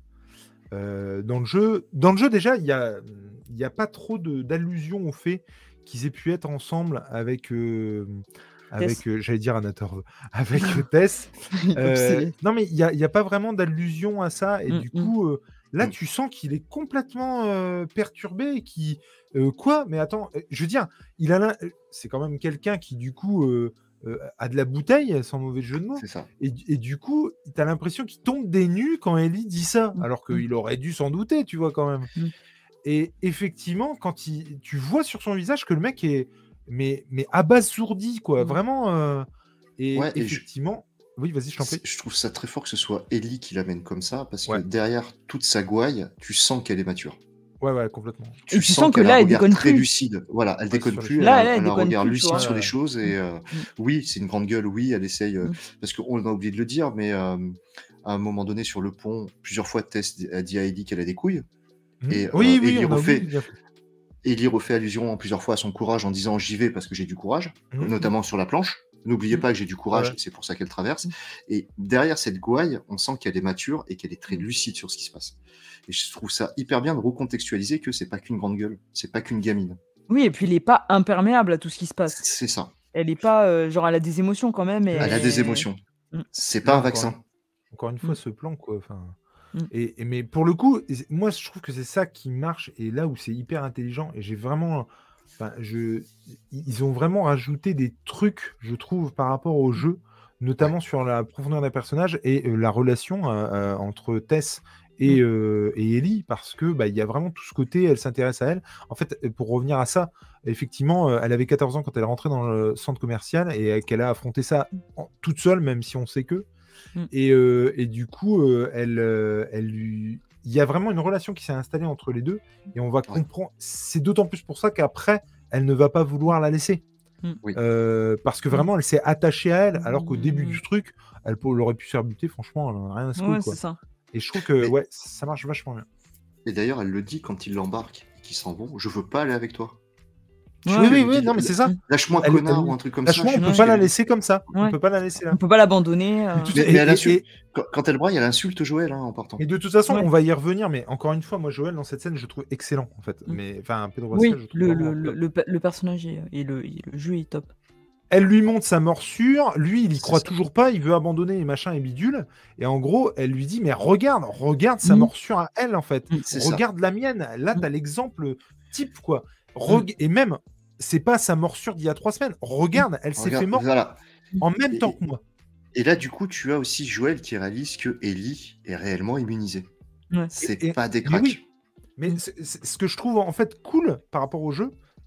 Euh, dans le jeu, dans le jeu déjà, il y a, il y a pas trop de- d'allusions au fait qu'ils aient pu être ensemble avec, euh, avec, euh, j'allais dire Anna Torv, avec euh, Tess. Euh, Obsédé. non, mais il n'y a, il y a pas vraiment d'allusion à ça. Et Mm, du mm. coup, euh, là, Mm. tu sens qu'il est complètement euh, perturbé. Et qui, euh, quoi? Mais attends, euh, je veux dire, il a l'un- euh, c'est quand même quelqu'un qui, du coup, euh, euh, a de la bouteille, sans mauvais jeu de mots. C'est ça. Et, et du coup, tu as l'impression qu'il tombe des nues quand Ellie dit ça, Mm. alors qu'il aurait dû s'en douter, tu vois, quand même. Mm. Et effectivement, quand il, tu vois sur son visage que le mec est mais, mais abasourdi, quoi, Mm. vraiment. euh, et Ouais, et je- effectivement, oui, vas-y, je t'en prie. C'est- Je trouve ça très fort que ce soit Ellie qui l'amène comme ça, parce Ouais. que derrière toute sa gouaille, tu sens qu'elle est mature. Ouais, ouais, complètement. Tu, Et tu sens que qu'elle a là, un elle regard déconne très plus. lucide. Voilà, elle Ouais, déconne sur les plus, choses. elle, Là, a, elle, elle elle a un déconne regard plus, tu lucide vois. sur les Ouais. choses. Et euh, oui, c'est une grande gueule, oui, elle essaye. euh, Mm. Parce qu'on a oublié de le dire, mais euh, à un moment donné, sur le pont, plusieurs fois, Tess a dit à Ellie qu'elle a des couilles. Mhm. Et, oui, euh, oui, Ellie on a refait- oublié de dire. Ellie refait allusion plusieurs fois à son courage en disant j'y vais parce que j'ai du courage, Mhm. notamment sur la planche. N'oubliez Mm. pas que j'ai du courage, Ouais. c'est pour ça qu'elle traverse. Mm. Et derrière cette gouaille, on sent qu'elle est mature et qu'elle est très Mm. lucide sur ce qui se passe. Et je trouve ça hyper bien de recontextualiser que c'est pas qu'une grande gueule, c'est pas qu'une gamine. Oui, et puis il est pas imperméable à tout ce qui se passe. C'est ça. Elle est pas. euh, genre, elle a des émotions quand même. Et Elle a elle- des émotions. Mm. C'est pas Là, un encore vaccin. Encore une fois, Mm. ce plan, quoi. Enfin, Mm. et, et- mais pour le coup, et c'est- moi, je trouve que c'est ça qui marche et là où c'est hyper intelligent. Et j'ai vraiment, enfin, je, ils ont vraiment rajouté des trucs, je trouve, par rapport au jeu, notamment sur la profondeur des personnages et euh, la relation euh, euh, entre Tess et, Mm. euh, et Ellie, parce que bah, il y a vraiment tout ce côté, elle s'intéresse à elle. En fait, euh, pour revenir à ça, effectivement, euh, elle avait quatorze ans quand elle est rentrée dans le centre commercial et euh, qu'elle a affronté ça en- toute seule, même si on sait que. Mm. Et, euh, et du coup, euh, elle, euh, elle lui... il y a vraiment une relation qui s'est installée entre les deux et on va comprendre. C'est d'autant plus pour ça qu'après, elle ne va pas vouloir la laisser. Mm. Oui. Euh, parce que vraiment, elle s'est attachée à elle, alors qu'au début Mm. du truc, elle, peut- elle aurait pu se faire buter. Franchement, elle en a rien à se Ouais, foutre, quoi. c'est ça. Et je trouve que Mais- ouais, ça marche vachement bien. Et d'ailleurs, elle le dit quand il l'embarque et qu'ils s'en vont, je veux pas aller avec toi. Ouais, oui, oui, elle oui, dit, non, mais c'est ça. Lâche-moi, Elle- connard, elle- ou un truc comme ça. Lâche-moi, je on sais peut ce pas qu'elle la dit. laisser comme ça. On Ouais. peut pas la laisser là. On peut pas l'abandonner. euh. Tout- Mais, Et- mais elle et- insulte. et- Quand, quand elle braille, elle insulte Joël hein, en partant. Et de toute façon, Ouais. on va y revenir, mais encore une fois, moi, Joël, dans cette scène, je le trouve excellent, en fait. Mm. Mais, enfin, Pedro Oui, Pascal, je le trouve le, vraiment le, le, top. le pe- le personnage est- et le, et le jeu est top. Elle lui montre sa morsure, lui, il y C'est croit ça. toujours pas, il veut abandonner les machins et bidules. Et en gros, elle lui dit, mais regarde, regarde sa Mm. morsure à elle, en fait. Mm. C'est ça. Regarde la mienne. Là, Mm. t'as l'exemple type, quoi. Reg- Et même, c'est pas sa morsure d'il y a trois semaines. Regarde, elle s'est Regarde, fait mordre voilà. en même Et- temps que moi. Et là, du coup, tu as aussi Joël qui réalise que Ellie est réellement immunisée. Ouais. C'est Et- pas des mais cracks. oui. Mais c'est- c'est- ce que je trouve en fait cool par rapport au jeu,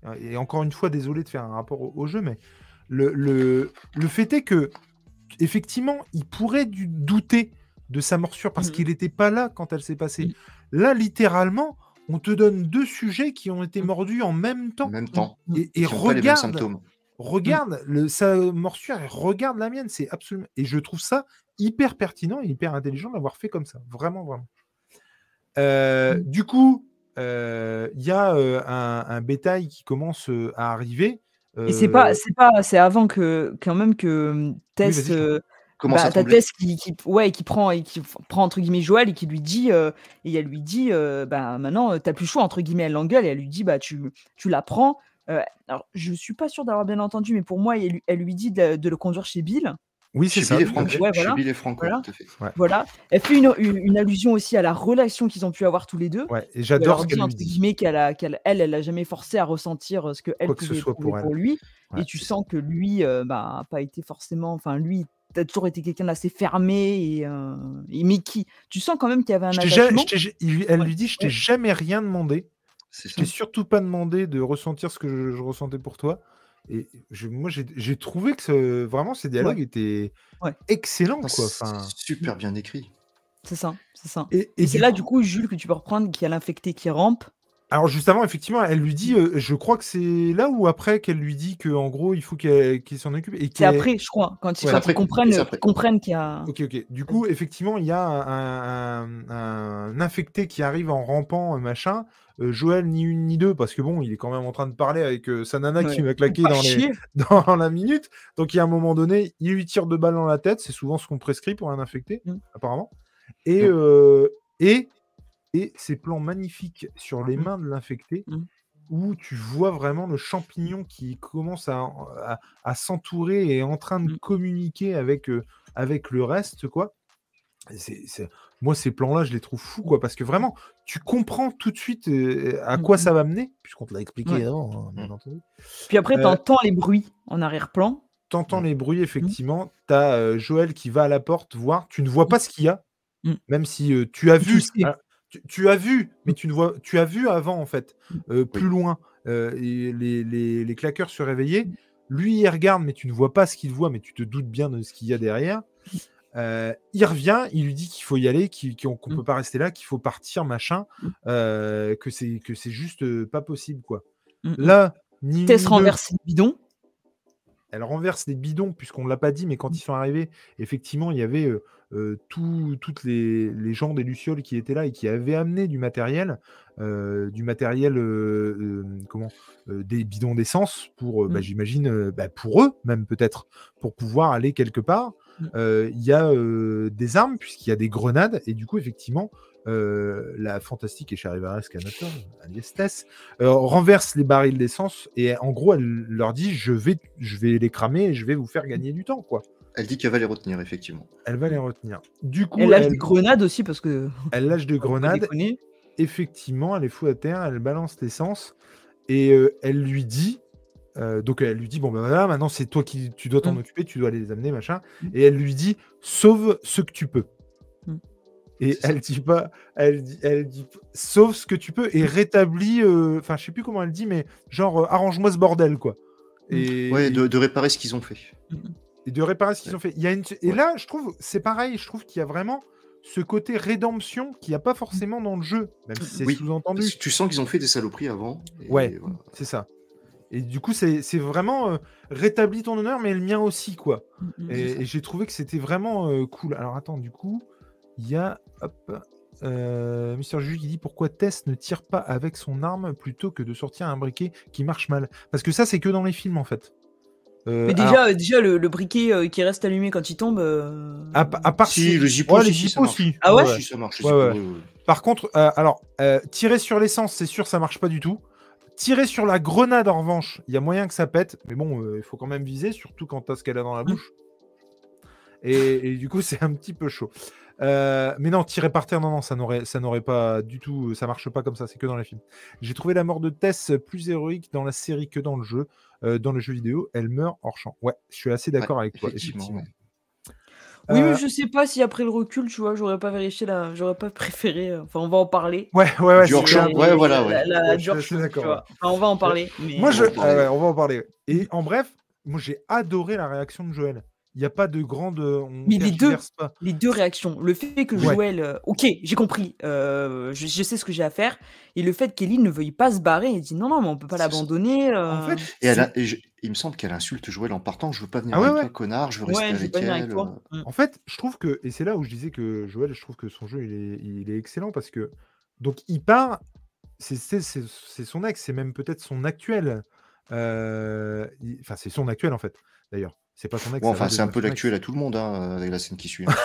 Et encore une fois, désolé de faire un rapport au, au jeu, mais le, le, le fait est que, effectivement, il pourrait du, douter de sa morsure parce Mhm. qu'il n'était pas là quand elle s'est passée. Mhm. Là, littéralement, on te donne deux sujets qui ont été mordus en même En temps. même temps, Mhm. Et, et qui n'ont pas les mêmes regarde, symptômes. regarde le, sa morsure et regarde la mienne. C'est absolument. Et je trouve ça hyper pertinent et hyper intelligent d'avoir fait comme ça. Vraiment, vraiment. Euh, Mhm. du coup, il euh, y a euh, un, un bétail qui commence euh, à arriver. Et c'est pas, Euh, c'est pas, c'est avant que quand même que hum, Oui, Tess, vas-y, je t'en prie. euh, Commence à bah, t'as trembler. Tess qui, qui, ouais, qui prend et qui f- prend entre guillemets Joël et qui lui dit, euh, et elle lui dit, euh, bah maintenant euh, t'as plus le choix entre guillemets, elle l'engueule et elle lui dit, bah tu, tu la prends. Euh, alors je suis pas sûre d'avoir bien entendu, mais pour moi elle, lui- elle lui dit de, de le conduire chez Bill. Oui, c'est Chez ça, Bill et tout à Franck. fait. Ouais, Chez voilà, Bill et Franck, ouais, voilà, tout à fait. Ouais. voilà. Elle fait une, une, une allusion aussi à la relation qu'ils ont pu avoir tous les deux. Ouais. Et Où elle j'adore leur ce dit qu'elle lui entre dit. guillemets qu'elle a, qu'elle, elle, elle l'a jamais forcé à ressentir euh, ce qu'elle Quoi que ce pouvait soit éprouver pour elle. pour lui. Ouais. Et tu sens que lui, euh, bah, a pas été forcément, enfin lui, t'as toujours été quelqu'un d'assez fermé et, euh, et mais qui, tu sens quand même qu'il y avait un Je t'ai ja- je attachement. t'ai ja- il lui- elle Ouais, lui dit, je t'ai ouais. jamais rien demandé. C'est Je ça. t'ai surtout pas demandé de ressentir ce que je, je ressentais pour toi. Et je, moi, j'ai j'ai trouvé que ce- vraiment ces dialogues Ouais, étaient ouais. excellents, Non, quoi. C'est Enfin, super bien écrit. C'est ça, c'est ça. et, Et et c'est du là du coup, coup, Jules, que tu peux reprendre, qui a l'infecté qui rampe. alors juste avant, effectivement, elle lui dit, euh, je crois que c'est là ou après qu'elle lui dit que en gros, il faut qu'elle qu'il s'en occupe et C'est qu'elle. après, je crois, quand, ils- Ouais. C'est quand ils après. comprennent, C'est qu'ils après. comprennent qu'il y a. Ok, ok. Du coup, effectivement, il y a un, un- un infecté qui arrive en rampant, euh, machin. Euh, Joël, ni une ni deux, parce que bon, il est quand même en train de parler avec euh, sa nana qui Ouais. va claquer Pas dans, les... chier. dans la minute. Donc, il y a un moment donné, il lui tire deux balles dans la tête. C'est souvent ce qu'on prescrit pour un infecté, Mm. apparemment. Et, Mm. euh, et, et ces plans magnifiques sur les Mm. mains de l'infecté, Mm. où tu vois vraiment le champignon qui commence à, à, à s'entourer et est en train de Mm. communiquer avec, euh, avec le reste, quoi. C'est, c'est- Moi, ces plans-là, je les trouve fous, quoi, parce que vraiment, tu comprends tout de suite euh, à Mm. quoi ça va mener, puisqu'on te l'a expliqué Ouais. avant, hein, bien Mm. entendu. Puis après, Euh, t'entends les bruits en arrière-plan. T'entends Mm. les bruits, Mm. effectivement. T'as euh, Joël qui va à la porte voir. Tu ne vois pas ce qu'il y a, Mm. même si euh, tu as Tu le vu. sais. Ah, tu, tu as vu, mais Mm. tu ne vois, tu as vu avant, en fait, Mm. euh, plus Oui. loin. Euh, et les, les, les claqueurs se réveillaient. Lui, il regarde, mais tu ne vois pas ce qu'il voit, mais tu te doutes bien de ce qu'il y a derrière. Euh, il revient, il lui dit qu'il faut y aller, qu'il- qu'on qu'on Mm. peut pas rester là, qu'il faut partir, machin, Mm. euh, que c'est que c'est juste euh, pas possible, quoi. Mm. Mm. Là, ni une Tess ni deux, renverse le bidon. elle renverse les bidons, puisqu'on ne l'a pas dit, mais quand ils sont arrivés, effectivement, il y avait euh, euh, tout- toutes les, les gens des Lucioles qui étaient là et qui avaient amené du matériel, euh, du matériel, euh, euh, comment, euh, des bidons d'essence pour, euh, bah, Mm. j'imagine, euh, bah, pour eux même peut-être, pour pouvoir aller quelque part. Mm. Euh, Il y a euh, des armes, puisqu'il y a des grenades, et du coup, effectivement, euh, la fantastique et Charivaris Canator, alias Tess, euh, renverse les barils d'essence et en gros, elle leur dit je vais, je vais les cramer et je vais vous faire gagner du temps, quoi. Elle dit qu'elle va les retenir, effectivement. Elle va les retenir. Du coup, Elle lâche elle, des grenades aussi parce que. elle lâche des Faut pas grenades. déconner. Effectivement, elle est fout à terre, elle balance l'essence et euh, elle lui dit. euh, donc elle lui dit bon ben voilà, maintenant c'est toi qui tu dois t'en Mm. occuper, tu dois aller les amener, machin. Mm. Et elle lui dit sauve ce que tu peux. Mm. Et C'est ça. elle dit pas, elle dit, elle dit sauve ce que tu peux et rétablis, euh, enfin je sais plus comment elle dit, mais genre euh, arrange-moi ce bordel, quoi. Mm. Et, Ouais, et- de, de réparer ce qu'ils ont fait. Mm. et de réparer ce qu'ils Ouais. ont fait. Il y a une... Et Ouais. là, je trouve, c'est pareil, je trouve qu'il y a vraiment ce côté rédemption qu'il n'y a pas forcément dans le jeu, même si c'est Oui, sous-entendu. parce que tu sens qu'ils ont fait des saloperies avant. Et Ouais, voilà. c'est ça. Et du coup, c'est c'est vraiment euh, rétabli ton honneur, mais le mien aussi, quoi. Mm. Et, et j'ai trouvé que c'était vraiment euh, cool. Alors attends, du coup, il y a hop, euh, Mister Juju qui dit pourquoi Tess ne tire pas avec son arme plutôt que de sortir un briquet qui marche mal. Parce que ça, c'est que dans les films, en fait. Euh, Mais alors, déjà, euh, déjà le, le briquet euh, qui reste allumé quand il tombe. euh, à, à part Si, si- le Zippo, ouais, si, les si, ça Zippos marche. aussi. Ah ouais Si, ça marche. les Ouais, Zippo, ouais. oui, oui. Par contre, euh, alors, euh, tirer sur l'essence, c'est sûr, ça marche pas du tout. Tirer sur la grenade, en revanche, il y a moyen que ça pète. Mais bon, euh, il faut quand même viser, surtout quand t'as ce qu'elle a dans la bouche. Et, et du coup, c'est un petit peu chaud. Euh, mais non, tirer par terre, non, non, ça n'aurait, ça n'aurait pas du tout, ça marche pas comme ça, c'est que dans les films. J'ai trouvé la mort de Tess plus héroïque dans la série que dans le jeu. Euh, dans le jeu vidéo, elle meurt hors champ. Ouais, je suis assez d'accord Ouais, avec toi, effectivement, effectivement. ouais. Oui, mais Euh, je sais pas si après le recul, tu vois, j'aurais pas vérifié la j'aurais pas préféré, euh, enfin, on va en parler, Ouais, ouais, ouais, Du c'est hors-champ, clair. mais ouais, voilà, la ouais. la Ouais, la je suis du assez hors-champ, tu d'accord. vois? Ouais. Enfin, on va en Euh, parler, moi, mais je. On va en ah parler. ouais, on va en parler. Mmh. Et en bref, moi, j'ai adoré la réaction de Joël. Il n'y a pas de grande. On Mais les deux, tergiverse pas. les deux réactions. Le fait que Oui. Ouais. Joël, heu, OK, j'ai compris, heu, je je sais ce que j'ai à faire et le fait qu'Ellie ne veuille pas se barrer et dit: «Non, non, mais on peut pas C'est ça. l'abandonner», En heu fait, Et, elle c'est. a- et je- il me semble qu'elle insulte Joël en partant. Je veux pas venir Ah ouais, avec ouais. toi, connard. Je veux Ouais, rester je vais avec pas venir avec elle. toi. euh. Mmh. En fait, je trouve que, et c'est là où je disais que Joël, je trouve que son jeu, il est, il est excellent parce que, donc, il part, c'est c'est- c'est- c'est son ex, c'est même peut-être son actuel. Euh, il- Enfin, c'est son actuel, en fait, d'ailleurs. C'est pas son ex, Ouais, ça va enfin, c'est un devenir peu son l'actuel ex. à tout le monde, hein, avec la scène qui suit. hein.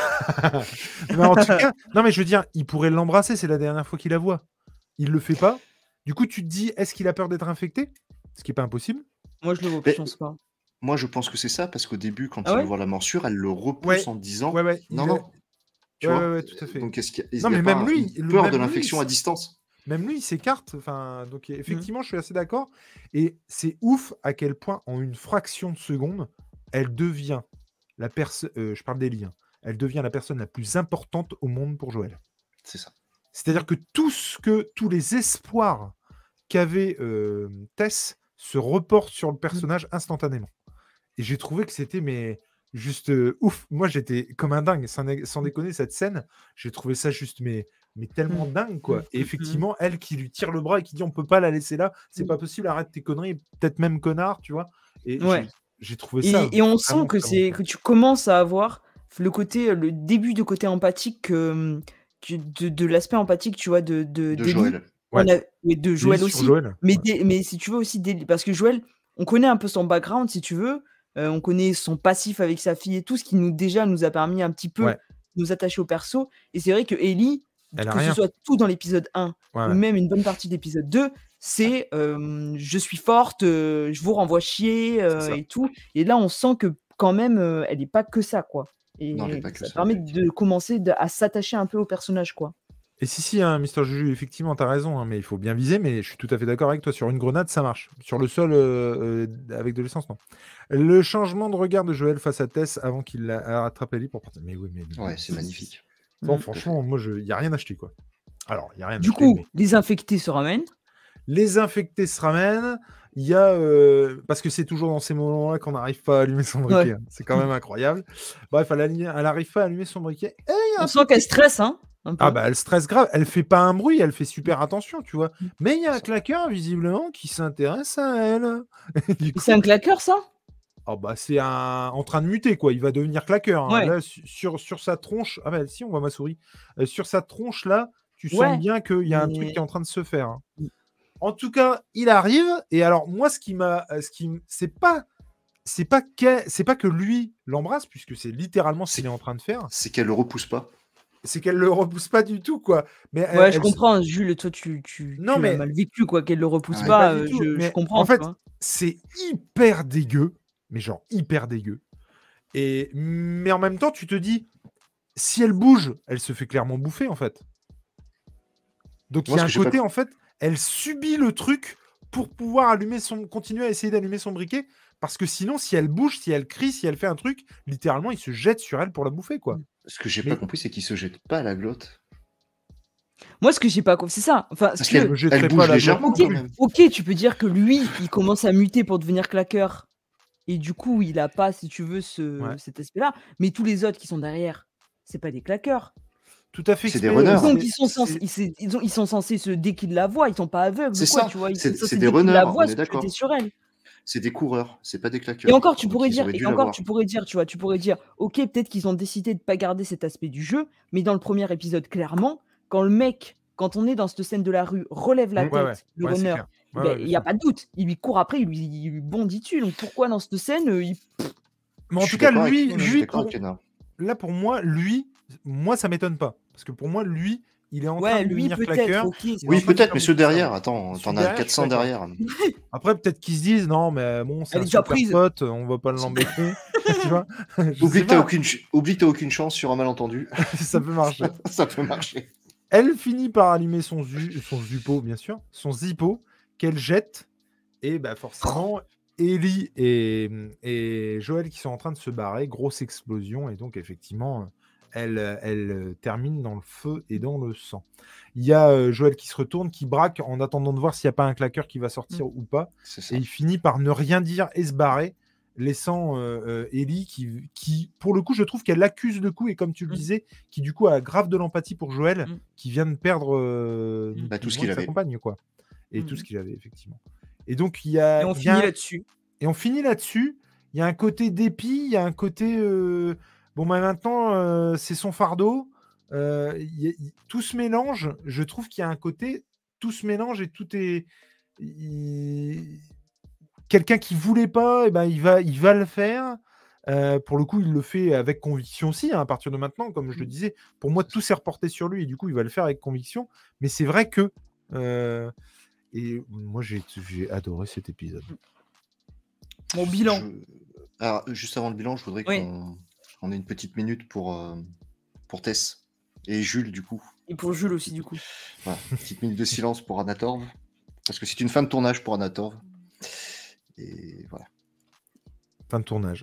Mais en tout cas, non, mais je veux dire, il pourrait l'embrasser, c'est la dernière fois qu'il la voit. Il le fait pas. Du coup, tu te dis, est-ce qu'il a peur d'être infecté? Ce qui est pas impossible. Moi, je le vois je Mais pense pas. moi, je pense que c'est ça, parce qu'au début, quand Ah il veut ouais? voir la morsure, elle le repousse Ouais, en disant ouais, ouais, non, il est- non, tu ouais, ouais, vois. ouais, tout à fait. Donc, est-ce qu'il y a, Non, il y a mais pas même un- lui, une le- peur de même lui, l'infection à distance? Même lui, il s'écarte. Enfin, donc Mmh. effectivement, je suis assez d'accord. Et c'est ouf à quel point, en une fraction de seconde, elle devient la personne. Je parle d'Ellie. hein. Elle devient la personne la plus importante au monde pour Joël. C'est ça. C'est-à-dire que tout ce que tous les espoirs qu'avait euh, Tess se reportent sur le Mmh. personnage instantanément. Et j'ai trouvé que c'était mais juste euh, ouf. Moi, j'étais comme un dingue. Sans, né- sans déconner, cette scène, j'ai trouvé ça juste mais mais tellement Mmh. dingue Mmh. quoi. Et Mmh. Mmh. effectivement, elle qui lui tire le bras et qui dit on peut pas la laisser là, c'est Mmh. pas possible, arrête tes conneries, peut-être même connard, tu vois. Et Ouais. j'ai j'ai trouvé ça Et et on sent vraiment que très bon, c'est quoi. que tu commences à avoir le côté, le début de côté empathique, hem, que de de l'aspect empathique, tu vois, de de De d'Ellie. Joël. On Ouais. a et de Ellie Joël sur aussi, Joël. mais Ouais. dès mais si tu veux aussi d'Ellie parce que Joël, on connaît un peu son background si tu veux, heu, on connaît son passif avec sa fille et tout, ce qui nous déjà nous a permis un petit peu Ouais. nous attacher au perso et c'est vrai que Ellie, Elle a que ce rien. soit tout dans l'épisode un Ouais, ou ouais. même une bonne partie de l'épisode deux, c'est, hem, je suis forte, heu, je vous renvoie chier, C'est heu ça. et tout et là, on sent que quand même, heu, elle est pas que ça, quoi Non, elle est et pas que ça ça, permet effectivement. de commencer de à s'attacher un peu au personnage, quoi. Et si, si, hein, Mister Juju, effectivement, tu as raison, hein, mais il faut bien viser, mais je suis tout à fait d'accord avec toi. Sur une grenade, ça marche. Sur le sol, euh, euh, avec de l'essence, non. Le changement de regard de Joël face à Tess avant qu'il la rattrape Ellie pour partir. Mais oui, mais. Ouais, c'est magnifique. Non, Mmh. franchement, moi, il n'y a rien acheté, quoi. Alors, il n'y a rien Du acheté, coup, mais. les infectés se ramènent. Les infectés se ramènent. Il y a. euh, Parce que c'est toujours dans ces moments-là qu'on n'arrive pas à allumer son briquet. Ouais. hein. C'est quand même incroyable. Bref, elle n'arrive pas à allumer son briquet. Et il y a On un sent qu'elle stresse, hein, un Ah peu. bah elle stresse grave, elle fait pas un bruit, elle fait super attention, tu vois. Mmh. Mais il y a un Ça. claqueur visiblement qui s'intéresse à elle. Du Et coup, c'est un claqueur, ça? oh bah c'est un en train de muter quoi, il va devenir claqueur. hein. Ouais. Là su- sur, sur sa tronche, ah bah si on voit ma souris, Euh, sur sa tronche là, tu sens Ouais, bien qu'il y a un truc mais qui est en train de se faire. hein. Mmh. En tout cas, il arrive et alors moi ce qui m'a, euh, ce qui m- c'est pas, c'est pas que, c'est pas que lui l'embrasse puisque c'est littéralement ce qu'il est en train de faire, C'est qu'elle le repousse pas. c'est qu'elle le repousse pas du tout quoi. Mais elle, ouais, je elle se- comprends, Jules, toi, tu tu non tu l'as mais mal vécu, quoi, qu'elle le repousse Ouais. pas pas, du heu, tout. je je Mais comprends, en tu fait, vois? c'est hyper dégueu, mais genre hyper dégueu. Et mais en même temps, tu te dis, si elle bouge, elle se fait clairement bouffer en fait. Donc il Moi, y a ce un que j'ai pas. côté en fait, elle subit le truc pour pouvoir allumer son, continuer à essayer d'allumer son briquet, parce que sinon, si elle bouge, si elle crie, si elle fait un truc, littéralement, il se jette sur elle pour la bouffer quoi. Mmh. Ce que j'ai Mais- pas compris, c'est qu'il se jette pas à la glotte. Moi, ce que j'ai pas compris, c'est ça. Enfin, Parce si tu qu'elle veux, me jetterai elle pas bouge la légèrement OK, quand même. OK, tu peux dire que lui, il commence à muter pour devenir claqueur et du coup, il a pas, si tu veux, ce Ouais. cet aspect-là. Mais tous les autres qui sont derrière, c'est pas des claqueurs. Tout à fait C'est des exprès, euh, runners. Donc c'est- ils sont censés, c'est- ils, c'est- ils ont- ils sont censés se dès qu'ils la voient, ils sont pas aveugles C'est ou quoi, ça. tu vois. Ils sont C'est censés c'est des dès qu'ils la runners, voient on se est d'accord. jeter sur elle. C'est des coureurs, c'est pas des Et claqueurs. encore, tu Donc pourrais ils dire, auraient et dû encore, l'avoir. tu pourrais dire, tu vois, tu pourrais dire, OK, peut-être qu'ils ont décidé de pas garder cet aspect du jeu, mais dans le premier épisode, clairement, quand le mec, quand on est dans cette scène de la rue, relève la Ouais, tête, ouais, le ouais, c'est runner, clair. eh Ouais, ben, ouais, il bien y a sûr. pas de doute, il lui court après, il lui, il lui bondit dessus. Donc pourquoi dans cette scène, heu, il Mais en Je tout suis cas, d'accord avec, lui, je suis lui d'accord pour, avec Léna. là pour moi, lui, moi ça m'étonne pas. Parce que pour moi, lui, il est en train ouais, de lui devenir peut-être, claqueur. OK, Il est en Oui, train de peut-être, faire mais ceux beaucoup de ça. derrière, ouais. attends, Celui t'en as derrière, je suis quatre cents d'accord. derrière. Après, peut-être qu'ils se disent, non, mais bon, c'est Elle un est déjà super prise. pote, on va pas l'embêter. Tu vois Je Oublie sais que t'as pas, aucune, ch- oublie que t'as aucune chance sur un malentendu. ça peut marcher. Ça peut marcher. Elle finit par allumer son, zu- son Zippo, bien sûr, son Zippo, qu'elle jette. Et bah forcément, Ellie et, et Joël qui sont en train de se barrer, grosse explosion, et donc effectivement, elle, elle termine dans le feu et dans le sang. Il y a euh, Joël qui se retourne, qui braque en attendant de voir s'il n'y a pas un claqueur qui va sortir Mm. ou pas, C'est ça. et il finit par ne rien dire et se barrer, laissant euh, euh, Ellie qui, qui, pour le coup, je trouve qu'elle accuse le coup, et comme tu le Mm. disais, qui du coup a grave de l'empathie pour Joël, Mm. qui vient de perdre euh, ni Bah, plus tout ni ce moins qu'il que sa avait. compagne, quoi. Et Mm. tout ce qu'il avait, effectivement. Et donc, il y a, Et on il y a finit un- là-dessus. et on finit là-dessus. Il y a un côté dépit, il y a un côté. euh, Bon, bah maintenant, euh, c'est son fardeau. Euh, il y a- il- tout se mélange. Je trouve qu'il y a un côté. Tout se mélange et tout est. il- Quelqu'un qui voulait pas, eh ben, il, va, il va le faire. Euh, pour le coup, il le fait avec conviction aussi, hein, à partir de maintenant, comme je le Mm. disais. Pour moi, C'est tout ça. s'est reporté sur lui et du coup, il va le faire avec conviction. Mais c'est vrai que. euh, Et moi, j'ai j'ai adoré cet épisode. Mon bilan. Je- Alors, juste avant le bilan, je voudrais Oui. qu'on on ait une petite minute pour, euh, pour Tess et Jules, du coup. Et pour Jules aussi, du coup. Voilà, petite minute de silence pour Anatorv, parce que c'est une fin de tournage pour Anatorv. Et voilà. Fin de tournage.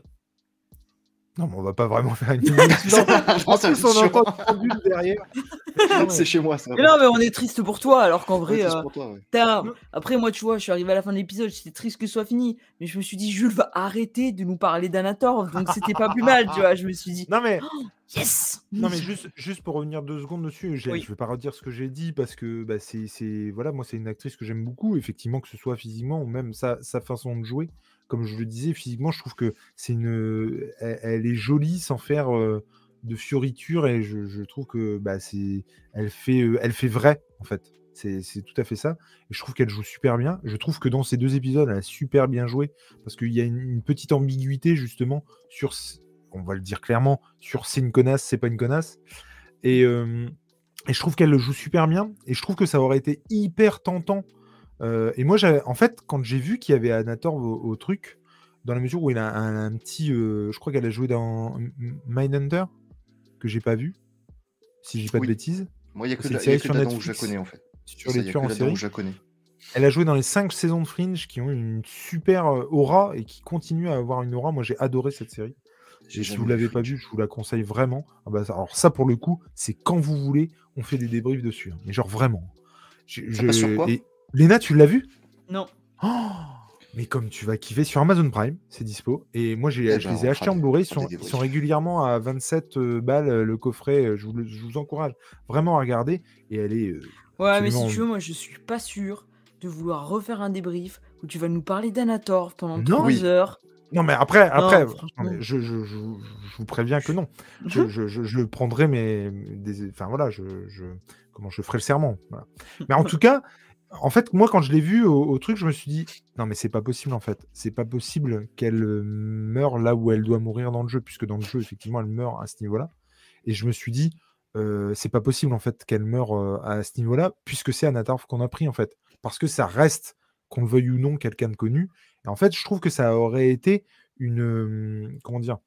Non, mais on va pas vraiment faire une minute de silence. En Non, c'est plus, on chiant. entend le pendule derrière. Non, C'est mais- chez moi, ça. Mais non, mais on est triste pour toi, alors qu'en Ouais, vrai. triste euh, pour toi, ouais. t'as- Non. Après, moi, tu vois, je suis arrivé à la fin de l'épisode, j'étais triste que ce soit fini. Mais je me suis dit, Jules va arrêter de nous parler d'Anatorv, donc c'était pas plus mal, tu vois. Je me suis dit, Non, mais, yes. non, mais juste, juste pour revenir deux secondes dessus, j'ai- Oui. je vais pas redire ce que j'ai dit parce que bah, c'est, c'est- voilà, moi, c'est une actrice que j'aime beaucoup, effectivement, que ce soit physiquement ou même sa, sa façon de jouer. Comme je le disais, physiquement, je trouve que c'est une, elle, elle est jolie sans faire euh, de fioritures et je, je trouve que bah, c'est, elle fait, euh, elle fait vrai en fait. C'est, c'est tout à fait ça. Et je trouve qu'elle joue super bien. Je trouve que dans ces deux épisodes, elle a super bien joué parce qu'il y a une, une petite ambiguïté justement sur, c- on va le dire clairement, sur c'est une connasse, c'est pas une connasse. Et, euh, et je trouve qu'elle le joue super bien. Et je trouve que ça aurait été hyper tentant. Euh, et moi, j'avais, en fait, quand j'ai vu qu'il y avait Anatorv au, au truc, dans la mesure où il a un, un petit, euh, je crois qu'elle a joué dans M- M- Mindhunter, que j'ai pas vu, si je dis pas Oui. de bêtises. Moi, il n'y a que, C'est la- une il y a série que sur là-dedans où je la Netflix connais, en fait. sur Ça, les il y a tueurs que en là-dedans série. où je la connais. Elle a joué dans les cinq saisons de Fringe qui ont une super euh, aura et qui continuent à avoir une aura. Moi, j'ai adoré cette série. J'ai Et si jamais vous vu l'avez pas Fringe. vue, je vous la conseille vraiment. Ah bah, ça- alors ça, pour le coup, c'est quand vous voulez, on fait des débriefs dessus. hein. Mais genre vraiment. Je, Ça passe sur quoi Et Léna, tu l'as vu? Non. Oh, mais comme tu vas kiffer sur Amazon Prime, c'est dispo. Et moi, j'ai, Eh je ben, les ai on achetés fera en des- Blu-ray. Ils on fera sont, des ils sont débriefs. régulièrement à vingt-sept euh, balles euh, le coffret. Je vous, le- je vous encourage vraiment à regarder. Et elle est. euh, Ouais, mais si absolument- tu veux, moi, je suis pas sûr de vouloir refaire un débrief où tu vas nous parler d'Anatorv pendant Non. trois Oui. heures. Non, mais après, après Non, non, franchement. mais je, je, je, je vous préviens que non. Je, je, je, je prendrai mes, des, enfin voilà, je, je, comment je ferai le serment. Voilà. Mais en tout cas, en fait, moi, quand je l'ai vu au, au truc, je me suis dit, non, mais c'est pas possible en fait. C'est pas possible qu'elle euh, meure là où elle doit mourir dans le jeu, puisque dans le jeu, effectivement, elle meurt à ce niveau-là. Et je me suis dit, euh, c'est pas possible en fait qu'elle meure euh, à ce niveau-là, puisque c'est Anatarv qu'on a pris en fait, parce que ça reste, qu'on le veuille ou non, quelqu'un de connu. Et en fait, je trouve que ça aurait été une, euh, comment dire,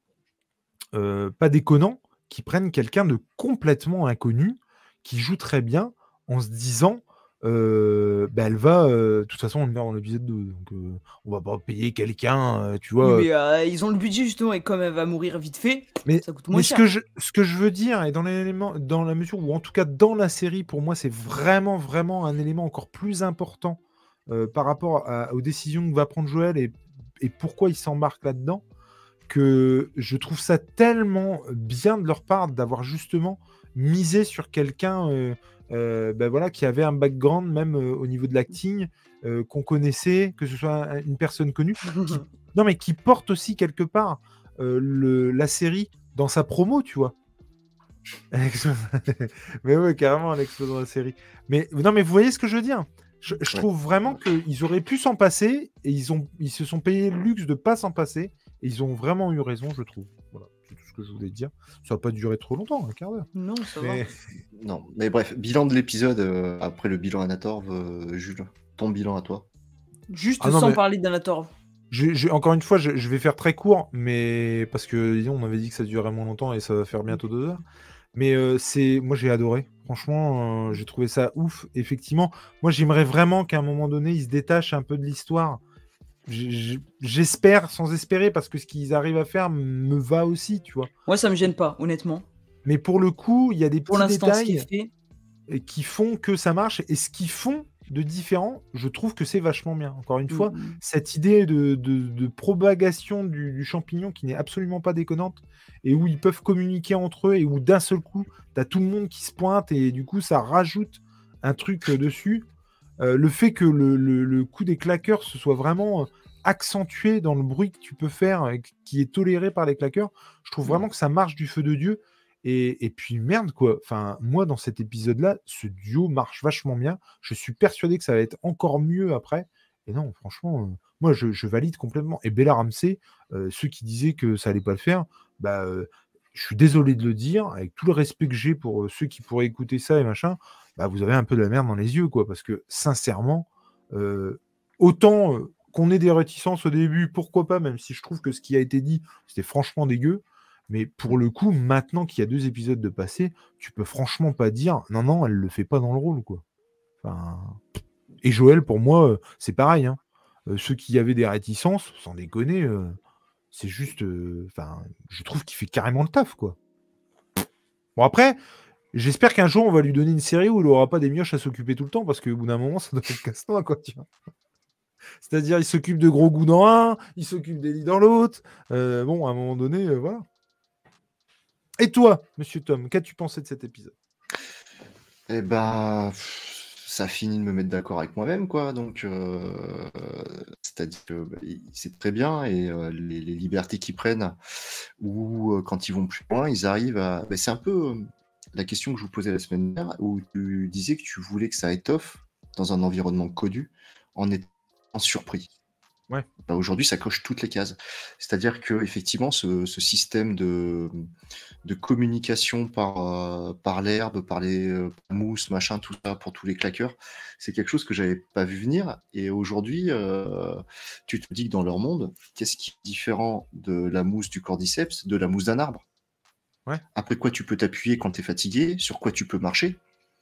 euh, pas déconnant, qu'ils prennent quelqu'un de complètement inconnu, qui joue très bien, en se disant, euh, bah, elle va, euh, de toute façon, on le meurt dans l'épisode deux, donc euh, on va pas payer quelqu'un, euh, tu vois. Oui, mais euh, ils ont le budget justement, et comme elle va mourir vite fait, Mais, ça coûte moins mais ce, cher. que je, ce que je veux dire, et dans l'élément, dans la mesure où, en tout cas, dans la série, pour moi, c'est vraiment, vraiment un élément encore plus important euh, par rapport à- aux décisions que va prendre Joël et, et pourquoi il s'embarque là-dedans, que je trouve ça tellement bien de leur part d'avoir justement misé sur quelqu'un euh, euh, ben voilà, qui avait un background, même euh, au niveau de l'acting, euh, qu'on connaissait, que ce soit un- une personne connue, qui, non, mais qui porte aussi quelque part euh, le, la série dans sa promo, tu vois. Mais ouais, carrément, l'explosion de la série. Mais non, mais vous voyez ce que je veux dire? Je, je Ouais. trouve vraiment qu'ils auraient pu s'en passer et ils, ont, ils se sont payés le luxe de pas s'en passer et ils ont vraiment eu raison, je trouve. Voilà, c'est tout ce que je voulais dire. Ça va pas durer trop longtemps, un quart d'heure. Non, ça Mais... va. Non, mais bref, bilan de l'épisode, euh, après le bilan Anatorv, euh, Jules, ton bilan à toi. Juste Ah non, sans mais- parler d'Anatorv. Je, je- encore une fois, je, je vais faire très court, mais parce que disons, on avait dit que ça durait moins longtemps et ça va faire bientôt deux heures. Mais euh, c'est, moi, j'ai adoré. Franchement, euh, j'ai trouvé ça ouf. Effectivement, moi, j'aimerais vraiment qu'à un moment donné, il se détache un peu de l'histoire. j'espère sans espérer, parce que ce qu'ils arrivent à faire me va aussi, tu vois. Moi, ça me gêne pas, honnêtement. Mais pour le coup, il y a des Pour petits l'instant, ce qui détails est fait. qui font que ça marche. Et ce qu'ils font de différent, je trouve que c'est vachement bien. Encore une Mm, fois, mm. cette idée de, de, de propagation du, du champignon qui n'est absolument pas déconnante, et où ils peuvent communiquer entre eux, et où d'un seul coup, tu as tout le monde qui se pointe, et du coup, ça rajoute un truc euh, dessus. Euh, le fait que le, le, le coup des claqueurs se soit vraiment accentué dans le bruit que tu peux faire, et qui est toléré par les claqueurs, je trouve vraiment que ça marche du feu de Dieu. Et, et puis merde quoi, enfin moi dans cet épisode-là, ce duo marche vachement bien. Je suis persuadé que ça va être encore mieux après. Et non, franchement, euh, moi je, je valide complètement. Et Bella Ramsey, euh, ceux qui disaient que ça allait pas le faire, bah euh, je suis désolé de le dire, avec tout le respect que j'ai pour euh, ceux qui pourraient écouter ça et machin, bah vous avez un peu de la merde dans les yeux quoi, parce que sincèrement, euh, autant euh, qu'on ait des réticences au début, pourquoi pas, même si je trouve que ce qui a été dit, c'était franchement dégueu. Mais pour le coup, maintenant qu'il y a deux épisodes de passé, tu peux franchement pas dire non, non, elle le fait pas dans le rôle, quoi. Enfin... Et Joël, pour moi, euh, c'est pareil. Hein. Euh, ceux qui avaient des réticences, sans déconner, euh, c'est juste. euh, Enfin, je trouve qu'il fait carrément le taf, quoi. Bon, après, j'espère qu'un jour, on va lui donner une série où il aura pas des mioches à s'occuper tout le temps, parce qu'au bout d'un moment, ça doit être casse-noix, quoi, tu vois. C'est-à-dire, il s'occupe de gros goûts dans un, il s'occupe des lits dans l'autre. Euh, bon, à un moment donné, euh, voilà. Et toi, monsieur Tom, qu'as-tu pensé de cet épisode? Eh ben, pff, ça finit de me mettre d'accord avec moi-même, quoi. Donc, euh, c'est-à-dire que bah, il- c'est très bien et euh, les, les libertés qu'ils prennent, ou euh, quand ils vont plus loin, ils arrivent à. Bah, c'est un peu euh, la question que je vous posais la semaine dernière, où tu disais que tu voulais que ça étoffe dans un environnement connu en étant surpris. Ouais. Bah, aujourd'hui, ça coche toutes les cases. C'est-à-dire que effectivement, ce, ce système de, de communication par, euh, par l'herbe, par les euh, mousses, machin, tout ça, pour tous les claqueurs, c'est quelque chose que j'avais pas vu venir. Et aujourd'hui, euh, tu te dis que dans leur monde, qu'est-ce qui est différent de la mousse du cordyceps, de la mousse d'un arbre? Ouais. Après quoi tu peux t'appuyer quand tu es fatigué, sur quoi tu peux marcher,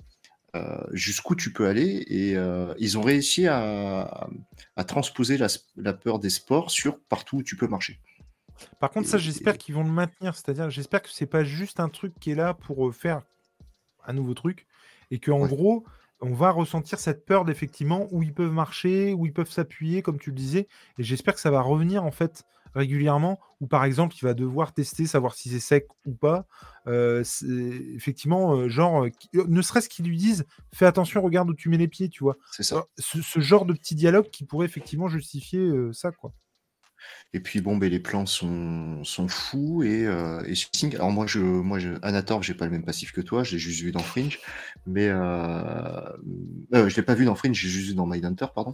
euh, jusqu'où tu peux aller. Et euh, ils ont réussi à, à transposer la, la peur des sports sur partout où tu peux marcher. Par contre, Et- ça, j'espère qu'ils vont le maintenir. C'est-à-dire, j'espère que c'est pas juste un truc qui est là pour euh, faire un nouveau truc, et qu'en Ouais. gros, on va ressentir cette peur d'effectivement où ils peuvent marcher, où ils peuvent s'appuyer, comme tu le disais. Et j'espère que ça va revenir en fait régulièrement, ou par exemple, il va devoir tester, savoir si c'est sec ou pas. Euh, c'est- effectivement, euh, genre, euh, qui- euh, ne serait-ce qu'ils lui disent, fais attention, regarde où tu mets les pieds, tu vois. C'est ça. Euh, Ce, ce genre de petit dialogue qui pourrait effectivement justifier euh, ça, quoi. Et puis bon, ben, les plans sont, sont fous et, euh, et Sting. Alors moi, je, moi, je, Anatorv, j'ai pas le même passif que toi, je l'ai juste vu dans Fringe, mais euh, euh, je l'ai pas vu dans Fringe, j'ai juste vu dans Mindhunter, pardon.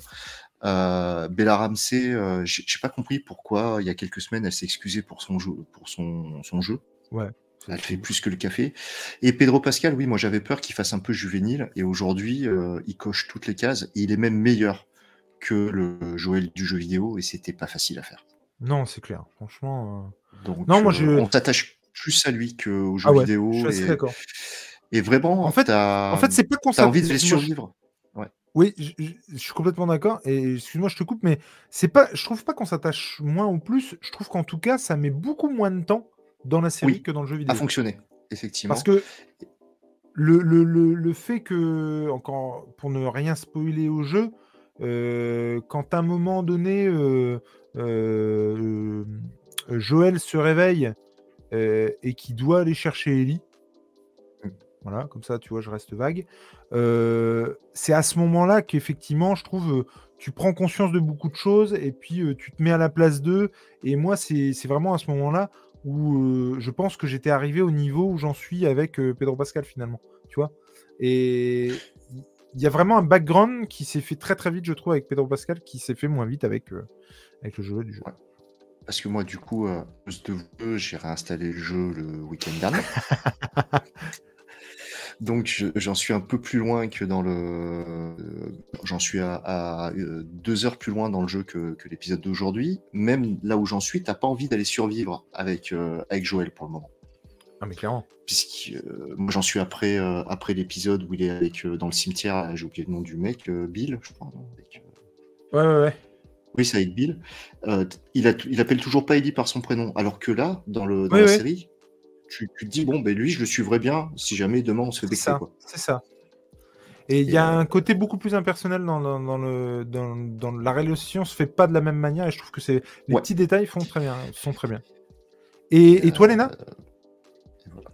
Euh, Bella Ramsey, euh, j'ai j'ai pas compris pourquoi il y a quelques semaines elle s'est excusée pour son jeu, pour son, son jeu. Ouais. Elle fait plus que le café. Et Pedro Pascal, oui, moi j'avais peur qu'il fasse un peu juvénile, et aujourd'hui, euh, il coche toutes les cases, et il est même meilleur que le Joël du jeu vidéo, et c'était pas facile à faire. Non, c'est clair. Franchement. euh, Donc, Non, moi, euh, je. on s'attache plus à lui qu'au jeu Ah ouais, je suis vidéo, assez et, d'accord. et vraiment, En fait, t'as en fait, c'est pas qu'on as envie de les Excuse-moi, je- survivre. Ouais. Oui, je, je- je suis complètement d'accord. Et excuse-moi, je te coupe, mais c'est pas. Je trouve pas qu'on s'attache moins ou plus. Je trouve qu'en tout cas, ça met beaucoup moins de temps dans la série Oui, que dans le jeu à vidéo. fonctionner, Parce effectivement. que le, le, le, le fait que, encore pour ne rien spoiler au jeu, euh, quand à un moment donné, euh, euh, euh, Joël se réveille euh, et qu'il doit aller chercher Ellie. Voilà, comme ça, tu vois, je reste vague. Euh, c'est à ce moment-là qu'effectivement, je trouve, euh, tu prends conscience de beaucoup de choses et puis euh, tu te mets à la place d'eux. Et moi, c'est c'est vraiment à ce moment-là où euh, je pense que j'étais arrivé au niveau où j'en suis avec euh, Pedro Pascal finalement. Tu vois. Et il y a vraiment un background qui s'est fait très très vite, je trouve, avec Pedro Pascal, qui s'est fait moins vite avec, euh, avec le jeu du jeu. Ouais. Parce que moi, du coup, euh, de vous, j'ai réinstallé le jeu le week-end dernier. Donc, je- j'en suis un peu plus loin que dans le. euh, J'en suis à, à, euh, deux heures plus loin dans le jeu que, que l'épisode d'aujourd'hui. Même là où j'en suis, t'as pas envie d'aller survivre avec, euh, avec Joël pour le moment. Ah, mais clairement. Puisque euh, moi, j'en suis après, euh, après l'épisode où il est avec, euh, dans le cimetière, j'ai oublié le nom du mec, euh, Bill, je crois. Non avec, euh, Ouais, ouais, ouais. Oui, c'est avec Bill. Euh, t- il, a, il appelle toujours pas Ellie par son prénom. Alors que là, dans, le, dans Oui, la oui, série, tu, tu te dis, bon, ben lui, je le suivrai bien si jamais demain on se fait c'est becter, ça, quoi. c'est ça. Et il y Et a euh, un côté beaucoup plus impersonnel dans, dans, dans le, dans, dans la réalisation, se fait pas de la même manière, et je trouve que c'est les ouais. petits détails font très bien, sont très bien. Et, Et, et toi, euh, Léna? et voilà.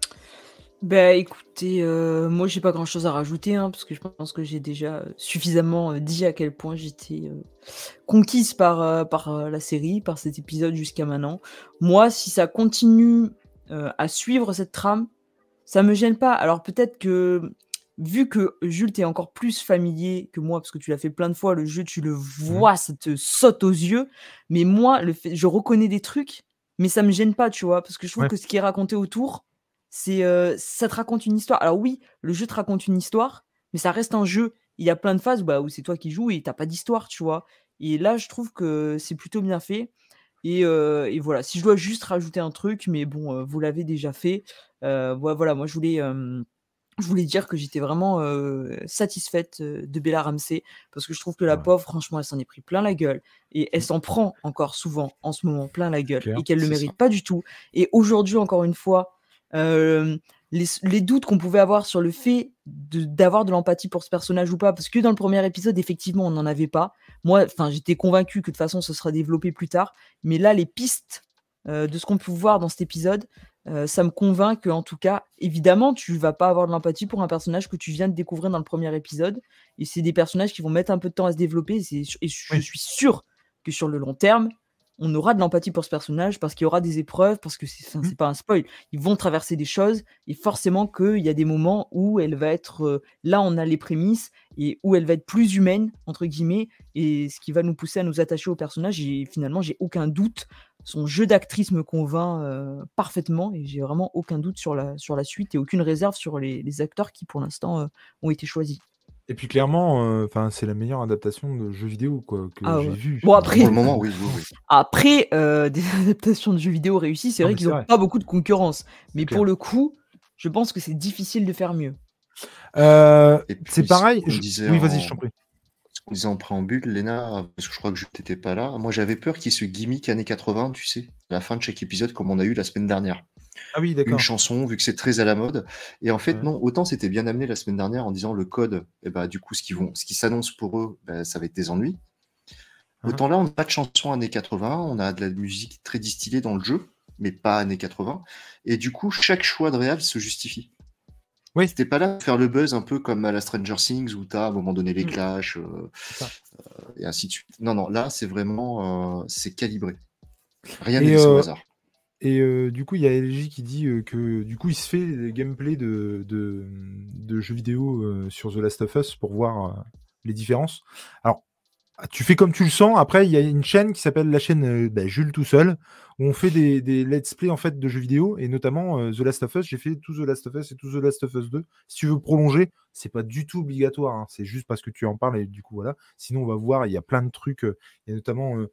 Bah écoutez, euh, moi j'ai pas grand chose à rajouter, hein, parce que je pense que j'ai déjà suffisamment euh, dit à quel point j'étais euh, conquise par, euh, par euh, la série, par cet épisode jusqu'à maintenant. Moi, si ça continue euh, à suivre cette trame, ça me gêne pas. Alors peut-être que, vu que Jules, t'es encore plus familier que moi, parce que tu l'as fait plein de fois, le jeu, tu le Mhm. vois, ça te saute aux yeux. Mais moi, le fait, je reconnais des trucs, mais ça me gêne pas, tu vois, parce que je trouve Ouais. que ce qui est raconté autour, c'est, euh, ça te raconte une histoire. Alors oui, le jeu te raconte une histoire, mais ça reste un jeu. Il y a plein de phases bah, où c'est toi qui joues et t'as pas d'histoire, tu vois. Et là, je trouve que c'est plutôt bien fait. Et, euh, et voilà, si je dois juste rajouter un truc, mais bon, euh, vous l'avez déjà fait. Euh, ouais, voilà, moi je voulais, euh, je voulais dire que j'étais vraiment euh, satisfaite euh, de Bella Ramsey parce que je trouve que la Ouais. pauvre, franchement, elle s'en est pris plein la gueule et elle Mm. s'en prend encore souvent en ce moment plein la C'est gueule clair. et qu'elle le C'est mérite ça. pas du tout. Et aujourd'hui, encore une fois, euh, les, les doutes qu'on pouvait avoir sur le fait de- d'avoir de l'empathie pour ce personnage ou pas, parce que dans le premier épisode, effectivement, on n'en avait pas. Moi, enfin, j'étais convaincue que de toute façon, ce sera développé plus tard. Mais là, les pistes euh, de ce qu'on peut voir dans cet épisode, euh, ça me convainc que, en tout cas, évidemment, tu vas pas avoir de l'empathie pour un personnage que tu viens de découvrir dans le premier épisode. Et c'est des personnages qui vont mettre un peu de temps à se développer. Et, c'est- et je Oui. suis sûr que sur le long terme, on aura de l'empathie pour ce personnage parce qu'il y aura des épreuves, parce que c'est enfin, Mm. c'est pas un spoil. Ils vont traverser des choses et forcément qu'il y a des moments où elle va être. euh, là, on a les prémices et où elle va être plus humaine, entre guillemets, et ce qui va nous pousser à nous attacher au personnage. Et finalement, j'ai aucun doute. Son jeu d'actrice me convainc euh, parfaitement et j'ai vraiment aucun doute sur la, sur la suite et aucune réserve sur les, les acteurs qui, pour l'instant, euh, ont été choisis. Et puis clairement, euh, enfin, c'est la meilleure adaptation de jeu vidéo quoi, que Ah j'ai ouais. vue. Bon, Enfin, après, Pour le vraiment. moment, oui, oui, oui. après euh, des adaptations de jeux vidéo réussies, c'est Non, vrai mais qu'ils c'est n'ont vrai, pas beaucoup de concurrence. Mais c'est clair. pour le coup, je pense que c'est difficile de faire mieux. Euh, Et c'est puis, ce pareil. qu'on je- disait Oui, vas-y, je en, t'en prie. ce qu'on disait en préambule, Léna, parce que je crois que je n'étais pas là, moi j'avais peur qu'il y ait ce gimmick années quatre-vingts, tu sais, à la fin de chaque épisode, comme on a eu la semaine dernière. Ah oui, Une d'accord. chanson, vu que c'est très à la mode. Et en fait, Ouais. non, autant c'était bien amené la semaine dernière en disant le code, et bah, du coup, ce qui, vont, ce qui s'annonce pour eux, bah, ça va être des ennuis. Hein. Autant là, on n'a pas de chanson années quatre-vingts, on a de la musique très distillée dans le jeu, mais pas années quatre-vingts. Et du coup, chaque choix de réal se justifie. Oui, C'était pas là pour faire le buzz un peu comme à la Stranger Things où t'as à un moment donné les Mm. clashs euh, c'est ça. euh, et ainsi de suite. Non, non, là, c'est vraiment, euh, c'est calibré. Rien n'est Et, laissé au euh, hasard. et euh, du coup, il y a L J qui dit euh, que du coup, il se fait des gameplays de, de, de jeux vidéo euh, sur The Last of Us pour voir euh, les différences. Alors, tu fais comme tu le sens. Après, il y a une chaîne qui s'appelle la chaîne euh, bah, Jules tout seul, où on fait des, des let's play en fait de jeux vidéo, et notamment euh, The Last of Us. J'ai fait tout The Last of Us et tout The Last of Us deux. Si tu veux prolonger, c'est pas du tout obligatoire, hein. C'est juste parce que tu en parles et du coup voilà. Sinon, on va voir, il y a plein de trucs. euh, Il y a notamment euh,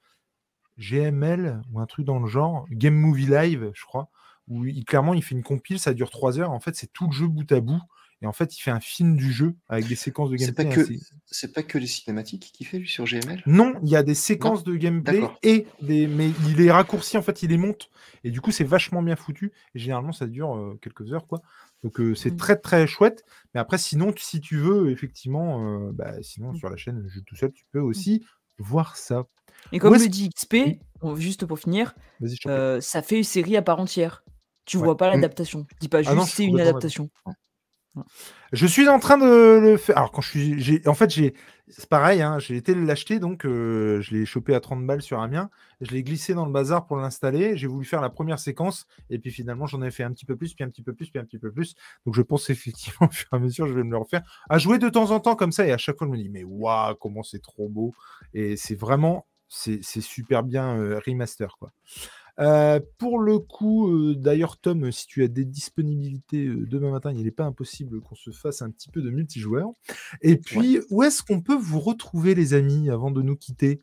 G M L ou un truc dans le genre, Game Movie Live, je crois, où il, clairement il fait une compile, ça dure trois heures. En fait, c'est tout le jeu bout à bout. Et en fait, il fait un film du jeu avec des séquences de C'est pas gameplay que, assez, c'est pas que les cinématiques qu'il fait lui sur G M L? non, il y a des Non? séquences de gameplay D'accord. et des. Mais il les raccourcit, en fait, il les monte. Et du coup, c'est vachement bien foutu. Et généralement, ça dure euh, quelques heures, quoi. Donc, euh, c'est Mm. très, très chouette. Mais après, sinon, tu- si tu veux, effectivement, euh, bah, sinon, Mm. sur la chaîne Jeu tout seul, tu peux aussi voir ça. Et Où comme est-ce le dit X P, Oui, bon, juste pour finir, vas-y, je t'en prie. euh, ça fait une série à part entière. Tu Ouais. vois pas Mm. l'adaptation. Je dis pas Ah non, juste je suis c'est une complètement d'accord. adaptation. Voilà. Je suis en train de le faire. Alors, quand je suis. j'ai- En fait, j'ai. C'est pareil, hein, j'ai été l'acheter, donc euh, je l'ai chopé à trente balles sur Amiens. Je l'ai glissé dans le bazar pour l'installer. J'ai voulu faire la première séquence, et puis finalement, j'en ai fait un petit peu plus, puis un petit peu plus, puis un petit peu plus. Donc, je pense effectivement, au fur et à mesure, je vais me le refaire. À jouer de temps en temps comme ça, et à chaque fois, je me dis, mais waouh, comment c'est trop beau. Et c'est vraiment. C'est c'est super bien euh, remaster, quoi. Euh, pour le coup, euh, d'ailleurs, Tom, si tu as des disponibilités euh, demain matin, il n'est pas impossible qu'on se fasse un petit peu de multijoueur. Et Ouais. puis, où est-ce qu'on peut vous retrouver, les amis, avant de nous quitter,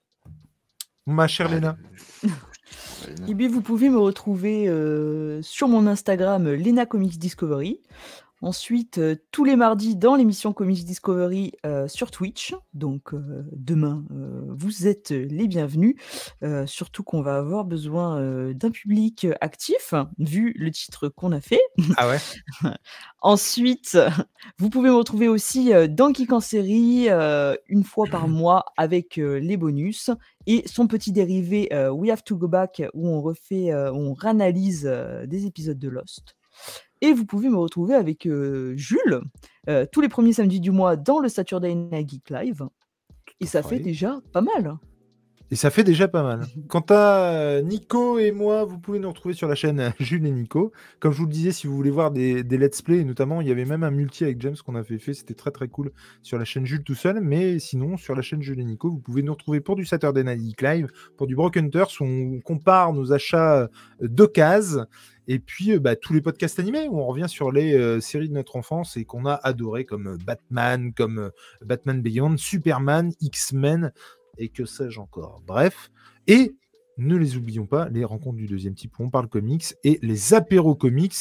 ma chère Bah, Léna? le- Léna. Et bien, vous pouvez me retrouver euh, sur mon Instagram, Lena Comics Discovery. Ensuite, euh, tous les mardis dans l'émission Comics Discovery euh, sur Twitch. Donc euh, demain, euh, vous êtes les bienvenus. Euh, surtout qu'on va avoir besoin euh, d'un public actif, vu le titre qu'on a fait. Ah ouais. Ensuite, vous pouvez me retrouver aussi euh, dans Geek en série euh, une fois par mois avec euh, les bonus et son petit dérivé euh, We Have to Go Back où on refait, euh, où on réanalyse euh, des épisodes de Lost. Et vous pouvez me retrouver avec euh, Jules euh, tous les premiers samedis du mois dans le Saturday Night Geek Live. Et ça fait déjà pas mal. Et ça fait déjà pas mal. Quant à Nico et moi, vous pouvez nous retrouver sur la chaîne Jules et Nico. Comme je vous le disais, si vous voulez voir des, des let's play, et notamment, il y avait même un multi avec James qu'on avait fait, c'était très très cool sur la chaîne Jules tout seul. Mais sinon, sur la chaîne Jules et Nico, vous pouvez nous retrouver pour du Saturday Night Geek Live, pour du Broken Hunters, où on compare nos achats d'occasion. Et puis, bah, tous les podcasts animés où on revient sur les euh, séries de notre enfance et qu'on a adoré, comme Batman, comme euh, Batman Beyond, Superman, X-Men, et que sais-je encore. Bref. Et ne les oublions pas, les rencontres du deuxième type où on parle comics et les apéros comics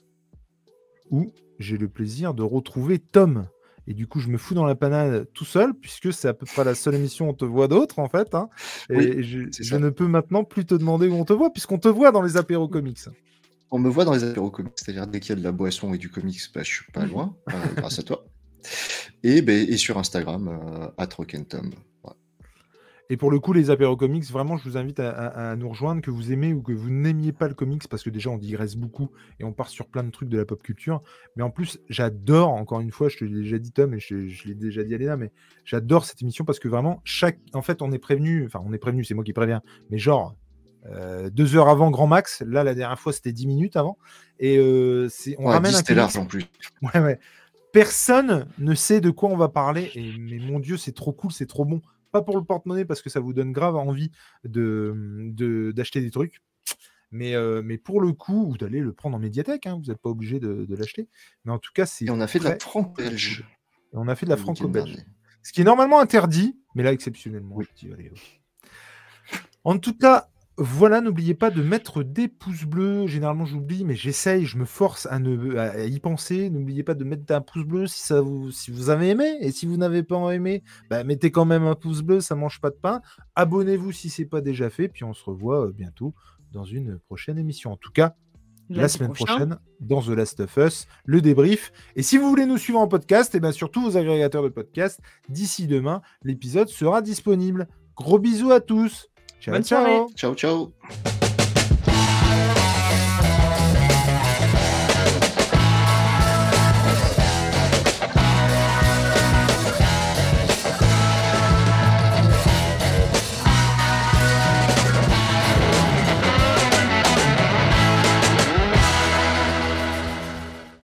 où j'ai le plaisir de retrouver Tom. Et du coup, je me fous dans la panade tout seul, puisque c'est à peu près la seule émission où on te voit d'autres, en fait. Hein. Et Oui, je, c'est je ça. ne peux maintenant plus te demander où on te voit, puisqu'on te voit dans les apéros comics. On me voit dans les apéros comics, c'est-à-dire dès qu'il y a de la boisson et du comics, bah, je suis pas loin, euh, grâce à toi. Et, bah, et sur Instagram, euh, at rock'n'tom. Ouais. Et pour le coup, les apéros comics, vraiment, je vous invite à, à, à nous rejoindre, que vous aimez ou que vous n'aimiez pas le comics, parce que déjà, on digresse beaucoup et on part sur plein de trucs de la pop culture. Mais en plus, j'adore, encore une fois, je te l'ai déjà dit, Tom, et je, je l'ai déjà dit à Léna, mais j'adore cette émission parce que vraiment, chaque... en fait, on est prévenu, enfin, on est prévenu, c'est moi qui préviens, mais genre, euh, deux heures avant grand max, là, la dernière fois, c'était dix minutes avant, et euh, c'est... on Ouais, ramène dix, un c'était comics. large en plus. Ouais, ouais. Personne ne sait de quoi on va parler, et mais mon Dieu, c'est trop cool, c'est trop bon. Pas pour le porte-monnaie, parce que ça vous donne grave envie de, de, d'acheter des trucs, mais, euh, mais pour le coup, ou d'aller le prendre en médiathèque, hein, vous n'êtes pas obligé de, de l'acheter, mais en tout cas, c'est Et on a fait de très, la franco-belge. cool. Et on a fait de la le week-end franco-belge. dernier. Ce qui est normalement interdit, mais là, exceptionnellement, Oui. je dis, allez, ok. En tout cas, voilà, n'oubliez pas de mettre des pouces bleus. Généralement, j'oublie, mais j'essaye, je me force à, ne, à y penser. N'oubliez pas de mettre un pouce bleu si, ça vous, si vous avez aimé. Et si vous n'avez pas aimé, bah, mettez quand même un pouce bleu, ça mange pas de pain. Abonnez-vous si ce n'est pas déjà fait. Puis on se revoit bientôt dans une prochaine émission. En tout cas, Lundi la semaine prochain. prochaine, dans The Last of Us, le débrief. Et si vous voulez nous suivre en podcast, et bien sur tous vos agrégateurs de podcast, d'ici demain, l'épisode sera disponible. Gros bisous à tous. Ciao, Bonne ciao. soirée. Ciao, ciao.